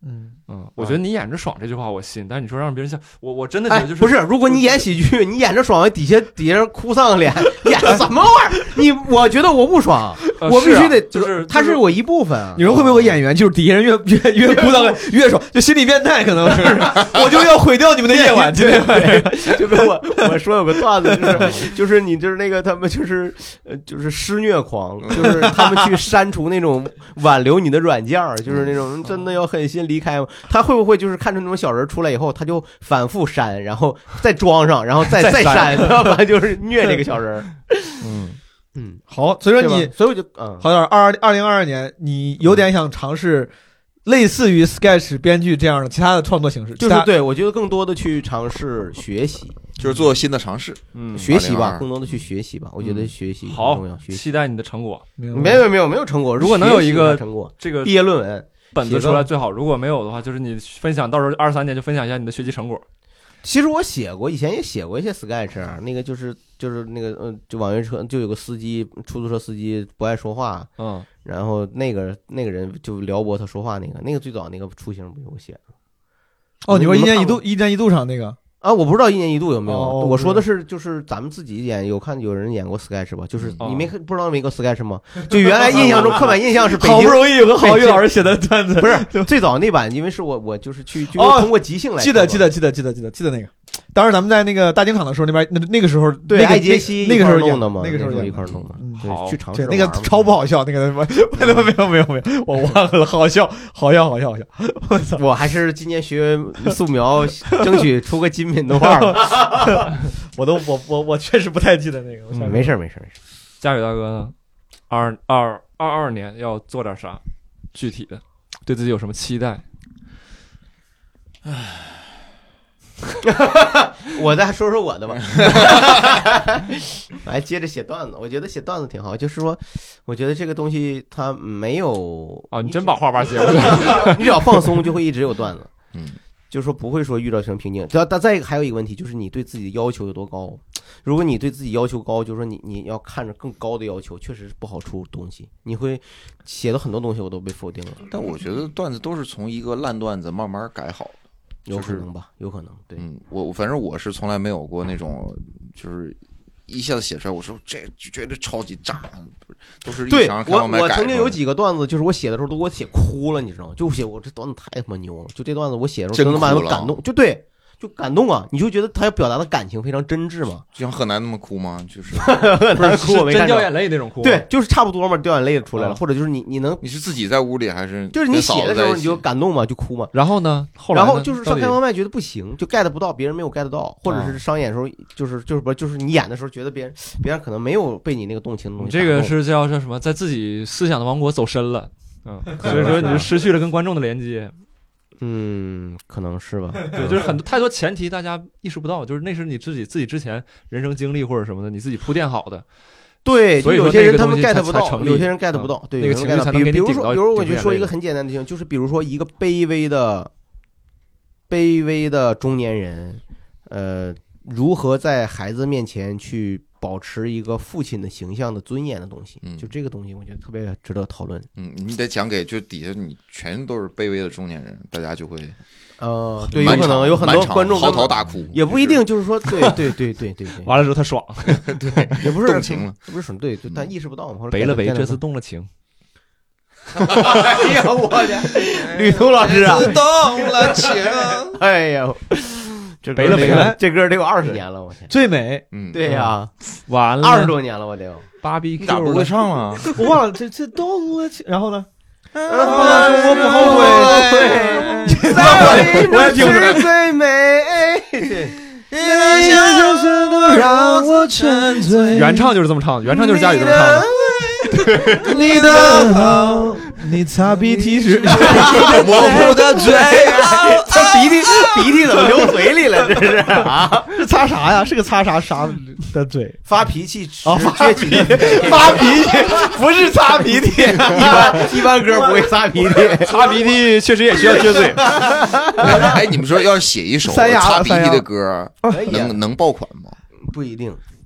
嗯嗯，我觉得你演着爽这句话我信，但是你说让别人笑，我我真的觉得就是、 哎、不是，如果你演喜剧，你演着爽，底下底下哭丧脸，演什么玩意儿？你我觉得我不爽， 呃、 我必须得、 啊、就是、 他是我一部分啊。 你说会不会有演员就是底下人越越越哭丧脸越爽，就心理变态，可能是我就要毁掉你们的夜晚，今天晚上就跟我我说有个段子，就是就是你就是那个他们就是呃就是施虐狂，就是他们去删除那种挽留你的软件，就是那种真的要狠心离开吗？他会不会就是看着那种小人出来以后，他就反复删，然后再装上，然后再再删，知道吧？就是虐这个小人。 嗯嗯，好，所以说你， 所以我就嗯， 好点。二二零二二年，你有点想尝试类似于 sketch 编剧这样的其他的创作形式， 就是对我觉得更多的去尝试学习， 就是做新的尝试， 嗯，学习吧，更多的去学习吧。我觉得学习很重要， 好，期待你的成果。 没有没有没有成果， 如果能有一个成果， 这个毕业论文。 本子出来最好，如果没有的话，就是你分享，到时候二三年就分享一下你的学习成果。 其实我写过，以前也写过一些 sketch， 那个就是就是那个嗯，就网约车就有个司机，出租车司机不爱说话， 嗯， 然后那个那个人就撩拨他说话，那个那个最早那个雏形不是我写的。 哦，你说一年一度一年一度上那个啊，我不知道一年一度有没有， 哦、 我说的是就是咱们自己演，有看有人演过 sketch 吧？就是你没、哦、不知道没个 sketch 吗？就原来印象中刻板印象是北京， 好不容易有个郝宇老师写的段子， 不是最早那版，因为是我我就是去就通过即兴来、哦， 记得记得记得记得记得记得那个。当时咱们在那个大经厂的时候，那边那那个时候对艾杰西那个时候弄的嘛， 那个时候一块弄的， 对， 去尝试那个超不好笑，那个什么没有没有没有没有，我忘了，好笑好笑好笑好笑，我操！ 我还是今年学素描，争取出个精品动画吧。 我都我我我确实不太记得那个， 嗯、没事没事没事。 佳宇大哥呢？二二二二年要做点啥？具体的，对自己有什么期待？ 唉。我再说说我的吧，来接着写段子。我觉得写段子挺好，就是说，我觉得这个东西它没有啊，你真把话把写过来， 你只要放松，就会一直有段子。 嗯， 就是说不会说遇到什么瓶颈。但但再一个还有一个问题，就是你对自己的要求有多高。如果你对自己要求高，就是说你你要看着更高的要求，确实不好出东西。你会写的很多东西我都被否定了。 但我觉得段子都是从一个烂段子慢慢改好的。 有可能吧，有可能。对， 嗯，我反正我是从来没有过那种，就是一下子写出来，我说这绝对超级炸，都是对我我曾经有几个段子，就是我写的时候都给我写哭了，你知道吗？就写我这段子太他妈牛了，就这段子我写的时候能把人感动，就对。就感动啊！你就觉得他要表达的感情非常真挚嘛？ 就像河南那么哭吗？就是河南哭，我没看真掉眼泪那种哭。 对，就是差不多嘛，掉眼泪出来了，或者就是你你能， 你是自己在屋里还是？ 就是你写的时候你就感动嘛，就哭嘛。 然后呢？后来然后就是上开放麦觉得不行，就 get 不到，别人没有 get 到，或者是商演的时候就是就是不就是你演的时候觉得别人别人可能没有被你那个动情的东西。 这个是叫叫什么？在自己思想的王国走深了，嗯，所以说你就失去了跟观众的连接。 嗯，可能是吧。 对，就是很多太多前提大家意识不到，就是那是你自己自己之前人生经历或者什么的，你自己铺垫好的。 对， 所以有些人他们 get 不到，有些人 get 不到。对， 那个情绪才能给你顶到。 比如说，比如我就说一个很简单的事情，就是比如说一个卑微的、卑微的中年人，呃，如何在孩子面前去保持一个父亲的形象的尊严的东西， 嗯， 就这个东西，我觉得特别值得讨论。 嗯，你得讲给就底下你全都是卑微的中年人，大家就会呃，对，有可能有很多观众嚎啕大哭， 也不一定，就是说，对对对对对对， 完了之后他爽， 对，也不是动情了， 不是爽，对，但意识不到嘛， 背了背，这次动了情。 哎呀，我去，吕东老师啊， 动了情， 哎呀。这背了背了， 这歌得有二十年了，我天！ 最美， 嗯， 对呀， 完了二十多年了，我得有。 芭比， 你咋不会唱啊？ 我忘了，这这动了情，然后呢？ 我不后悔，在我里是最美。 原唱就是这么唱，原唱就是佳宇这么唱的。 你的好，你擦鼻涕时我的嘴， 他鼻涕鼻涕怎么流嘴里了？这是啊？ 是擦啥呀？是个擦啥啥的嘴？ 发脾气哦，发脾气，发脾气不是擦鼻涕， 一般一般歌不会擦鼻涕， 擦鼻涕确实也需要撅嘴。 哎，你们说要是写一首擦鼻涕的歌，能能爆款吗？ 不一定。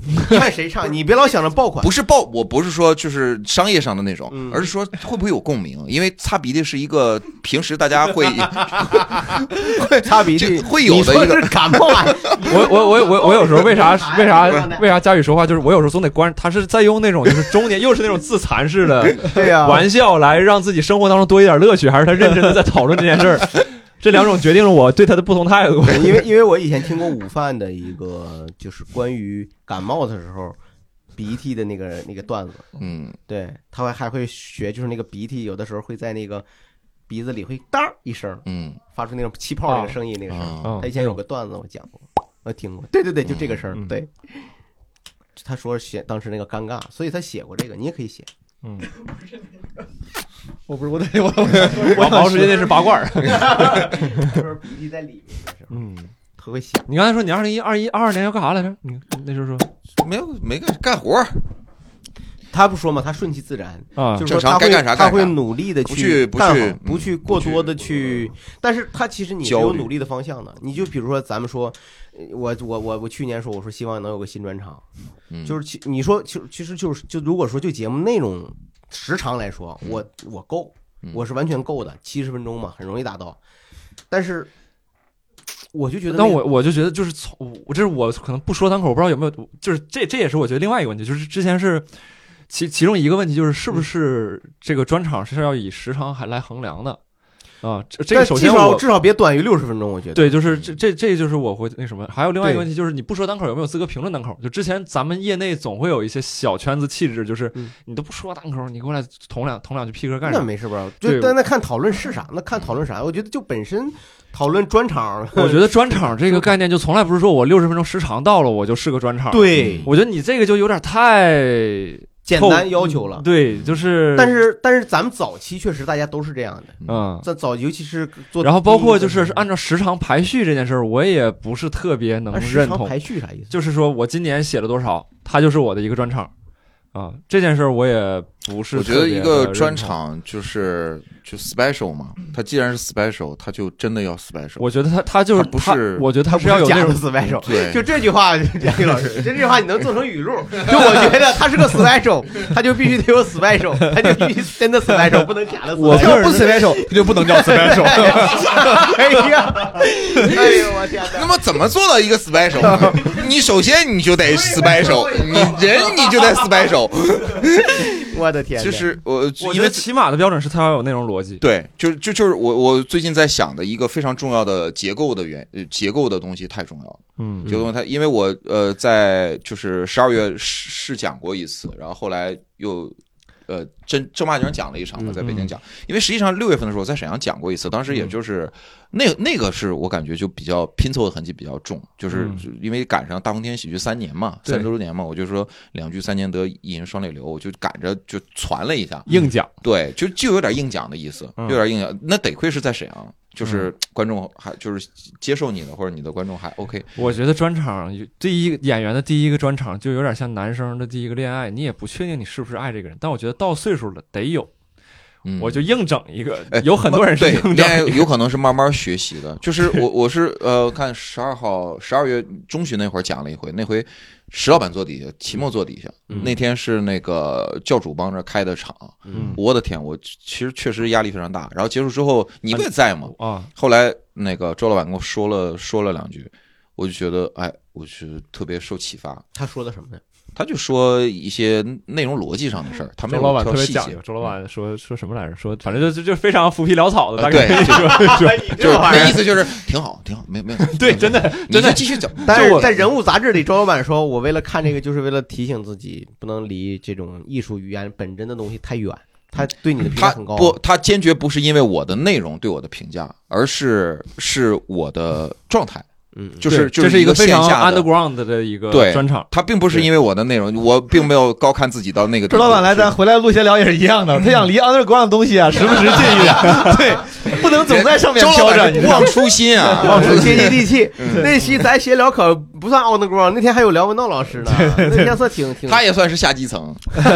看谁唱，你别老想着爆款， 不是爆，我不是说就是商业上的那种， 嗯、 而是说会不会有共鸣？因为擦鼻涕是一个平时大家会会擦鼻涕会有的一个感冒啊。 我我我我我有时候为啥为啥为啥佳宇说话，就是我有时候总得关，他是在用那种就是中年又是那种自残式的对呀玩笑来让自己生活当中多一点乐趣，还是他认真的在讨论这件事儿？这两种决定了我对他的不同态度。 因为因为我以前听过午饭的一个就是关于感冒的时候鼻涕的那个那个段子， 嗯， 对，他还还会学，就是那个鼻涕有的时候会在那个鼻子里会当一声，嗯，发出那种气泡那个声音，那个声。 啊、 他以前有个段子我讲过，我听过，对对对，就这个声，嗯、对。他说写当时那个尴尬，所以他写过这个，你也可以写。 嗯， 我不是我得我我王时间那是拔罐儿， 鼻涕在里面的时候， 嗯， 特会写。 你刚才说你二零一二一二二年要干啥来着？你那时候说没有没干干活。 他不说嘛，他顺其自然啊， 就是说他会他会努力的去干好，不去过多的去。但是他其实你是有努力的方向的。你就比如说咱们说，我我我我去年说我说希望能有个新专场，就是其你说其其实就是就如果说就节目内容时长来说，我我够，我是完全够的，七十分钟嘛，很容易达到。但是我就觉得， 但我我就觉得就是从我这是我可能不说单口，我不知道有没有，就是这这也是我觉得另外一个问题，就是之前是。其其中一个问题就是是不是这个专场是要以时长还来衡量的啊？这这个首先我至少别短于六十分钟，我觉得对，就是这这这就是我会那什么。还有另外一个问题就是你不说单口有没有资格评论单口？就之前咱们业内总会有一些小圈子气质，就是你都不说单口，你过来捅两捅两句屁歌干啥？ 那没事吧？就但那看讨论是啥？那看讨论啥？我觉得就本身讨论专场， 我觉得专场这个概念就从来不是说我六十分钟时长到了我就是个专场。 对， 我觉得你这个就有点太。 简单要求了， 对，就是， 但是但是咱们早期确实大家都是这样的， 嗯， 在早尤其是做， 然后包括就是按照时长排序这件事儿，我也不是特别能认同。 排序啥意思？ 就是说我今年写了多少，它就是我的一个专场，啊，这件事儿我也不是。 我觉得一个专场就是就 special 嘛，它既然是 special， 它就真的要 special。 我觉得他他就是不是， 我觉得他是要有那种 special。 对， 就这句话，杨毅老师，就这句话你能做成语录。就我觉得他是个 special， 他就必须得有 special， 他就必须真的 special， 不能假的 special。 我要不 special， 他就不能叫 special。 哎呀，哎呦我天哪！ 那么怎么做到一个 special 呢？你首先你就得 special， 你人你就得 special。 我的天！ 就是我， 我觉得起码的标准是它要有内容逻辑。 对，就就就是我我最近在想的一个非常重要的结构的原结构的东西太重要了。 嗯， 结构它，因为我呃在就是十二月试讲过一次，然后后来又。呃，正正八经讲了一场嘛，在北京讲，因为实际上六月份的时候在沈阳讲过一次，当时也就是那那个是我感觉就比较拼凑的痕迹比较重，就是因为赶上大风天喜剧三年嘛，三周年嘛，我就说两剧三年得一银双泪流，我就赶着就传了一下硬讲， 对，就就有点硬讲的意思，有点硬讲，那得亏是在沈阳。就是观众还就是接受你的，或者你的观众还 OK。 我觉得专场第一演员的第一个专场就有点像男生的第一个恋爱，你也不确定你是不是爱这个人，但我觉得到岁数了得有。嗯、我就硬整一个，有很多人是硬整一个， 对，有可能是慢慢学习的。就是我我是呃，看十二号十二月中旬那会儿讲了一回，那回石老板坐底下，齐墨坐底下、嗯，那天是那个教主帮着开的场。嗯，我的天，我其实确实压力非常大。然后结束之后，你不也在吗？ 啊， 后来那个周老板跟我说了说了两句，我就觉得哎，我是特别受启发。 他说的什么呢？ 他就说一些内容逻辑上的事儿，他没有周老板特别讲究。周老板说说什么来着？说反正就就非常浮皮潦草的，大概对， 说就是那意思就是挺好，挺好，没没有。 对，真的真的继续讲。 但是在人物杂志里，周老板说：“我为了看这个，就是为了提醒自己，不能离这种艺术语言本真的东西太远。”他对你的评价很高。 不，他坚决不是因为我的内容对我的评价，而是是我的状态。嗯，就是这是一个非常 underground 的一个对专场， 他并不是因为我的内容，我并没有高看自己到那个地步。 周老板来，咱回来录闲聊也是一样的，他想离 underground 的东西啊，时不时近一点，对，不能总在上面飘着， 忘初心啊， 忘初接地地气。那期咱闲聊可不算 underground， 那天还有梁文道老师呢，那天算挺挺， 他也算是下基层，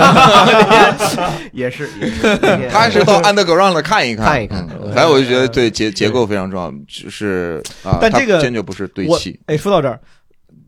也是， 他是到 underground 看一看， 看一看。 反正我就觉得对结结构非常重要，就是啊， 但这个坚决不是。对齐， 哎，说到这儿，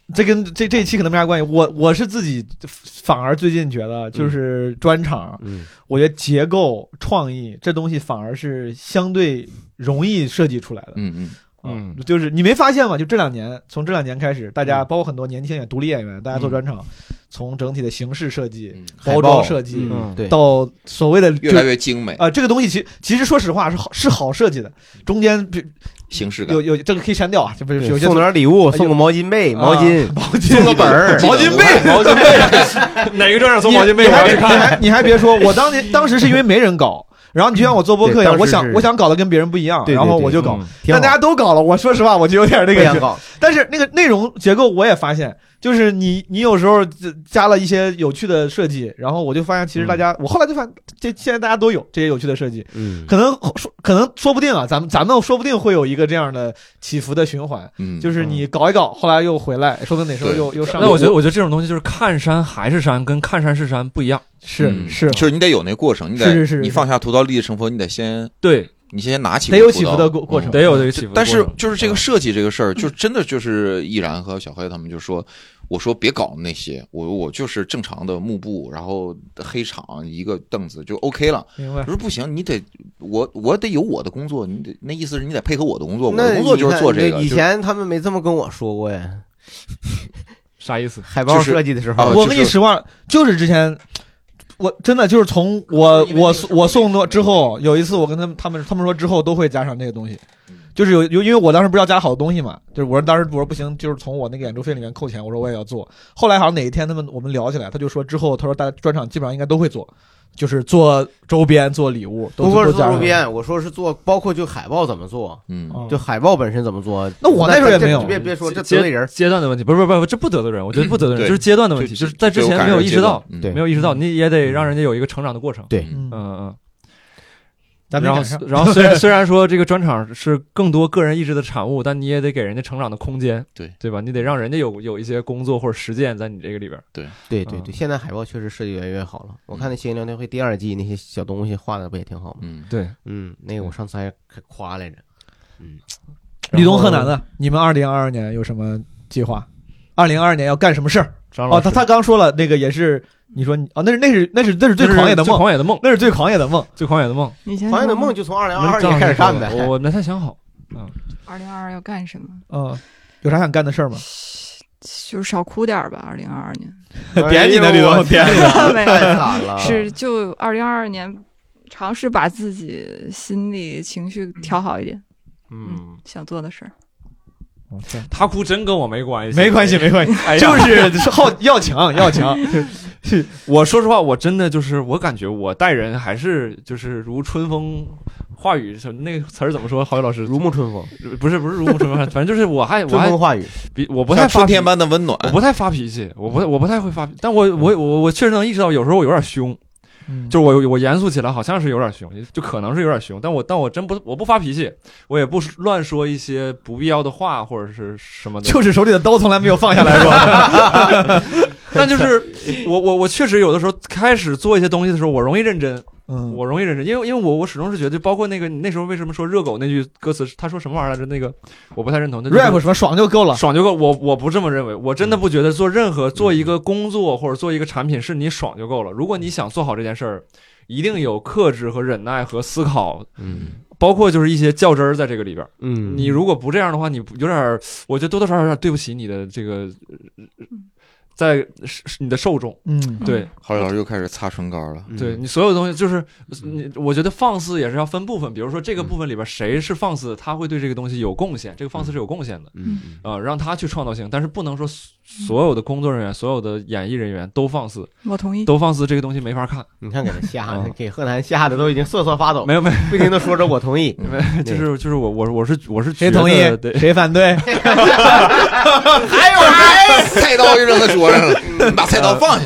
这跟这这一期可能没啥关系。我我是自己反而最近觉得，就是专场， 嗯， 我觉得结构创意这东西反而是相对容易设计出来的。 嗯嗯。 嗯，就是你没发现吗？就这两年，从这两年开始，大家包括很多年轻演独立演员，大家做专场，从整体的形式设计、包装设计， 对， 到所谓的越来越精美啊，这个东西其其实说实话是好是好设计的，中间形式感有有这个可以删掉啊，就不是有些送点礼物，送个毛巾被、毛巾、 毛巾、 送个本儿、 毛巾被、 毛巾被，哪个专场送毛巾被？ 你还你还你还别说，我当年当时是因为没人搞。然后你就像我做播客一样，我想我想搞得跟别人不一样，然后我就搞，但大家都搞了，我说实话我就有点那个，但是那个内容结构我也发现，就是你你有时候加了一些有趣的设计，然后我就发现其实大家，我后来就发现这现在大家都有这些有趣的设计， 嗯， 可能说可能说不定啊，咱们咱们说不定会有一个这样的起伏的循环， 嗯， 就是你搞一搞，后来又回来，说不定哪时候又又上。 那我觉得我觉得这种东西就是看山还是山，跟看山是山不一样。 是、 嗯、 是， 就是你得有那过程，你得是是是你放下屠刀立地成佛，你得先对， 你先拿起得有起伏的过过程， 得有这个起伏。 但是就是这个设计这个事儿，就真的就是易然和小黑他们就说，我说别搞那些，我我就是正常的幕布，然后黑场一个凳子就 OK 了。 明白？ 我说不行，你得我我得有我的工作，你得那意思是你得配合我的工作，我的工作就是做这个。 以前他们没这么跟我说过呀。 啥意思？ 海报设计的时候， 就是啊、 我跟你实话，就是之前。我真的就是从我我我送诺之后，有一次我跟他们他们他们说之后都会加上这个东西，就是有有因为我当时不是要加好多东西嘛，就是我说当时我说不行，就是从我那个演出费里面扣钱，我说我也要做。后来好像哪一天他们我们聊起来，他就说之后他说大家专场基本上应该都会做，就是做周边做礼物， 不光是做周边，我说是做包括就海报怎么做， 嗯， 就海报本身怎么做。 那我那时候也没有， 别别说这得罪人阶段的问题，不是不是不是，这不得罪人，我觉得不得罪人，就是阶段的问题，就是在之前没有意识到， 对， 没有意识到，你也得让人家有一个成长的过程， 对， 嗯嗯。 咱然后，然后虽然虽然说这个专场是更多个人意志的产物，但你也得给人家成长的空间， 对对吧？你得让人家有有一些工作或者实践在你这个里边。 对对对对，现在海报确实设计越来越好了。我看那《新聊天会》第二季那些小东西画的不也挺好吗？ 嗯， 对， 嗯，那个我上次还还夸来着。嗯， 吕东河南的，你们二零二二年有什么计划？二零二二年要干什么事儿？哦，他他刚说了，那个也是。你说你啊，那是那是那是那是最狂野的梦， 狂野的梦， 那是最狂野的梦， 最狂野的梦。 狂野的梦就从二零二二年开始干的。 我没太想好。嗯， 二零二二要干什么？ 嗯，有啥想干的事儿吗？ 就少哭点吧。二零二二年， 点你的吕东，点你的， 太惨了。 是就二零二二年，尝试把自己心理情绪调好一点。嗯，想做的事儿。 他哭真跟我没关系， 没关系，没关系，哎、就是好要强要强。 我说实话，我真的就是我感觉我待人还是就是如春风化雨，那个词儿怎么说？郝宇老师， 如沐春风， 不是不是如沐春风，反正就是我还春风化雨， 比我不太春天般的温暖， 我不太发脾气，我不我不太会发脾气，但我我我我确实能意识到有时候我有点凶。 嗯， 就是我我严肃起来好像是有点凶，就可能是有点凶，但我但我真不我不发脾气，我也不乱说一些不必要的话或者是什么的， 就是手里的刀从来没有放下来过。 但就是我我我确实有的时候开始做一些东西的时候，我容易认真。 嗯， 我容易认真，因为因为我我始终是觉得，包括那个那时候为什么说热狗那句歌词，他说什么玩意儿来着？那个我不太认同。那 rap 什么爽就够了， 爽就够。我我不这么认为，我真的不觉得做任何做一个工作或者做一个产品是你爽就够了。如果你想做好这件事儿，一定有克制和忍耐和思考， 嗯， 包括就是一些较真儿在这个里边。 嗯， 你如果不这样的话，你有点，我觉得多多少少有点对不起你的这个。在你的受众， 嗯， 对， 郝宇老师又开始擦唇膏了。 对你所有东西，就是你，我觉得放肆也是要分部分。比如说这个部分里边谁是放肆，他会对这个东西有贡献，这个放肆是有贡献的， 嗯呃，让他去创造性，但是不能说所有的工作人员、所有的演艺人员都放肆。 我同意， 都放肆，这个东西没法看。 你看给他吓的，给贺南吓的都已经瑟瑟发抖。 没有没有， 不停的说着我同意， 没就是就是我我我是我是谁同意谁反对， 还有谁？ 菜刀就扔在桌上了，把菜刀放下。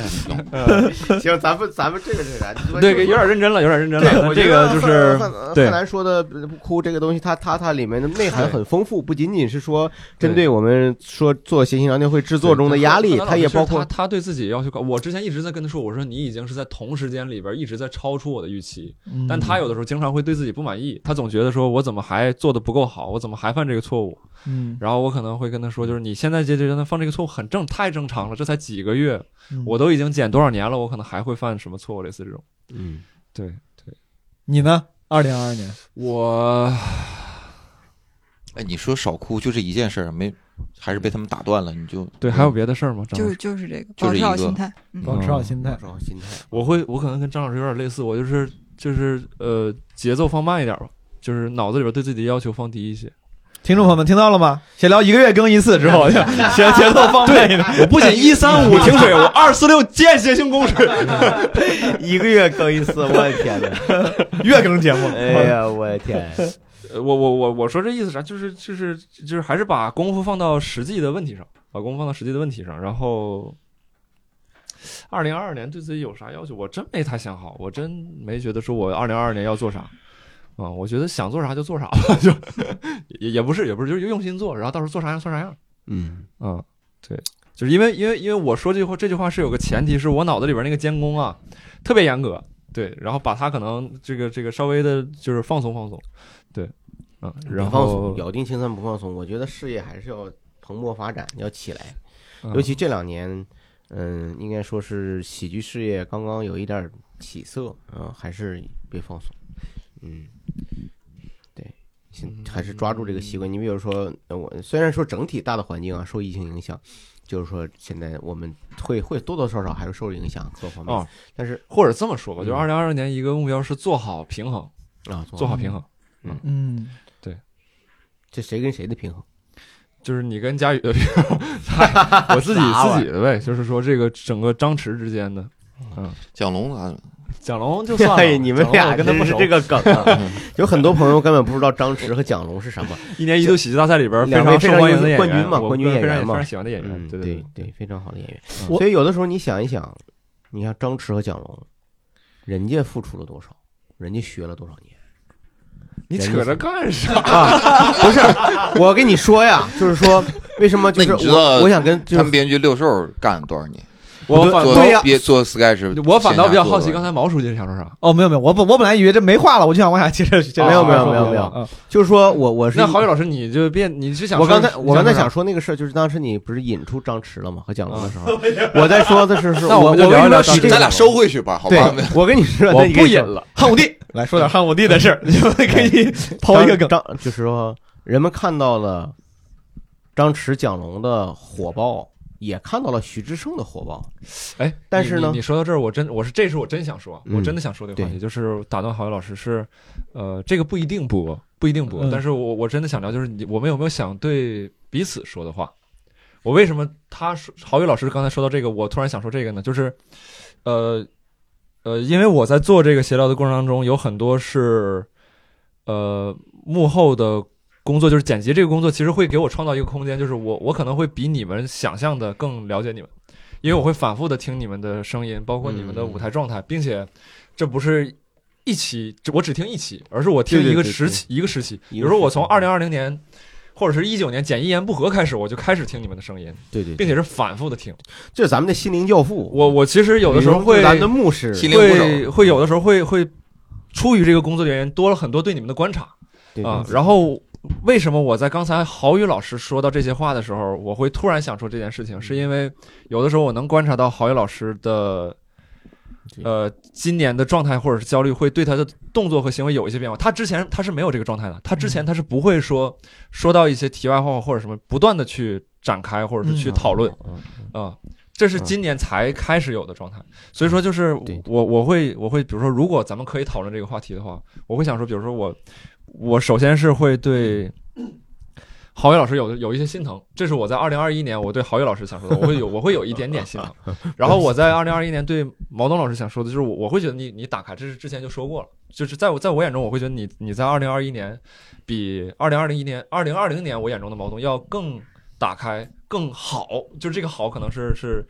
行，咱们咱们这个是啥？ 对，有点认真了，有点认真了。这个就是对汉南说的不哭这个东西，它它它里面的内涵很丰富，不仅仅是说针对我们说做谐星聊天会制作中的压力，它也包括他他对自己要求高。我之前一直在跟他说，我说你已经是在同时间里边一直在超出我的预期，但他有的时候经常会对自己不满意，他总觉得说我怎么还做的不够好，我怎么还犯这个错误。嗯，然后我可能会跟他说，就是你现在这这犯这个错误很正，太正常了，这才几个月，嗯、我都已经减多少年了，我可能还会犯什么错误，类似这种。嗯，对对。 你呢？二零二二年， 我， 哎，你说少哭就这一件事，没，还是被他们打断了，你就对，还有别的事儿吗？ 就是就是这个，保持好心态， 保持好心态， 保持好心态。 我会，我可能跟张老师有点类似，我就是就是呃，节奏放慢一点吧，就是脑子里边对自己的要求放低一些。 听众朋友们听到了吗？闲聊一个月更一次之后，节节奏放慢一点。 我不仅一三五停水，我二四六间歇性供水， 一个月更一次，我的天哪！ 月更节目， 哎呀，我的天！ 我我我我说这意思啥？就是就是就是还是把功夫放到实际的问题上，把功夫放到实际的问题上。然后，二零二二年对自己有啥要求？我真没太想好，我真没觉得说我二零二二年要做啥。啊、嗯，我觉得想做啥就做啥吧，就也也不是也不是，就是用心做，然后到时候做啥样算啥样。嗯嗯，对，就是因为因为因为我说这句话这句话是有个前提，是我脑子里边那个监工啊特别严格，对，然后把它可能这个这个稍微的就是放松放松，对，嗯，然后放松，咬定青山不放松。我觉得事业还是要蓬勃发展，要起来，嗯、尤其这两年，嗯，应该说是喜剧事业刚刚有一点起色啊、呃，还是别放松。嗯，对，还是抓住这个习惯。你比如说，我虽然说整体大的环境啊受疫情影响，就是说现在我们会会多多少少还是受影响各方面。哦，但是或者这么说吧，就二零二二年一个目标是做好平衡啊， 做好平衡。 嗯嗯， 对， 这谁跟谁的平衡？ 就是你跟佳宇的平衡，我自己自己的呗。就是说这个整个张弛之间的，嗯， 蒋龙啊。 蒋龙就算了， 你们俩跟他不熟这个梗啊，有很多朋友根本不知道张弛和蒋龙是什么。 一年一度喜剧大赛里边非常受欢迎的演员， 冠军嘛，冠军演员嘛， 非常喜欢的演员， 嗯、 对对对，非常好的演员。所以有的时候你想一想，你看张弛和蒋龙，人家付出了多少，人家学了多少年。 你扯着干啥？ 啊、不是，我跟你说呀，就是说为什么？就是我我想跟、就是、 他们编剧六兽干多少年？ 我反对呀， 别做 sketch， 我反倒比较好奇，刚才毛书记想说啥？ 哦，没有没有，我我本来以为这没话了，我就想往下接着。 没有没有没有没有，就是说我我是那郝宇老师，你就别你是想我刚才我刚才想说那个事儿，就是当时你不是引出张弛了吗？和蒋龙的时候，我在说的是说， 那我们就聊聊， 咱俩收回去吧，好吧？ 我跟你说， 我不引了。 汉武帝来说点汉武帝的事儿，你就可以抛一个梗， 张就是说人们看到了张弛、蒋龙的火爆。也看到了徐志胜的火爆， 哎， 但是呢， 你, 你说到这儿，我真我是这是我真想说，嗯、我真的想说这个话题，就是打断郝宇老师是，呃，这个不一定播，不一定播，嗯、但是我我真的想聊，就是你我们有没有想对彼此说的话？我为什么他说郝宇老师刚才说到这个，我突然想说这个呢？就是，呃呃，因为我在做这个协聊的过程当中，有很多是，呃，幕后的。工作就是剪辑这个工作，其实会给我创造一个空间，就是我我可能会比你们想象的更了解你们，因为我会反复的听你们的声音，包括你们的舞台状态，并且这不是一期，我只听一期，而是我听一个时期，一个时期。比如说我从二零二零年或者是一九年剪一言不合开始，我就开始听你们的声音， 对对， 并且是反复的听。 这是咱们的心灵教父。 我我其实有的时候会， 咱们的牧师会会有的时候会会出于这个工作原因多了很多对你们的观察啊，然后。为什么我在刚才郝宇老师说到这些话的时候，我会突然想出这件事情？是因为有的时候我能观察到郝宇老师的，呃，今年的状态或者是焦虑，会对他的动作和行为有一些变化。他之前他是没有这个状态的，他之前他是不会说说到一些题外话或者什么，不断的去展开或者是去讨论啊。这是今年才开始有的状态，所以说就是我我会我会比如说，如果咱们可以讨论这个话题的话，我会想说，比如说我我首先是会对郝宇老师有有一些心疼，这是我在二零二一年我对郝宇老师想说的，我会有我会有一点点心疼。然后我在二零二一年对毛东老师想说的就是我我会觉得你你打开，这是之前就说过了，就是在我在我眼中，我会觉得你你在二零二一年比二零二零一年二零二零年我眼中的毛东要更打开。更好，就是这个好可能是是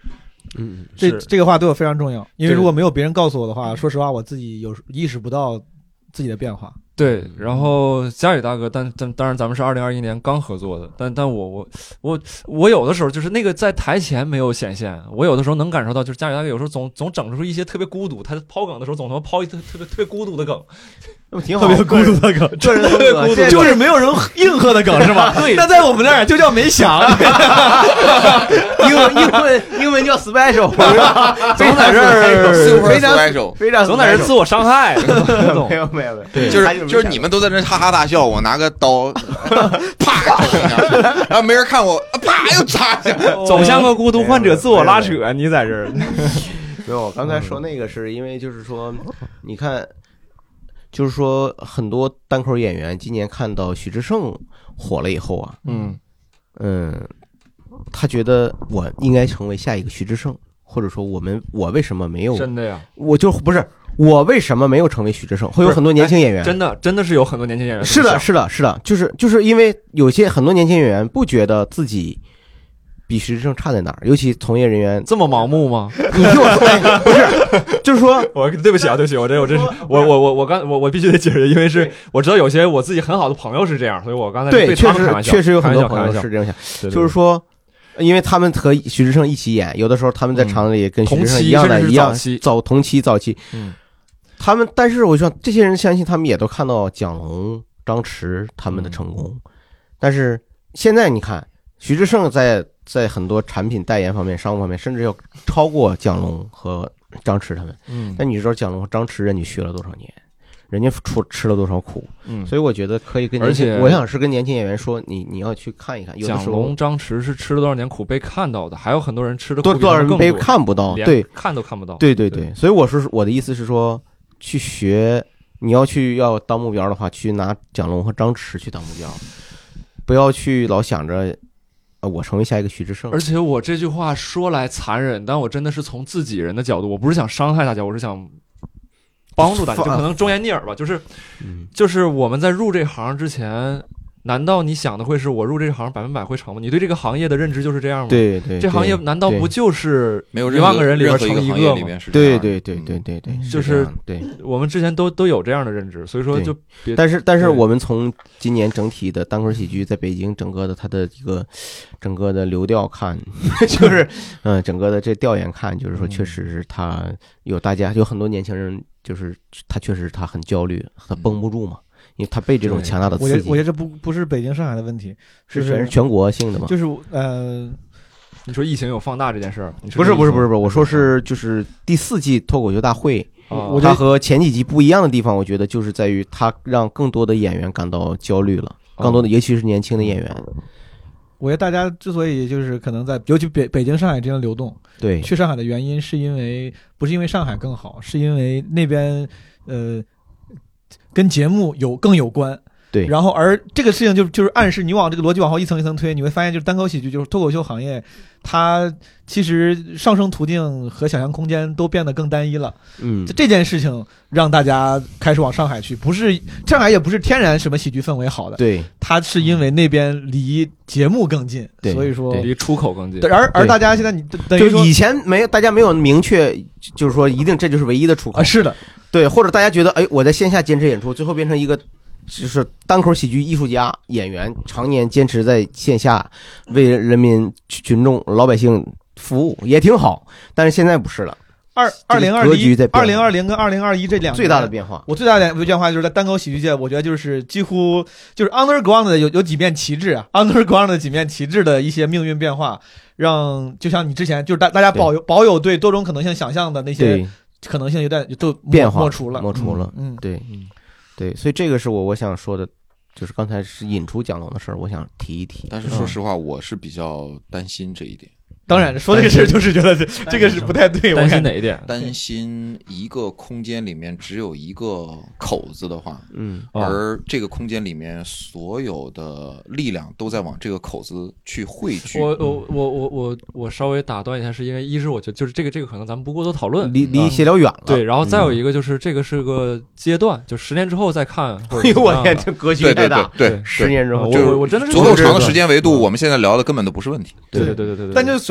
嗯， 这这个话对我非常重要，因为如果没有别人告诉我的话，说实话我自己有意识不到自己的变化。 对，然后佳宇大哥，但但当然咱们是二零二一年刚合作的，但但我我我我有的时候就是那个在台前没有显现，我有的时候能感受到，就是佳宇大哥有时候总总整出一些特别孤独，他抛梗的时候总他妈抛一特特别特别孤独的梗， 挺好， 特别孤独的梗， 个人特孤独，就是没有人应和的梗是吧？ 对， 那在我们那儿就叫没响， 英文英文英文叫 special， 总在这儿非常 special， 非常总在这自我伤害， 没有没有没有， 对， 就是就是你们都在那哈哈大笑，我拿个刀啪整下，然后没人看我，啪又插下， 总像个孤独患者自我拉扯，你在这儿。 没有，我刚才说那个是因为就是说，你看。就是说，很多单口演员今年看到许志胜火了以后啊， 嗯嗯，他觉得我应该成为下一个许志胜，或者说我们我为什么没有真的呀？ 我就不是我为什么没有成为许志胜？会有很多年轻演员， 真的真的是有很多年轻演员是的，是的，是的，就是就是因为有些很多年轻演员不觉得自己比许志胜差在哪儿，尤其从业人员这么盲目吗？ 你听我说，不是，就是说， 我对不起啊，对不起，我这我这是我我我我刚我我必须得解释，因为是我知道有些我自己很好的朋友是这样，所以我刚才对他们开玩笑， 确实确实有很多朋友是这样想，就是说，因为他们和许志胜一起演，有的时候他们在厂里跟许志胜一样的，一样早同期早期， 嗯， 他们但是我说这些人相信他们也都看到蒋龙、张弛他们的成功，但是现在你看许志胜在。在很多产品代言方面、商务方面，甚至要超过蒋龙和张弛他们。 嗯， 但你知道蒋龙和张弛人家学了多少年，人家出吃了多少苦。 嗯， 所以我觉得可以跟年轻，我想是跟年轻演员说，你你要去看一看。有的时候蒋龙、张弛是吃了多少年苦被看到的，还有很多人吃的苦多多少人被看不到，对， 看都看不到。 对对对，所以我说我的意思是说，去学，你要去要当目标的话，去拿蒋龙和张弛去当目标，不要去老想着。呃，我成为下一个许志胜。 而且我这句话说来残忍，但我真的是从自己人的角度，我不是想伤害大家，我是想帮助大家，就可能忠言逆耳吧。就是，就是我们在入这行之前，难道你想的会是我入这行百分百会成吗？你对这个行业的认知就是这样吗？ 对对， 这行业难道不就是没有一万个人里边成一个吗？ 对对对对对对， 就是对， 我们之前都都有这样的认知，所以说就别。 但是但是我们从今年整体的单口喜剧在北京整个的它的一个整个的流调看，就是嗯整个的这调研看，就是说确实是他有大家有很多年轻人，就是他确实他很焦虑，他绷不住嘛。因为他被这种强大的刺激， 我觉得我觉得这不不是北京上海的问题， 是全全国性的嘛？ 就是呃， 你说疫情有放大这件事儿， 不是不是不是不是，我说是就是第四季脱口秀大会， 哦、 它和前几季不一样的地方，我觉得就是在于它让更多的演员感到焦虑了，更多的尤其是年轻的演员。 我觉得大家之所以就是可能在尤其北北京上海这样流动， 对， 去上海的原因是因为不是因为上海更好，是因为那边呃。跟节目有更有关， 对， 然后而这个事情就就是暗示你往这个逻辑往后一层一层推，你会发现就是单口喜剧就是脱口秀行业，它其实上升途径和想象空间都变得更单一了。 嗯， 这件事情让大家开始往上海去，不是上海也不是天然什么喜剧氛围好的， 对， 它是因为那边离节目更近，所以说离出口更近。 而而大家现在你等于说以前没大家没有明确，就是说一定这就是唯一的出口啊，是的。 对，或者大家觉得，哎，我在线下坚持演出，最后变成一个就是单口喜剧艺术家、演员，常年坚持在线下为人民群众、老百姓服务，也挺好。但是现在不是了。 二二零二一、二零二零跟二零二一这两最大的变化， 我最大的变化就是在单口喜剧界，我觉得就是几乎就是 underground 的有有几面旗帜啊 ，underground 的几面旗帜的一些命运变化，让就像你之前就是大大家保有保有对多种可能性想象的那些。可能性有点都变化抹除了， 抹除了， 嗯， 对，嗯，对，所以这个是我我想说的，就是刚才是引出蒋龙的事儿，我想提一提。 但是说实话，我是比较担心这一点。 当然，说这个事就是觉得这个是不太对。 担心哪一点？ 担心一个空间里面只有一个口子的话， 嗯， 而这个空间里面所有的力量都在往这个口子去汇聚。 我我我我我我稍微打断一下，是因为一是我觉得就是这个这个可能咱们不过多讨论， 离离协调远了。 对，然后再有一个就是这个是个阶段，就十年之后再看。 哎呦我天，这格局太大。 对， 十年之后， 我我我真的是足够长的时间维度，我们现在聊的根本都不是问题。 对对对对对。 但就说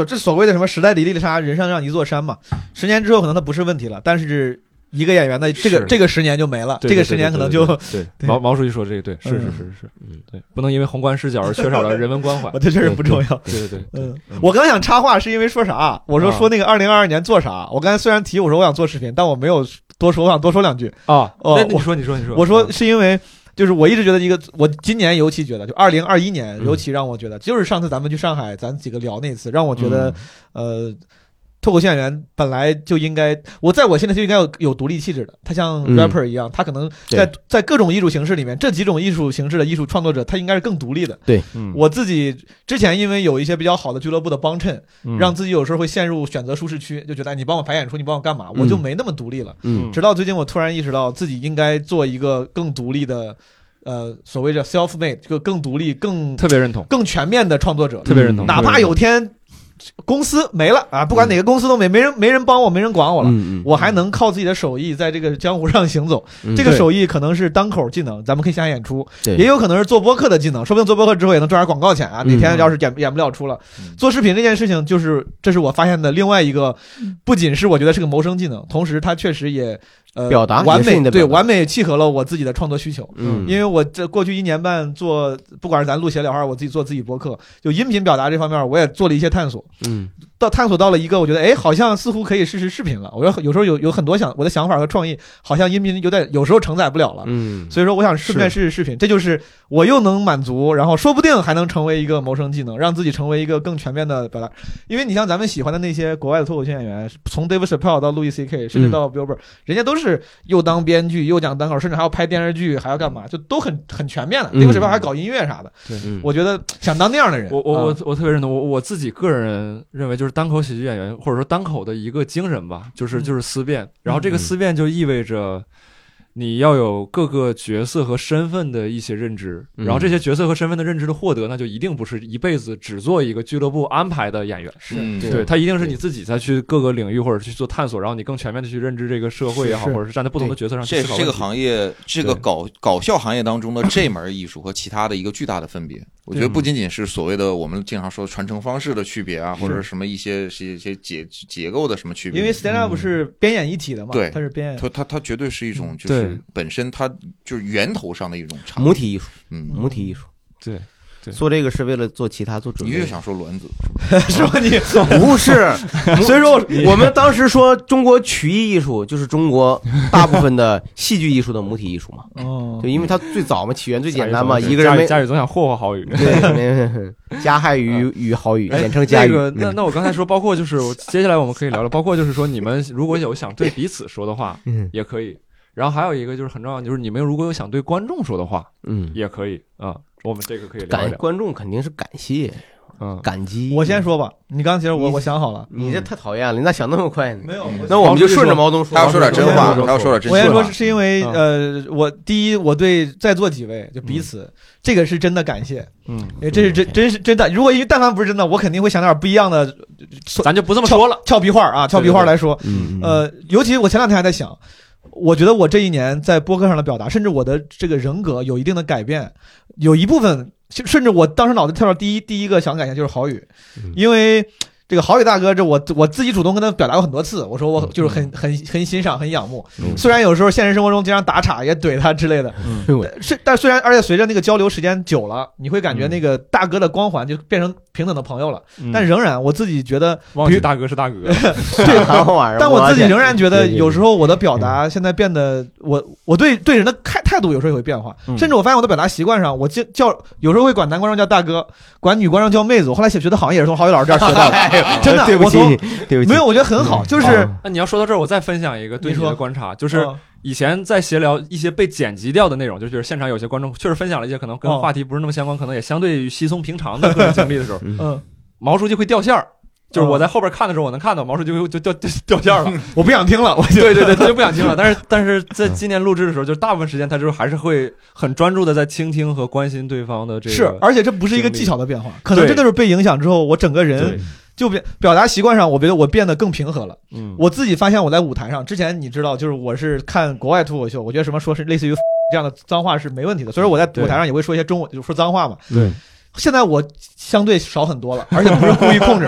这所谓的什么时代砾砾沙，人上让一座山嘛。十年之后可能它不是问题了，但是一个演员的这个这个十年就没了，这个十年可能就对。毛毛书记说这个对，是是是是，嗯，对，不能因为宏观视角而缺少了人文关怀， 我这确实不重要。 对对对， 嗯，我刚想插话是因为说啥？我说说那个二零二二年做啥？我刚才虽然提我说我想做视频，但我没有多说，我想多说两句啊。 哦， 你说你说你说， 我说是因为。就是我一直觉得一个，我今年尤其觉得，就二零二一年尤其让我觉得，嗯、就是上次咱们去上海，咱几个聊那次，让我觉得，嗯、呃，脱口秀演员本来就应该，我在我现在就应该有有独立气质的。他像 rapper 一样，嗯、他可能在在各种艺术形式里面，这几种艺术形式的艺术创作者，他应该是更独立的。 对， 嗯、我自己之前因为有一些比较好的俱乐部的帮衬，嗯、让自己有时候会陷入选择舒适区，就觉得你帮我排演出，你帮我干嘛，我就没那么独立了。 嗯， 直到最近我突然意识到自己应该做一个更独立的。呃，所谓的 self-made， 这个更独立、更特别认同、 更全面的创作者， 特别认同。 哪怕有天公司没了啊，不管哪个公司都没，没人没人帮我，没人管我了， 嗯嗯、 我还能靠自己的手艺在这个江湖上行走。 嗯、 这个手艺可能是单口技能，咱们可以下演出， 对， 也有可能是做播客的技能，说不定做播客之后也能赚点广告钱啊。哪天要是演演不了出了， 嗯、 做视频这件事情，就是这是我发现的另外一个，不仅是我觉得是个谋生技能，同时它确实也。呃， 表达完美，对，完美契合了我自己的创作需求。 嗯， 因为我这过去一年半做，不管是咱录闲聊还是我自己做自己博客，就音频表达这方面，我也做了一些探索。 嗯， 到探索到了一个，我觉得，哎，好像似乎可以试试视频了。我说有时候有有很多想我的想法和创意，好像音频有点有时候承载不了了。 嗯， 所以说我想顺便试试视频，这就是我又能满足，然后说不定还能成为一个谋生技能，让自己成为一个更全面的表达。因为你像咱们喜欢的那些国外的脱口秀演员，从 David Chappelle 到 Louis C K， 甚至到 Bill Burr，、嗯、人家都是又当编剧又讲单口，甚至还要拍电视剧，还要干嘛，就都很很全面的。那个时候还搞音乐啥的。 对、 嗯，我觉得想当那样的人， 我我我我特别认同。我我自己个人认为，就是单口喜剧演员或者说单口的一个精神吧，就是就是思辨。嗯、然后这个思辨就意味着你要有各个角色和身份的一些认知， 嗯、 然后这些角色和身份的认知的获得，那就一定不是一辈子只做一个俱乐部安排的演员。 是， 嗯、 对，他一定是你自己再去各个领域或者去做探索，然后你更全面的去认知这个社会也好，或者是站在不同的角色上去思考。 这这个行业，这个搞搞笑行业当中的这门艺术和其他的一个巨大的分别。我觉得不仅仅是所谓的我们经常说传承方式的区别啊，或者什么一些是一些结结构的什么区别。 因为 stand up 是边演一体的嘛， 对， 它是边演， 它它它绝对是一种就是本身它就是源头上的一种差母体艺术， 嗯， 母体艺术， 对。 做这个是为了做其他做准备。 你越想说卵子是吧？你不是，所以说我们当时说中国曲艺艺术就是中国大部分的戏剧艺术的母体艺术嘛。 哦， 就因为它最早嘛，起源最简单嘛，一个人没佳宇总想霍霍郝宇， 对，加害于于郝宇，简称佳宇。 那个，那那我刚才说，包括就是接下来我们可以聊聊，包括就是说你们如果有想对彼此说的话， 嗯， 也可以。然后还有一个就是很重要，就是你们如果有想对观众说的话， 嗯， 也可以啊。我们这个可以聊感观众肯定是感谢， 嗯， 感激。 我先说吧，你刚其实我我想好了， 你这太讨厌了，你咋想那么快呢？ 没有， 那我们就顺着毛东说， 他要说点真话，他要说点真话。 我先说是因为呃，我第一，我对在座几位就彼此，这个是真的感谢， 嗯， 因为这是真真是真的。如果因为但凡不是真的，我肯定会想点不一样的， 咱就不这么说了。 俏皮话啊，俏皮话来说， 嗯， 呃，尤其我前两天还在想。我觉得我这一年在播客上的表达，甚至我的这个人格有一定的改变，有一部分甚至我当时脑子跳到第一第一个想感谢就是郝宇，因为这个郝宇大哥，这我我自己主动跟他表达过很多次，我说我就是很很很欣赏很仰慕，虽然有时候现实生活中经常打岔也怼他之类的，是但虽然而且随着那个交流时间久了，你会感觉那个大哥的光环就变成平等的朋友了，但仍然我自己觉得忘记大哥是大哥， 对，但我自己仍然觉得有时候我的表达现在变得我我对对人的态态度有时候也会变化，甚至我发现我的表达习惯上，我叫叫有时候会管男观众叫大哥，管女观众叫妹子，我后来觉得好像也是从郝宇老师这儿学到的。真的， 对不起，对不起， 没有，我觉得很好。就是， 那你要说到这儿，我再分享一个对你的观察，就是以前在闲聊一些被剪辑掉的内容，就是现场有些观众确实分享了一些可能跟话题不是那么相关，可能也相对于稀松平常的个人经历的时候， 嗯， 毛书记会掉线儿。就是我在后边看的时候，我能看到毛书记就就掉掉掉线了， 我不想听了，我就对对对，他就不想听了。但是但是在今年录制的时候，就大部分时间他就还是会很专注的在倾听和关心对方的这个。 是，而且这不是一个技巧的变化，可能真的是被影响之后，我整个人就变表达习惯上，我觉得我变得更平和了。嗯，我自己发现我在舞台上，之前你知道，就是我是看国外脱口秀，我觉得什么说是类似于这样的脏话是没问题的，所以说我在舞台上也会说一些中文，就说脏话嘛。 对。 现在我相对少很多了，而且不是故意控制的。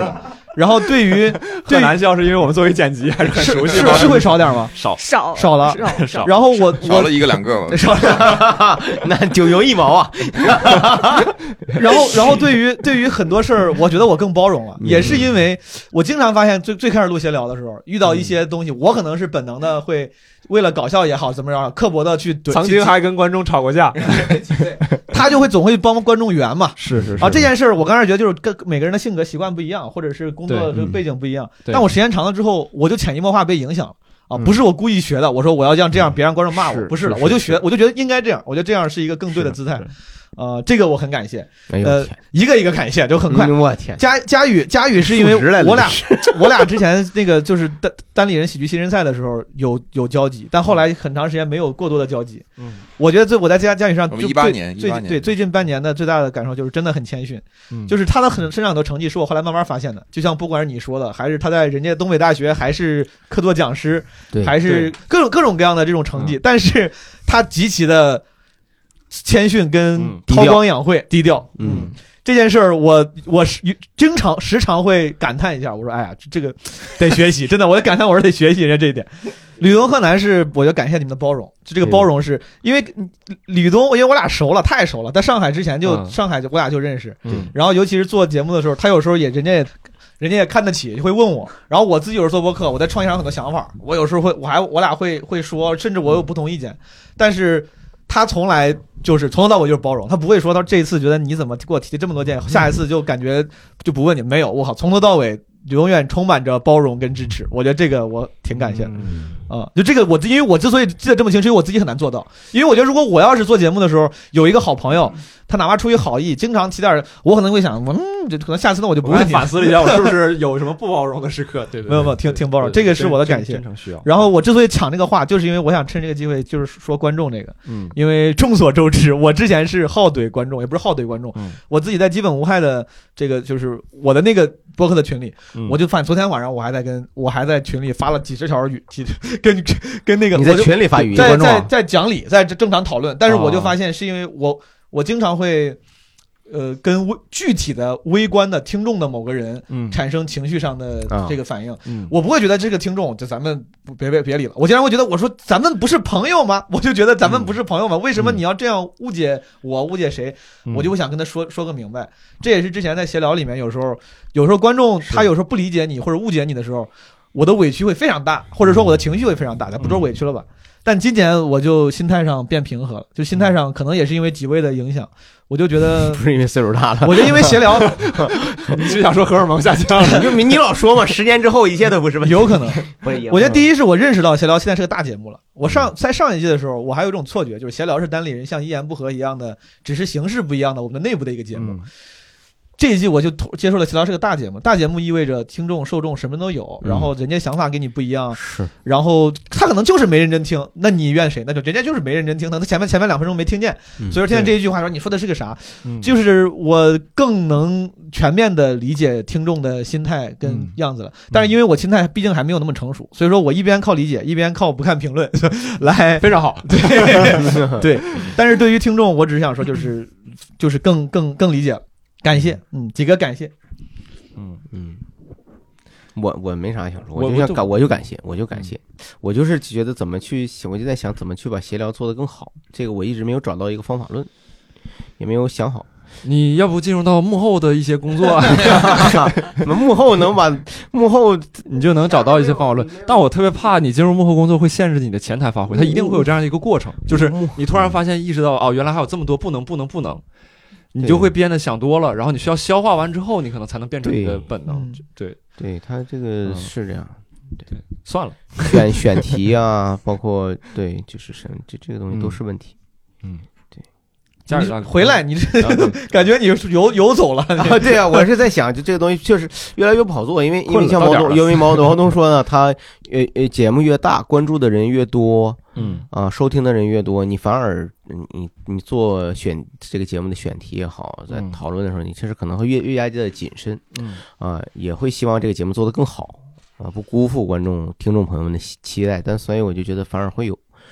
然后对于很难笑，是因为我们作为剪辑还是很熟悉是是会少点吗？ 少少少了少少。 然后我少了一个两个吧， 少了， 那九牛一毛啊。 然后然后对于对于很多事儿，我觉得我更包容了， 嗯也是因为我经常发现最最开始录闲聊的时候，遇到一些东西，我可能是本能的会为了搞笑也好怎么样，刻薄的去怼， 曾经还跟观众吵过架， 他就会总会帮观众圆嘛。 是是是啊，这件事儿我刚开始觉得就是跟每个人的性格习惯不一样，或者是工作的这个背景不一样。但我时间长了之后，我就潜移默化被影响了啊，不是我故意学的。我说我要让这样，别让观众骂我，不是的，我就学，我就觉得应该这样，我觉得这样是一个更对的姿态。呃，这个我很感谢，呃，一个一个感谢，就很快。 我天， 佳佳宇，佳宇是因为我俩，我俩之前那个就是单单立人喜剧新人赛的时候有有交集，但后来很长时间没有过多的交集。嗯，我觉得最我在佳佳宇上就一八年， 最对最近半年的最大的感受就是真的很谦逊，嗯、就是他的很身上很多成绩是我后来慢慢发现的，就像不管是你说的，还是他在人家东北大学还是客座讲师，还是各种各种各样的这种成绩，嗯、但是他极其的。谦逊跟韬光养晦，低调。嗯，这件事儿我我是经常时常会感叹一下，我说哎呀，这个得学习，真的，我得感叹，我说得学习人家这一点。吕东、贺南是，我就感谢你们的包容，就这个包容是因为吕东，因为我俩熟了，太熟了，在上海之前就、嗯、上海就我俩就认识，嗯，然后尤其是做节目的时候，他有时候也人家也。人家也看得起，会问我，然后我自己有时候做播客，我在创意上有很多想法，我有时候会，我还我俩会会说，甚至我有不同意见，但是。他从来就是从头到尾就是包容，他不会说他这一次觉得你怎么给我提这么多件，下一次就感觉就不问你。没有，我靠，从头到尾永远充满着包容跟支持。我觉得这个我挺感谢的，嗯啊，就这个我因为我之所以记得这么清楚，因为我自己很难做到。因为我觉得如果我要是做节目的时候有一个好朋友，他哪怕出于好意，经常提点，我可能会想，嗯，这可能下次呢我就不问你。 反思了一下，我是不是有什么不包容的时刻？对对， 没有没有，挺挺包容，这个是我的感谢。 真诚需要。 然后我之所以抢这个话，就是因为我想趁这个机会，就是说观众这个，嗯，因为众所周知，我之前是好怼观众，也不是好怼观众，嗯，我自己在基本无害的这个就是我的那个播客的群里，嗯、我就发现昨天晚上我还在跟我还在群里发了几十条语，几跟跟那个你在群里发语音， 在在在讲理，在正常讨论，但是我就发现是因为我我经常会。呃，跟具体的微观的听众的某个人，嗯，产生情绪上的这个反应，嗯，我不会觉得这个听众就咱们别别别理了，我经常会觉得，我说咱们不是朋友吗？我就觉得咱们不是朋友吗？为什么你要这样误解我，误解谁？我就会想跟他说说个明白。这也是之前在闲聊里面，有时候有时候观众他有时候不理解你或者误解你的时候，我的委屈会非常大，或者说我的情绪会非常大，咱不说委屈了吧？但今年我就心态上变平和了，就心态上可能也是因为几位的影响，我就觉得不是因为岁数大了， 我就因为闲聊， 你是想说荷尔蒙下降了？ 就你老说嘛，十年之后一切都不是问题， 有可能。我觉得第一是我认识到闲聊现在是个大节目了。我上在上一季的时候，我还有一种错觉，就是闲聊是单立人像一言不合一样的，只是形式不一样的我们的内部的一个节目。嗯这一季我就接受了闲聊是个大节目，大节目意味着听众受众什么都有，然后人家想法跟你不一样， 是， 然后他可能就是没认真听，那你怨谁？那就人家就是没认真听，他前面前面两分钟没听见，所以说听见这一句话说你说的是个啥？就是我更能全面的理解听众的心态跟样子了，但是因为我心态毕竟还没有那么成熟，所以说我一边靠理解，一边靠不看评论来， 非常好， 对对，但是对于听众，我只是想说就是就是更更更理解了。感谢，嗯，几个感谢， 嗯嗯，我我没啥想说，我就想感，我就感谢，我就感谢，我就是觉得怎么去，我就在想怎么去把闲聊做得更好，这个我一直没有找到一个方法论，也没有想好。 你要不进入到幕后的一些工作， 幕后能把幕后你就能找到一些方法论。但我特别怕你进入幕后工作会限制你的前台发挥，它一定会有这样的一个过程，就是你突然发现意识到哦，原来还有这么多不能不能不能。你就会变得想多了，然后你需要消化完之后，你可能才能变成你的本能。对， 对他这个是这样。 对，算了， 选选题啊，包括对，就是什这这个东西都是问题。 嗯， 对。 家里回来，你这感觉你游游走了。 啊，对啊，我是在想，就这个东西确实越来越不好做，因为因为像毛东，因为毛毛东说呢，他呃呃节目越大，关注的人越多。嗯啊，收听的人越多，你反而你你做选这个节目的选题也好，在讨论的时候，你其实可能会越越加的谨慎，嗯啊，也会希望这个节目做得更好啊，不辜负观众、听众朋友们的期待。但所以我就觉得反而会有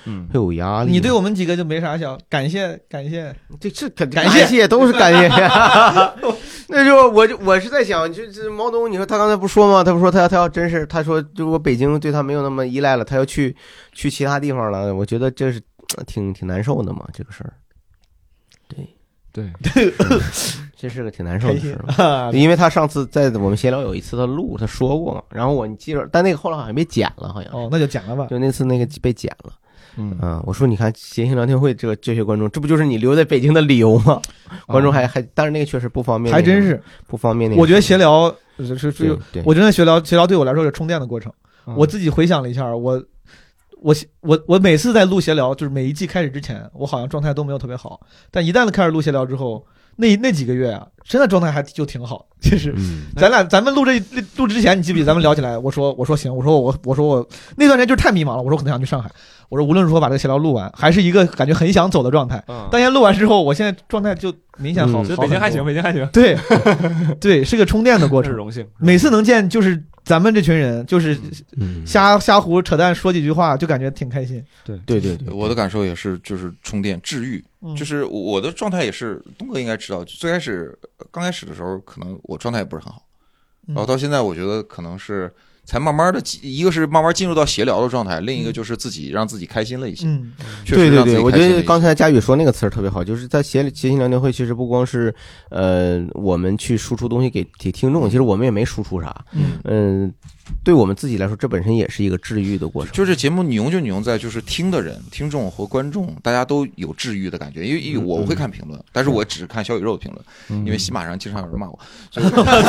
嗯，会有压力。 你对我们几个就没啥想感谢感谢， 这这感感谢都是感谢。那就我就我是在想，就这毛东，你说他刚才不说吗？他不说他要他要真是他说，如果北京对他没有那么依赖了，他要去去其他地方了，我觉得这是挺挺难受的嘛，这个事儿。对对，这是个挺难受的事儿，因为他上次在我们闲聊有一次他录他说过嘛，然后我你记着，但那个后来好像被剪了，好像哦，那就剪了吧， 就那次那个被剪了。嗯啊，我说你看谐星聊天会这个这些观众，这不就是你留在北京的理由吗？观众还还，但是那个确实不方便， 还真是不方便。那个我觉得闲聊是是，我真的闲聊闲聊对我来说是充电的过程。我自己回想了一下，我我我我每次在录闲聊，就是每一季开始之前，我好像状态都没有特别好，但一旦开始录闲聊之后，那那几个月啊，真的状态还就挺好。就是、嗯、咱俩咱们录这录之前，你记不记得咱们聊起来？我说我说行，我说我我说我那段时间就是太迷茫了，我说我可能想去上海。我说无论如何把这个闲聊录完，还是一个感觉很想走的状态。嗯、但现在录完之后，我现在状态就明显好。 嗯、北京还行，北京还行。 对对，是个充电的过程。 是荣幸。 每次能见就是咱们这群人，就是瞎瞎胡扯淡说几句话，就感觉挺开心。 对对对对， 我的感受也是，就是充电治愈。嗯、就是我的状态也是，东哥应该知道，最开始刚开始的时候，可能我状态也不是很好，然后到现在，我觉得可能是。才慢慢的，一个是慢慢进入到闲聊的状态，另一个就是自己让自己开心了一些。嗯， 对对对，我觉得刚才佳宇说那个词儿特别好，就是在谐谐星聊天会，其实不光是呃我们去输出东西给给听众，其实我们也没输出啥。嗯嗯、呃，对我们自己来说，这本身也是一个治愈的过程。 就是节目你用就你用在就是听的人、听众和观众，大家都有治愈的感觉。因为因为我会看评论，嗯、但是我只是看小宇宙的评论，嗯、因为喜马上经常有人骂我。所以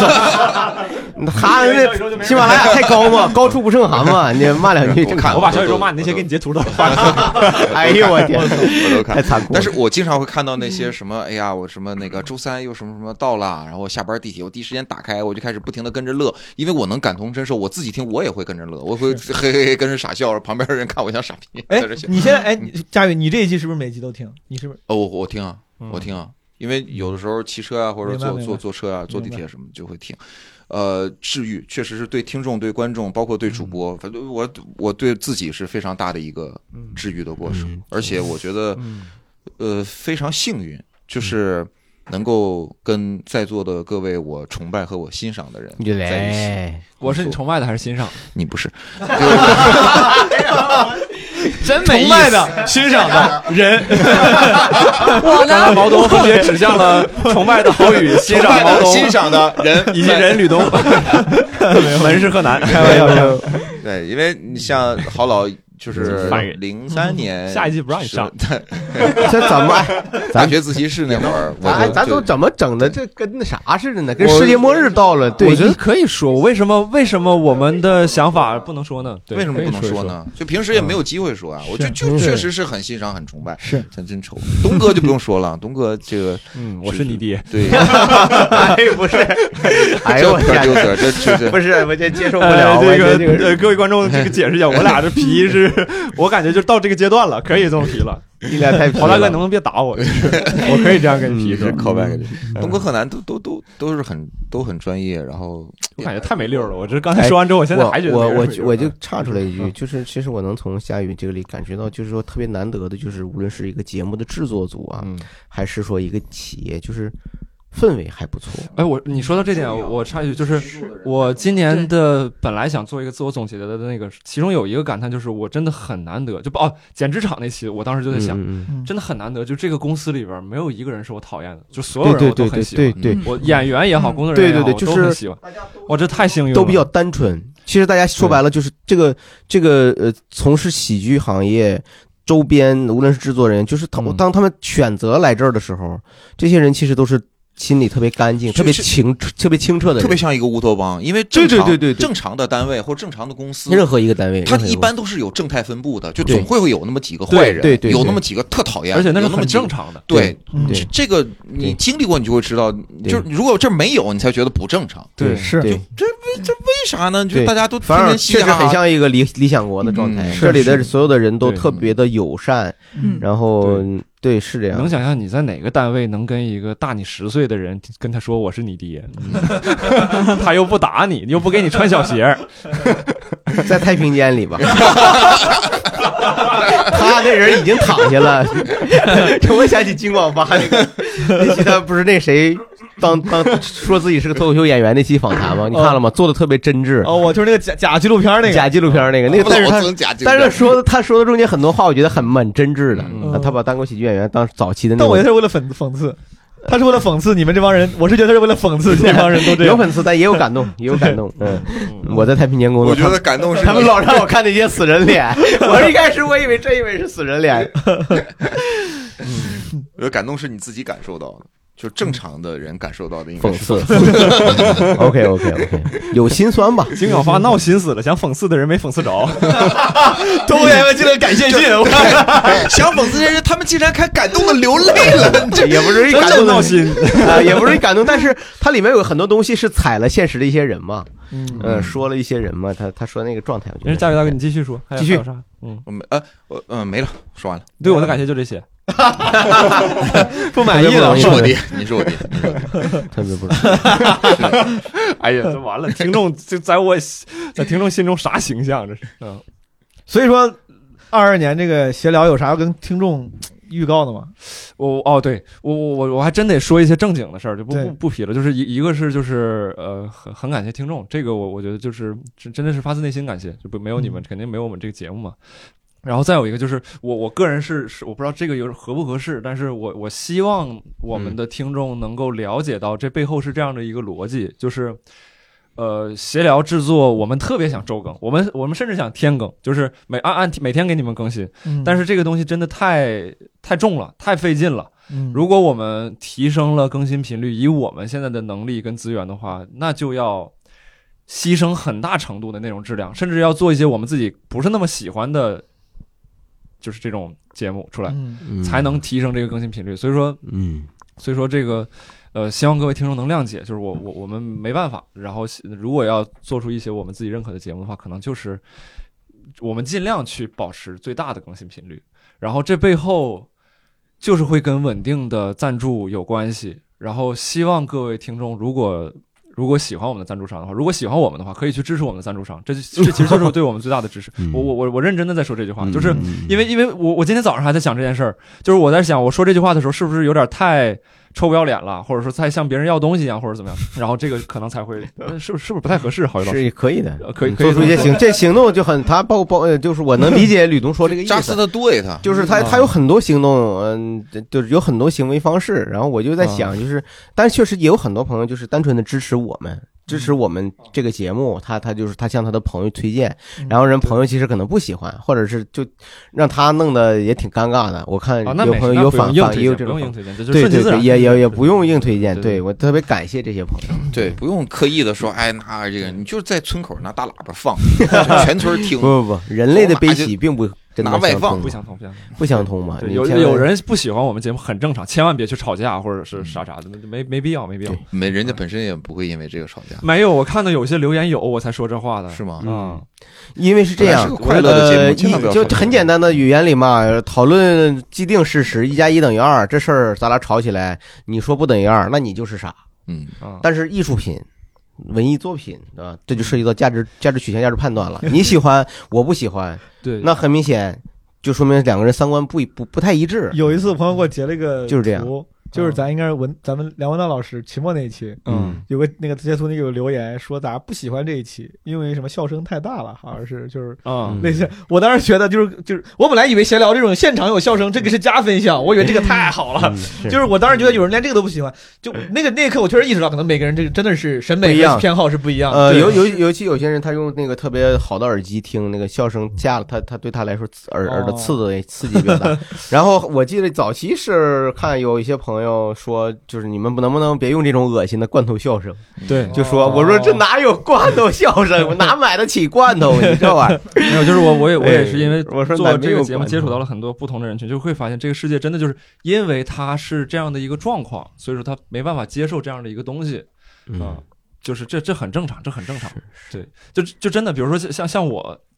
他那喜马拉雅太高嘛，高处不胜寒嘛，你骂两句正看。 我把小宇宙骂你那些给你截图都发了。 哎呦我天， 我都看， 太残酷了。 但是我经常会看到那些什么，哎呀，我什么那个周三又什么什么到了，然后下班地铁我第一时间打开，我就开始不停的跟着乐，因为我能感同身受，我自己听我也会跟着乐，我会嘿嘿嘿跟着傻笑，旁边的人看我像傻逼。 哎，你现在哎，佳宇，你这一期是不是每集都听？你是不是？ 哦，我我听啊，我听啊，因为有的时候骑车啊，或者坐坐坐车啊，坐地铁什么就会听。呃，治愈确实是对听众、对观众，包括对主播，反正我我对自己是非常大的一个治愈的过程，嗯、而且我觉得，嗯、呃，非常幸运，就是能够跟在座的各位我崇拜和我欣赏的人在一起。 我是你崇拜的还是欣赏？ 你不是。 真没意思，崇拜的、欣赏的人， 我呢？ 毛东分别指向了崇拜的郝宇、欣赏毛东、 欣赏的人以及人吕东，门是河南， 开玩笑。 对，因为你像郝老。就是零三年， 下一季不让你上。 这怎么？ 大学自习室那会儿， 咱咱都怎么整的？这跟那啥似的呢？跟世界末日到了。对， 我觉得可以说，为什么为什么我们的想法不能说呢？ 为什么不能说呢？就平时也没有机会说啊。我就就确实是很欣赏、很崇拜。 是， 真真丑。东哥就不用说了，东哥这个， 嗯，我是你爹。 对。 哎，不是。哎呦我天！ 这这这不是，我这接受不了。 这个呃，各位观众，这个解释一下，我俩这皮是。我感觉就到这个阶段了，可以这么皮了。 你俩太皮了， 郝大哥能不能别打我？我可以这样跟你皮，是靠外。东哥、河南都都都都是很都很专业，然后我感觉太没溜了。我这刚才说完之后，我现在还觉得我我我就插出来一句，就是其实我能从夏雨这个里感觉到，就是说特别难得的，就是无论是一个节目的制作组啊，还是说一个企业，就是氛围还不错。 哎，我你说到这点，我插一句，就是我今年的本来想做一个自我总结的那个，其中有一个感叹就是我真的很难得，就不哦剪纸厂那期，我当时就在想，嗯嗯、真的很难得，就这个公司里边没有一个人是我讨厌的，就所有人我都很喜欢。 对对对对对， 我演员也好，工作人员也好， 对对对，就是我都很喜欢。哇，这太幸运了， 都比较单纯。其实大家说白了就是这个这个呃，从事喜剧行业。周边无论是制作人，就是当当他们选择来这儿的时候，这些人其实都是心里特别干净、特别清、特别清澈的人， 特别像一个乌托邦。因为正常对对对对正常的单位或者正常的公司， 任何一个单位， 它一般都是有正态分布的，就总会会有那么几个坏人， 对对， 有那么几个特讨厌， 而且那是很正常的。 对，这个你经历过，你就会知道，就如果这没有，你才觉得不正常。 对，是这这为啥呢？就大家都反正确实很像一个理理想国的状态，这里的所有的人都特别的友善，然后。对，是这样。 能想象你在哪个单位能跟一个大你十岁的人跟他说我是你爹，他又不打你，又不给你穿小鞋， 在太平间里吧。 他那人已经躺下了。这我想起金广发那个那期，他不是那谁当当说自己是个脱口秀演员那期访谈吗？你看了吗？做的特别真挚。 哦，我就是那个假假纪录片那个假纪录片那个那个，但是他但是说的他说的中间很多话，我觉得很蛮真挚的。 嗯、 他把单口喜剧演员当早期的那种，但我觉得他是为了讽讽刺。他是为了讽刺你们这帮人，我是觉得他是为了讽刺这帮人都这样。 有讽刺，但也有感动，也有感动。嗯，我在太平间工作， 我觉得感动是他们老让我看那些死人脸。我一开始我以为这以为是死人脸。 嗯，我觉得感动是你自己感受到的，就正常的人感受到的应该是讽刺。OK OK OK， 有心酸吧？ 金小发闹心死了，想讽刺的人没讽刺着。 动物演员记得感谢信， 想讽刺的人他们竟然还感动的流泪了， 这也不是一感动闹心啊，也不是一感动，但是它里面有很多东西是踩了现实的一些人嘛，嗯、呃，说了一些人嘛，他他说那个状态，我觉得。 嘉伟大哥，你继续说， 继续。 嗯，我没呃我嗯、呃、没了，说完了。 对我的感谢就这些。 不满意了， 你是我爹，你是我爹， 特别不。 哎呀，这完了，听众就在我在听众心中啥形象？这是。嗯， 所以说，二二年这个闲聊有啥要跟听众预告的吗？ 我哦，对我我我我还真得说一些正经的事儿，就不不不皮了。就是一一个是就是呃很很感谢听众，这个我我觉得就是真的是发自内心感谢，就不没有你们、嗯、肯定没有我们这个节目嘛。然后再有一个就是我我个人是是我不知道这个有合不合适，但是我我希望我们的听众能够了解到这背后是这样的一个逻辑，就是呃闲聊制作我们特别想周更，我们我们甚至想天更，就是每按按每天给你们更新、嗯、但是这个东西真的太太重了，太费劲了、嗯、如果我们提升了更新频率，以我们现在的能力跟资源的话，那就要牺牲很大程度的内容质量，甚至要做一些我们自己不是那么喜欢的就是这种节目出来、嗯、才能提升这个更新频率。所以说嗯，所以说这个呃希望各位听众能谅解，就是我我我们没办法，然后如果要做出一些我们自己认可的节目的话，可能就是我们尽量去保持最大的更新频率，然后这背后就是会跟稳定的赞助有关系。然后希望各位听众如果如果喜欢我们的赞助商的话，如果喜欢我们的话，可以去支持我们的赞助商，这这其实就是对我们最大的支持。我我我我认真的在说这句话，就是因为因为我我今天早上还在想这件事儿，就是我在想我说这句话的时候是不是有点太臭不要脸了，或者说太像别人要东西一样，或者怎么样，然后这个可能才会是不是是不是不太合适？郝宇老师是可以的， 可以做出一些行，这行动就很他包包就是我能理解吕东说这个意思， 扎斯的对他就是他他有很多行动，嗯，就是有很多行为方式，然后我就在想，就是但是确实也有很多朋友就是单纯的支持我们。支持我们这个节目，他他就是他向他的朋友推荐，然后人朋友其实可能不喜欢，或者是就让他弄得也挺尴尬的。我看有朋友有反反也有这种，对对对，也也也不用硬推荐。对我特别感谢这些朋友， 对，不用刻意的说，哎，拿这个你就是在村口拿大喇叭放，全村听。 不不不，人类的悲喜并不。 拿外放不相同，不相同， 不相通嘛？ 有有人不喜欢我们节目很正常，千万别去吵架或者是啥啥的，没没必要，没必要。 没人家本身也不会因为这个吵架。 没有，我看到有些留言有，我才说这话的， 是吗？ 嗯，因为是这样， 是个快乐的节目， 呃、就很简单的语言里嘛，讨论既定事实，一加一等于二，这事儿咱俩吵起来，你说不等于二，那你就是傻。 嗯， 但是艺术品。文艺作品，对吧？这就涉及到价值、价值取向、价值判断了。你喜欢，我不喜欢， 对， 那很明显。就说明两个人三观不不不太一致。 有一次朋友给我截了一个图， 就是这样， 就是咱应该是文咱们梁文道老师期末那一期，嗯，有个那个截图那个有留言说大家不喜欢这一期，因为什么笑声太大了，好像是就是啊类似。我当时觉得就是就是我本来以为闲聊这种现场有笑声，这个是加分项，我以为这个太好了，嗯、就是我当时觉得有人连这个都不喜欢，就那个那一刻我确实意识到，可能每个人这个真的是审美偏好是不一样的。 呃，尤尤尤其有些人他用那个特别好的耳机听那个笑声加了，他他对他来说耳耳的刺的刺激比较大。然后我记得早期是看有一些朋友说。就是你们能不能别用这种恶心的罐头笑声？ 对， 就说我说这哪有罐头笑声？我哪买得起罐头？你这玩意儿没有，就是我我也我也是因为做这个节目接触到了很多不同的人群，就会发现这个世界真的就是因为它是这样的一个状况，所以说他没办法接受这样的一个东西啊、呃，就是这这很正常，这很正常。对，就就真的，比如说像像我。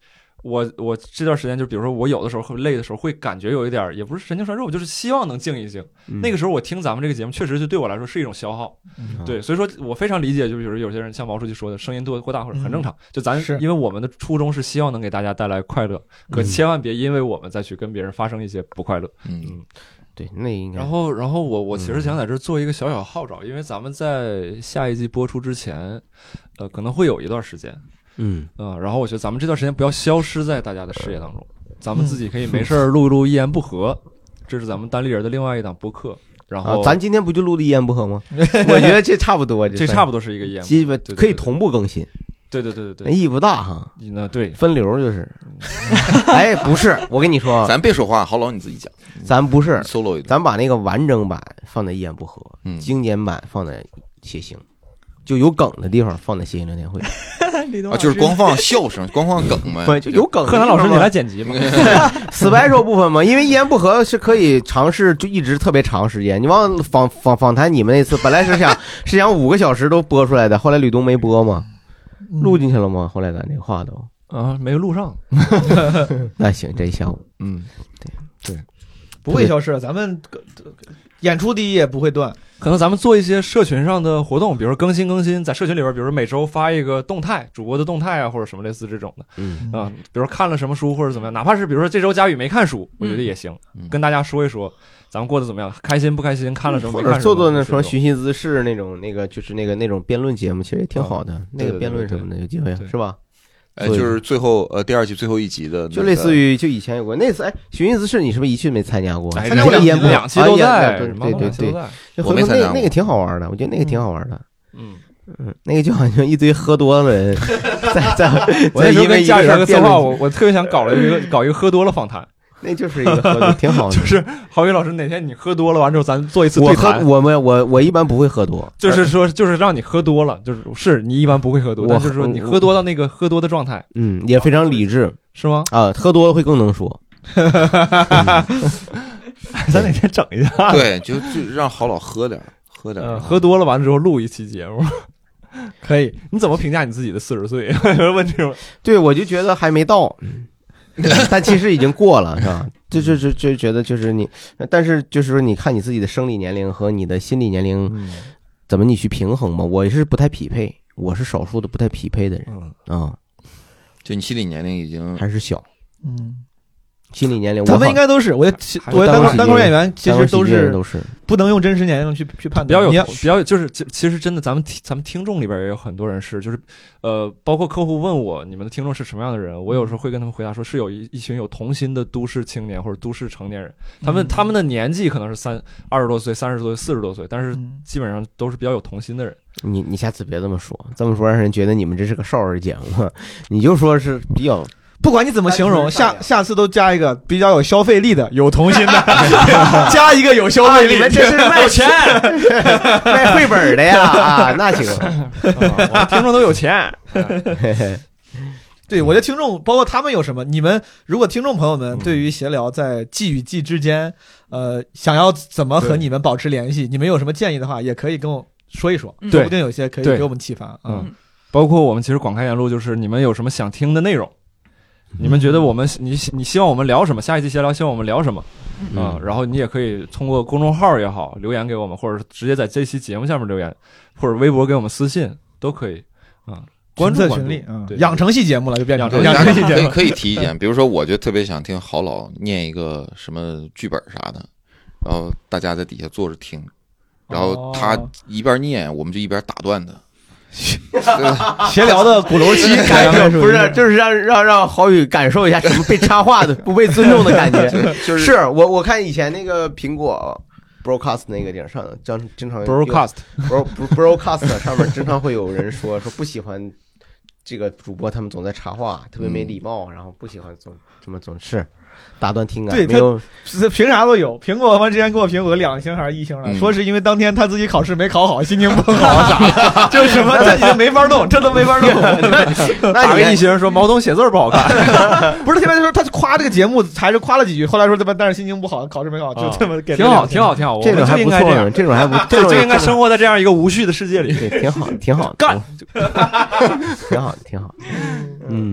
我我这段时间就比如说我有的时候会累的时候会感觉有一点，也不是神经衰弱，我就是希望能静一静。 嗯、 那个时候我听咱们这个节目，确实就对我来说是一种消耗。 嗯、 对，所以说我非常理解，就比如有些人像毛书记说的，声音多过大或者很正常。 嗯、 就咱因为我们的初衷是希望能给大家带来快乐，可千万别因为我们再去跟别人发生一些不快乐。 嗯。 嗯对，那应该。 然后，然后我我其实想在这做一个小小号召，因为咱们在下一季播出之前，呃，可能会有一段时间， 嗯呃，然后我觉得咱们这段时间不要消失在大家的视野当中，咱们自己可以没事儿录一录一言不合，这是咱们单立人的另外一档播客。然后、 啊、咱今天不就录的一言不合吗？我觉得这差不多， 这差不多是一个一言不合， 基本可以同步更新。 对对对对对， 意义不大哈。 那对， 分流就是。哎，不是，我跟你说， 咱别说话，郝老你自己讲。 咱不是 solo 一咱把那个完整版放在一言不合， 嗯， 精简版放在谐星，就有梗的地方放在谐星聊天会。 啊，就是光放笑声，光放梗嘛， 就有梗。 柯南老师，你来剪辑吧。 special 部分嘛，因为一言不合是可以尝试，就一直特别长时间。你忘访访访谈你们那次，本来是想是想五个小时都播出来的，后来吕东没播嘛。录进去了吗？后来咱这个话都啊没有录上。 那行，这一下午， 嗯， 对对， 不会消失，咱们演出第一也不会断。 可能咱们做一些社群上的活动，比如说更新更新，在社群里边，比如说每周发一个动态，主播的动态啊，或者什么类似这种的， 嗯啊，比如说看了什么书或者怎么样，哪怕是比如说这周佳宇没看书，我觉得也行， 嗯、 跟大家说一说。咱们过得怎么样？开心不开心？看了什么？ 或者做做那什么寻衅滋事那种，那个就是那个那种辩论节目，其实也挺好的。 嗯、 那个辩论什么的，有机会是吧？ 哎，就是最后呃第二季最后一集的、那个， 就类似于就以前有过那次，哎，寻衅滋事你是不是一去没参加过？ 哎、 参加过两两期都在， 对对对对， 我没参加过。 那个挺好玩的，我觉得那个挺好玩的。 嗯嗯，那个就好像一堆喝多了的人在在， 我那时候跟家里人策划，我我特别想搞了一个搞一个喝多了访谈。 那就是一个喝多，挺好的。 就是郝宇老师，哪天你喝多了完之后，咱做一次对谈。 我喝我们我我一般不会喝多， 就是说就是让你喝多了，就是是你一般不会喝多，但就是说你喝多到那个喝多的状态， 嗯，也非常理智， 是吗？ 啊，喝多了会更能说。 嗯、咱哪天整一下？ 对，就就让郝老喝点，喝点、 呃，喝多了完之后录一期节目。 可以， 你怎么评价你自己的四十岁？问这种， 对我就觉得还没到。但其实已经过了，是吧？就就就就觉得就是你，但是就是说，你看你自己的生理年龄和你的心理年龄，怎么你去平衡嘛？我是不太匹配，我是少数的不太匹配的人啊、嗯嗯。 就你心理年龄已经还是小， 嗯， 心理年龄， 咱们应该都是，我我单口单口演员其实都是都是不能用真实年龄去去判断， 比较有比较就是其实真的，咱们咱们听众里边也有很多人是就是。呃，包括客户问我你们的听众是什么样的人，我有时候会跟他们回答说，是有一一群有童心的都市青年或者都市成年人，他们、嗯、他们的年纪可能是三二十多岁、三十多岁、四十多岁，但是基本上都是比较有童心的人。 你你下次别这么说，这么说让人觉得你们这是个少儿节目，你就说是比较。 不管你怎么形容，下下次都加一个比较有消费力的、有童心的，加一个有消费力。 你们这是卖钱、卖绘本的呀？啊，那行， 啊、我们听众都有钱。 对，我的听众包括他们有什么？你们如果听众朋友们对于闲聊在季与季之间，呃，想要怎么和你们保持联系，你们有什么建议的话，也可以跟我说一说，说不定有些可以给我们启发。 嗯，包括我们其实广开言路，就是你们有什么想听的内容。你们觉得我们你你希望我们聊什么？下一期闲聊希望我们聊什么？啊、呃，然后你也可以通过公众号也好留言给我们，或者直接在这期节目下面留言，或者微博给我们私信都可以啊。关注群里啊，养成系节目了就变成养成系节目，可以提意见。比如说，我就特别想听郝老念一个什么剧本啥的，然后大家在底下坐着听，然后他一边念，我们就一边打断他。 闲聊的鼓楼期感觉不是，就是让让让郝宇感受一下什么被插话的不被尊重的感觉。 就是是我我看以前那个苹果 broadcast 那个顶上，经经常 broadcast bro broadcast 上面经常会有人说说不喜欢这个主播，他们总在插话，特别没礼貌，然后不喜欢总这么总是打断听感。 对， 没有凭啥都有。苹果方之前给我评过两星还是一星了、嗯，说是因为当天他自己考试没考好，心情不好啥，就是什么这已经没法动，这都没法动。 打个一星说毛东写字不好看， 不是现在说他夸这个节目还是夸了几句，后来说这边但是心情不好，考试没考，就这么给。 挺好，挺好，挺好。 这种还不错，这, 这种还不， 这种就应该生活在这样一个无序的世界里， 对，挺好，挺好， 干， 挺好，挺好。嗯，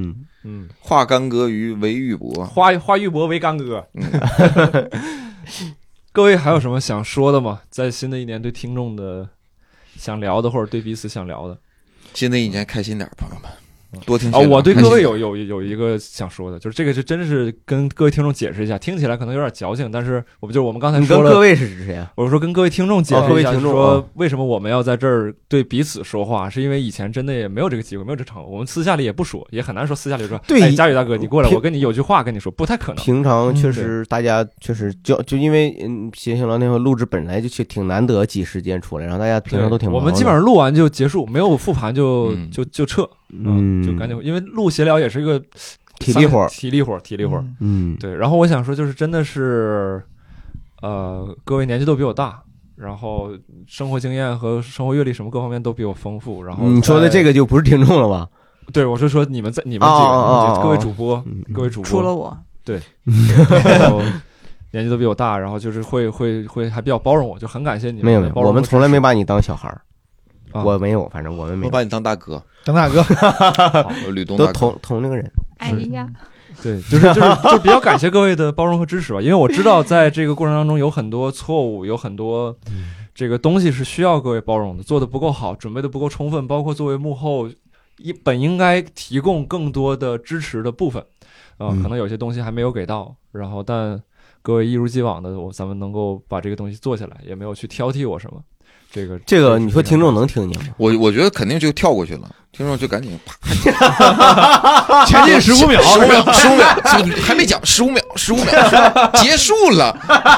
嗯， 化干戈于为玉帛， 化化玉帛为干戈。 嗯、 各位还有什么想说的吗？在新的一年对听众的想聊的，或者对彼此想聊的？ 新的一年开心点，朋友们。多听啊、哦！我对各位有有有一个想说的，就是这个是真是跟各位听众解释一下，听起来可能有点矫情，但是我们就是我们刚才说了， 你跟各位是指谁啊？ 我说跟各位听众解释一下， 哦、各位听众说为什么我们要在这儿对彼此说话，是因为以前真的也没有这个机会，没有这场合，我们私下里也不说，也很难说私下里说， 对， 哎，佳宇大哥，你过来，我跟你有句话跟你说，不太可能。 平常确实大家确实就就因为嗯，行行了那会录制本来就去挺难得挤时间出来，然后大家平常都挺忙的， 我们基本上录完就结束，没有复盘就、 嗯、 就就撤。 嗯， 就赶紧，因为录闲聊也是一个体力活， 体力活，体力活。 嗯， 对。然后我想说，就是真的是，呃，各位年纪都比我大，然后生活经验和生活阅历什么各方面都比我丰富。然后你说的这个就不是听众了吧？ 对，我是说你们在你们几个、 哦、 各位主播， 嗯、 各位主播， 除了我， 对，然后年纪都比我大，然后就是会会会还比较包容我，就很感谢你们。 没有没有，我们从来没把你当小孩儿。 啊、 我没有，反正我们没有。 我把你当大哥， 当大哥， 吕东大哥都同同龄人。 哎呀， 对，就是就是就比较感谢各位的包容和支持吧，因为我知道在这个过程当中有很多错误，有很多这个东西是需要各位包容的，做的不够好，准备的不够充分，包括作为幕后一本应该提供更多的支持的部分，啊、呃，可能有些东西还没有给到，然后但各位一如既往的，我咱们能够把这个东西做下来，也没有去挑剔我什么。这个这个，你说听众能听见吗？ 我我觉得肯定就跳过去了，听众就赶紧啪，前进十五秒， 十五秒，十五秒，还没讲，十五秒，十五秒，结束了。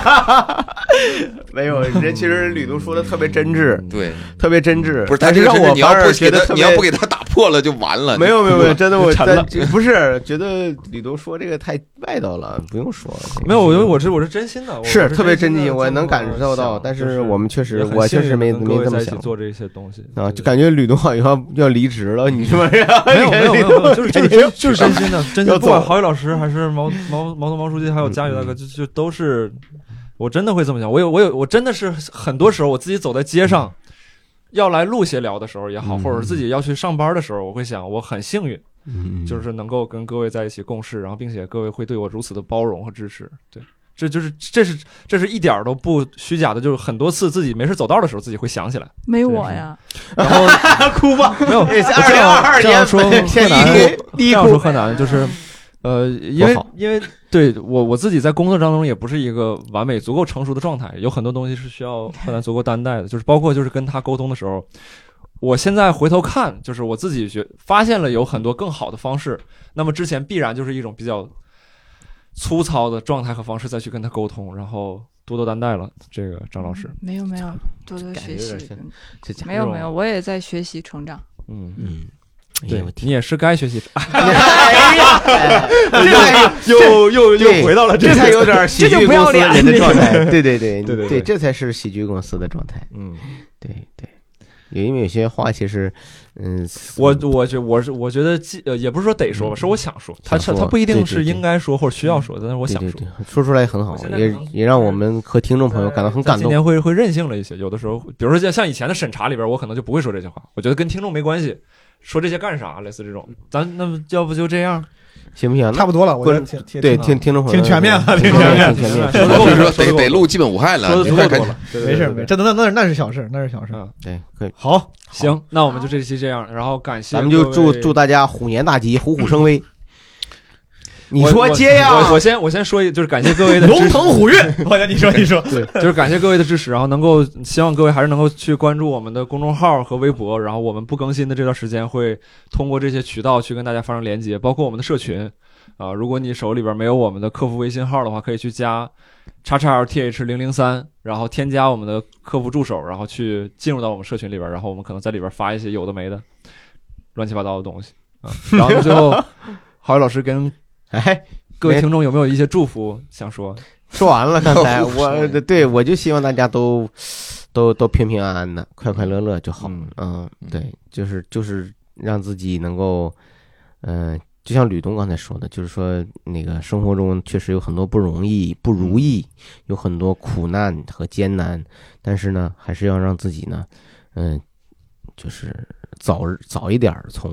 没有，人其实吕东说的特别真挚， 对， 特别真挚。 不是，但是让我你要不觉得你要不给他打破了就完了。 没有没有没有，真的我不是觉得吕东说这个太外道了，不用说。 没有，因为我是我是真心的， 是特别真心，我能感受到。但是我们确实，我确实没没这么想做这些东西啊，就感觉吕东好像要要离职了，你是不是？ 没有没有没有没有，就是就是就是真心的，真心。不管郝宇老师还是毛毛毛东毛书记，还有佳宇大哥，就就都是。我真的会这么想，我有我有我真的是很多时候我自己走在街上，要来录闲聊的时候也好，或者自己要去上班的时候，我会想我很幸运，就是能够跟各位在一起共事，然后并且各位会对我如此的包容和支持，对，这就是这是这是一点都不虚假的，就是很多次自己没事走道的时候自己会想起来， 没我呀， 然后哭吧， 没有， 二零二二这样说河南，这样说河南就是。呃，因为因为对我我自己在工作当中也不是一个完美、足够成熟的状态，有很多东西是需要河南足够担待的，就是包括就是跟他沟通的时候，我现在回头看，就是我自己觉发现了有很多更好的方式，那么之前必然就是一种比较粗糙的状态和方式再去跟他沟通，然后多多担待了。这个张老师， 没有没有，多多学习，没有没有，我也在学习成长。 嗯嗯。 对，你也是该学习。 哎呀， 又又又回到了这才有点喜剧公司人的状态。对对对对对对，这才是喜剧公司的状态。 嗯， 对对，因为有些话其实，嗯， 我我觉我是我觉得呃，也不是说得说吧，是我想说，他他不一定是应该说或者需要说，但是我想说， 说出来很好，也也让我们和听众朋友感到很感动。 今年会会任性了一些，有的时候，比如说像像以前的审查里边，我可能就不会说这些话，我觉得跟听众没关系。说这些干啥？类似这种，咱那么要不就这样， 行不行？ 差不多了，我觉得挺对听听众朋友挺全面了，挺全面， 挺全面。 就是说得得录基本无害了， 说的足够多了， 没事没事，这那那那是小事，那是小事。 对，可以。 好， 行，那我们就这期这样，然后感谢， 咱们就祝祝大家虎年大吉，虎虎生威。你说接呀！ 我我先我先说一，就是感谢各位的龙腾虎跃。我讲你说你说， 对，就是感谢各位的支持，然后能够希望各位还是能够去关注我们的公众号和微博，然后我们不更新的这段时间会通过这些渠道去跟大家发生连接，包括我们的社群啊、呃。如果你手里边没有我们的客服微信号的话，可以去加叉叉 L T H 零零三，然后添加我们的客服助手，然后去进入到我们社群里边，然后我们可能在里边发一些有的没的乱七八糟的东西啊。然后最后，郝宇老师跟哎。 各位听众有没有一些祝福想说？ 说完了，刚才我对我就希望大家都都都平平安安的，快快乐乐就好。嗯, 嗯，对，就是就是让自己能够，嗯、呃，就像吕东刚才说的，就是说那个生活中确实有很多不容易、不如意，有很多苦难和艰难，但是呢，还是要让自己呢，嗯、呃，就是早早一点从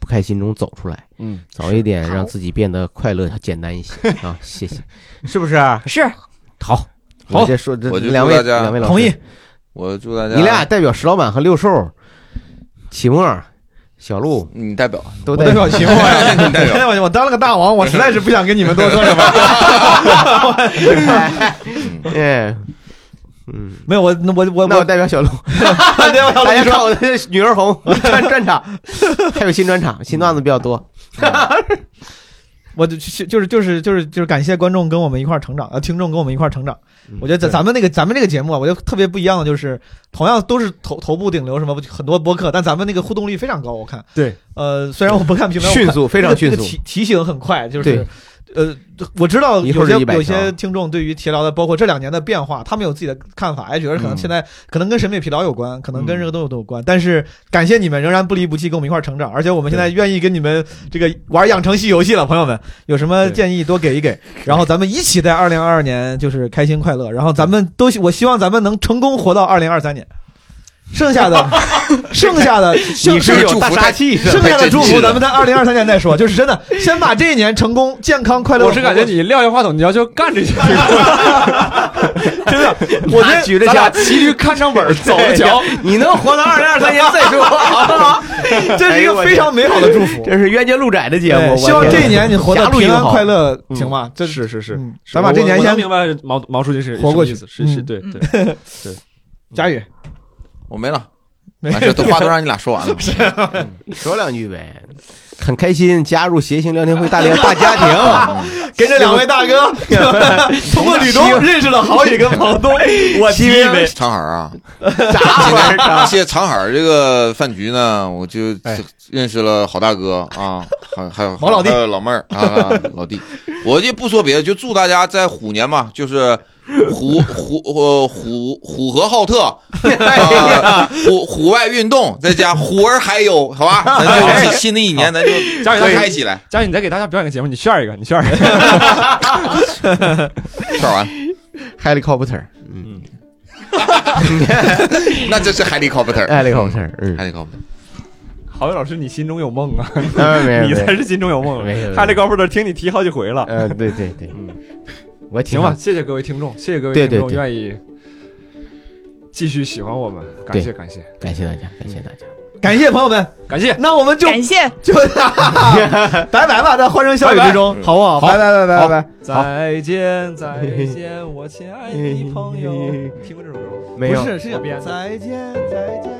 不开心中走出来， 嗯， 早一点让自己变得快乐简单一些啊！谢谢，是不是？ 是， 好， 好， 我这说这我就两位祝大家两位老师同意。 我祝大家， 你俩代表石老板和六兽、启墨、小鹿， 你代表都代表期末呀， 你代表我我当了个大王，我实在是不想跟你们多说什么。 哎，嗯， 没有我我我那我代表小鹿， 代表小鹿大家看我的女儿红专专场，还有新专场，新段子比较多。 我就就是就是就是就是感谢观众跟我们一块儿成长，呃，听众跟我们一块儿成长。我觉得咱咱们那个咱们这个节目啊，我觉得特别不一样的就是，同样都是头头部顶流什么很多播客，但咱们那个互动率非常高。我看， 对， 呃，虽然我不看评论， 迅速非常迅速， 提提醒很快，就是。呃，我知道有些有些听众对于铁疗的，包括这两年的变化，他们有自己的看法，也觉得可能现在、嗯、可能跟审美疲劳有关，可能跟这个都有都有关。嗯、但是感谢你们仍然不离不弃，跟我们一块儿成长，而且我们现在愿意跟你们这个玩养成系游戏了，朋友们，有什么建议多给一给，然后咱们一起在二零二二年就是开心快乐，然后咱们都我希望咱们能成功活到二零二三年。剩下的，剩下的， 你是有大杀器， 剩下的祝福咱们在二零二三年再说。就是真的，先把这一年成功、健康、快乐。 我是感觉你撂下话筒，你要就干这些。 真的，我这举着枪， 骑驴看上本，走着瞧。 你能活到二零二三年再说，好不好？ 这是一个非常美好的祝福。 这是冤家路窄的节目， 希望这一年你活得平安快乐，行吗？这是是是， 咱把这年先明白毛毛书记是活过去， 是是，对对对。 佳宇。 我没了，完事都话都让你俩说完了， 嗯、说两句呗。很开心加入谐星聊天会大连大家庭， 跟着两位大哥通过吕东认识了郝宇跟庞东。我第一位长海啊， 啥玩意儿？ 谢谢长海这个饭局呢，我就认识了郝大哥啊，还还有毛老弟、 还有老妹儿啊，老弟。我就不说别的，就祝大家在虎年嘛，就是虎虎呃虎虎和浩特，啊、虎虎外运动，再加虎儿还有，好吧？咱就新的一年，咱就佳宇开起来。 佳宇，你再给大家表演个节目，你炫一个，你炫一个。 炫完 ，helicopter， 嗯， 那这是 helicopter，helicopter， 嗯 helicopter。 郝宇老师，你心中有梦啊？ 呃、 你才是心中有梦。helicopter 听你提好几回了。 呃，对对对，嗯。我行吧，谢谢各位听众，谢谢各位听众愿意继续喜欢我们，感谢感谢感谢大家，感谢大家， 感谢朋友们， 感谢。 那我们就感谢， 就拜拜吧，在欢声笑语之中，好不好？拜拜拜拜拜拜， 再见再见，我亲爱的朋友。听过这首歌吗？ 没有， 不是是再见再见。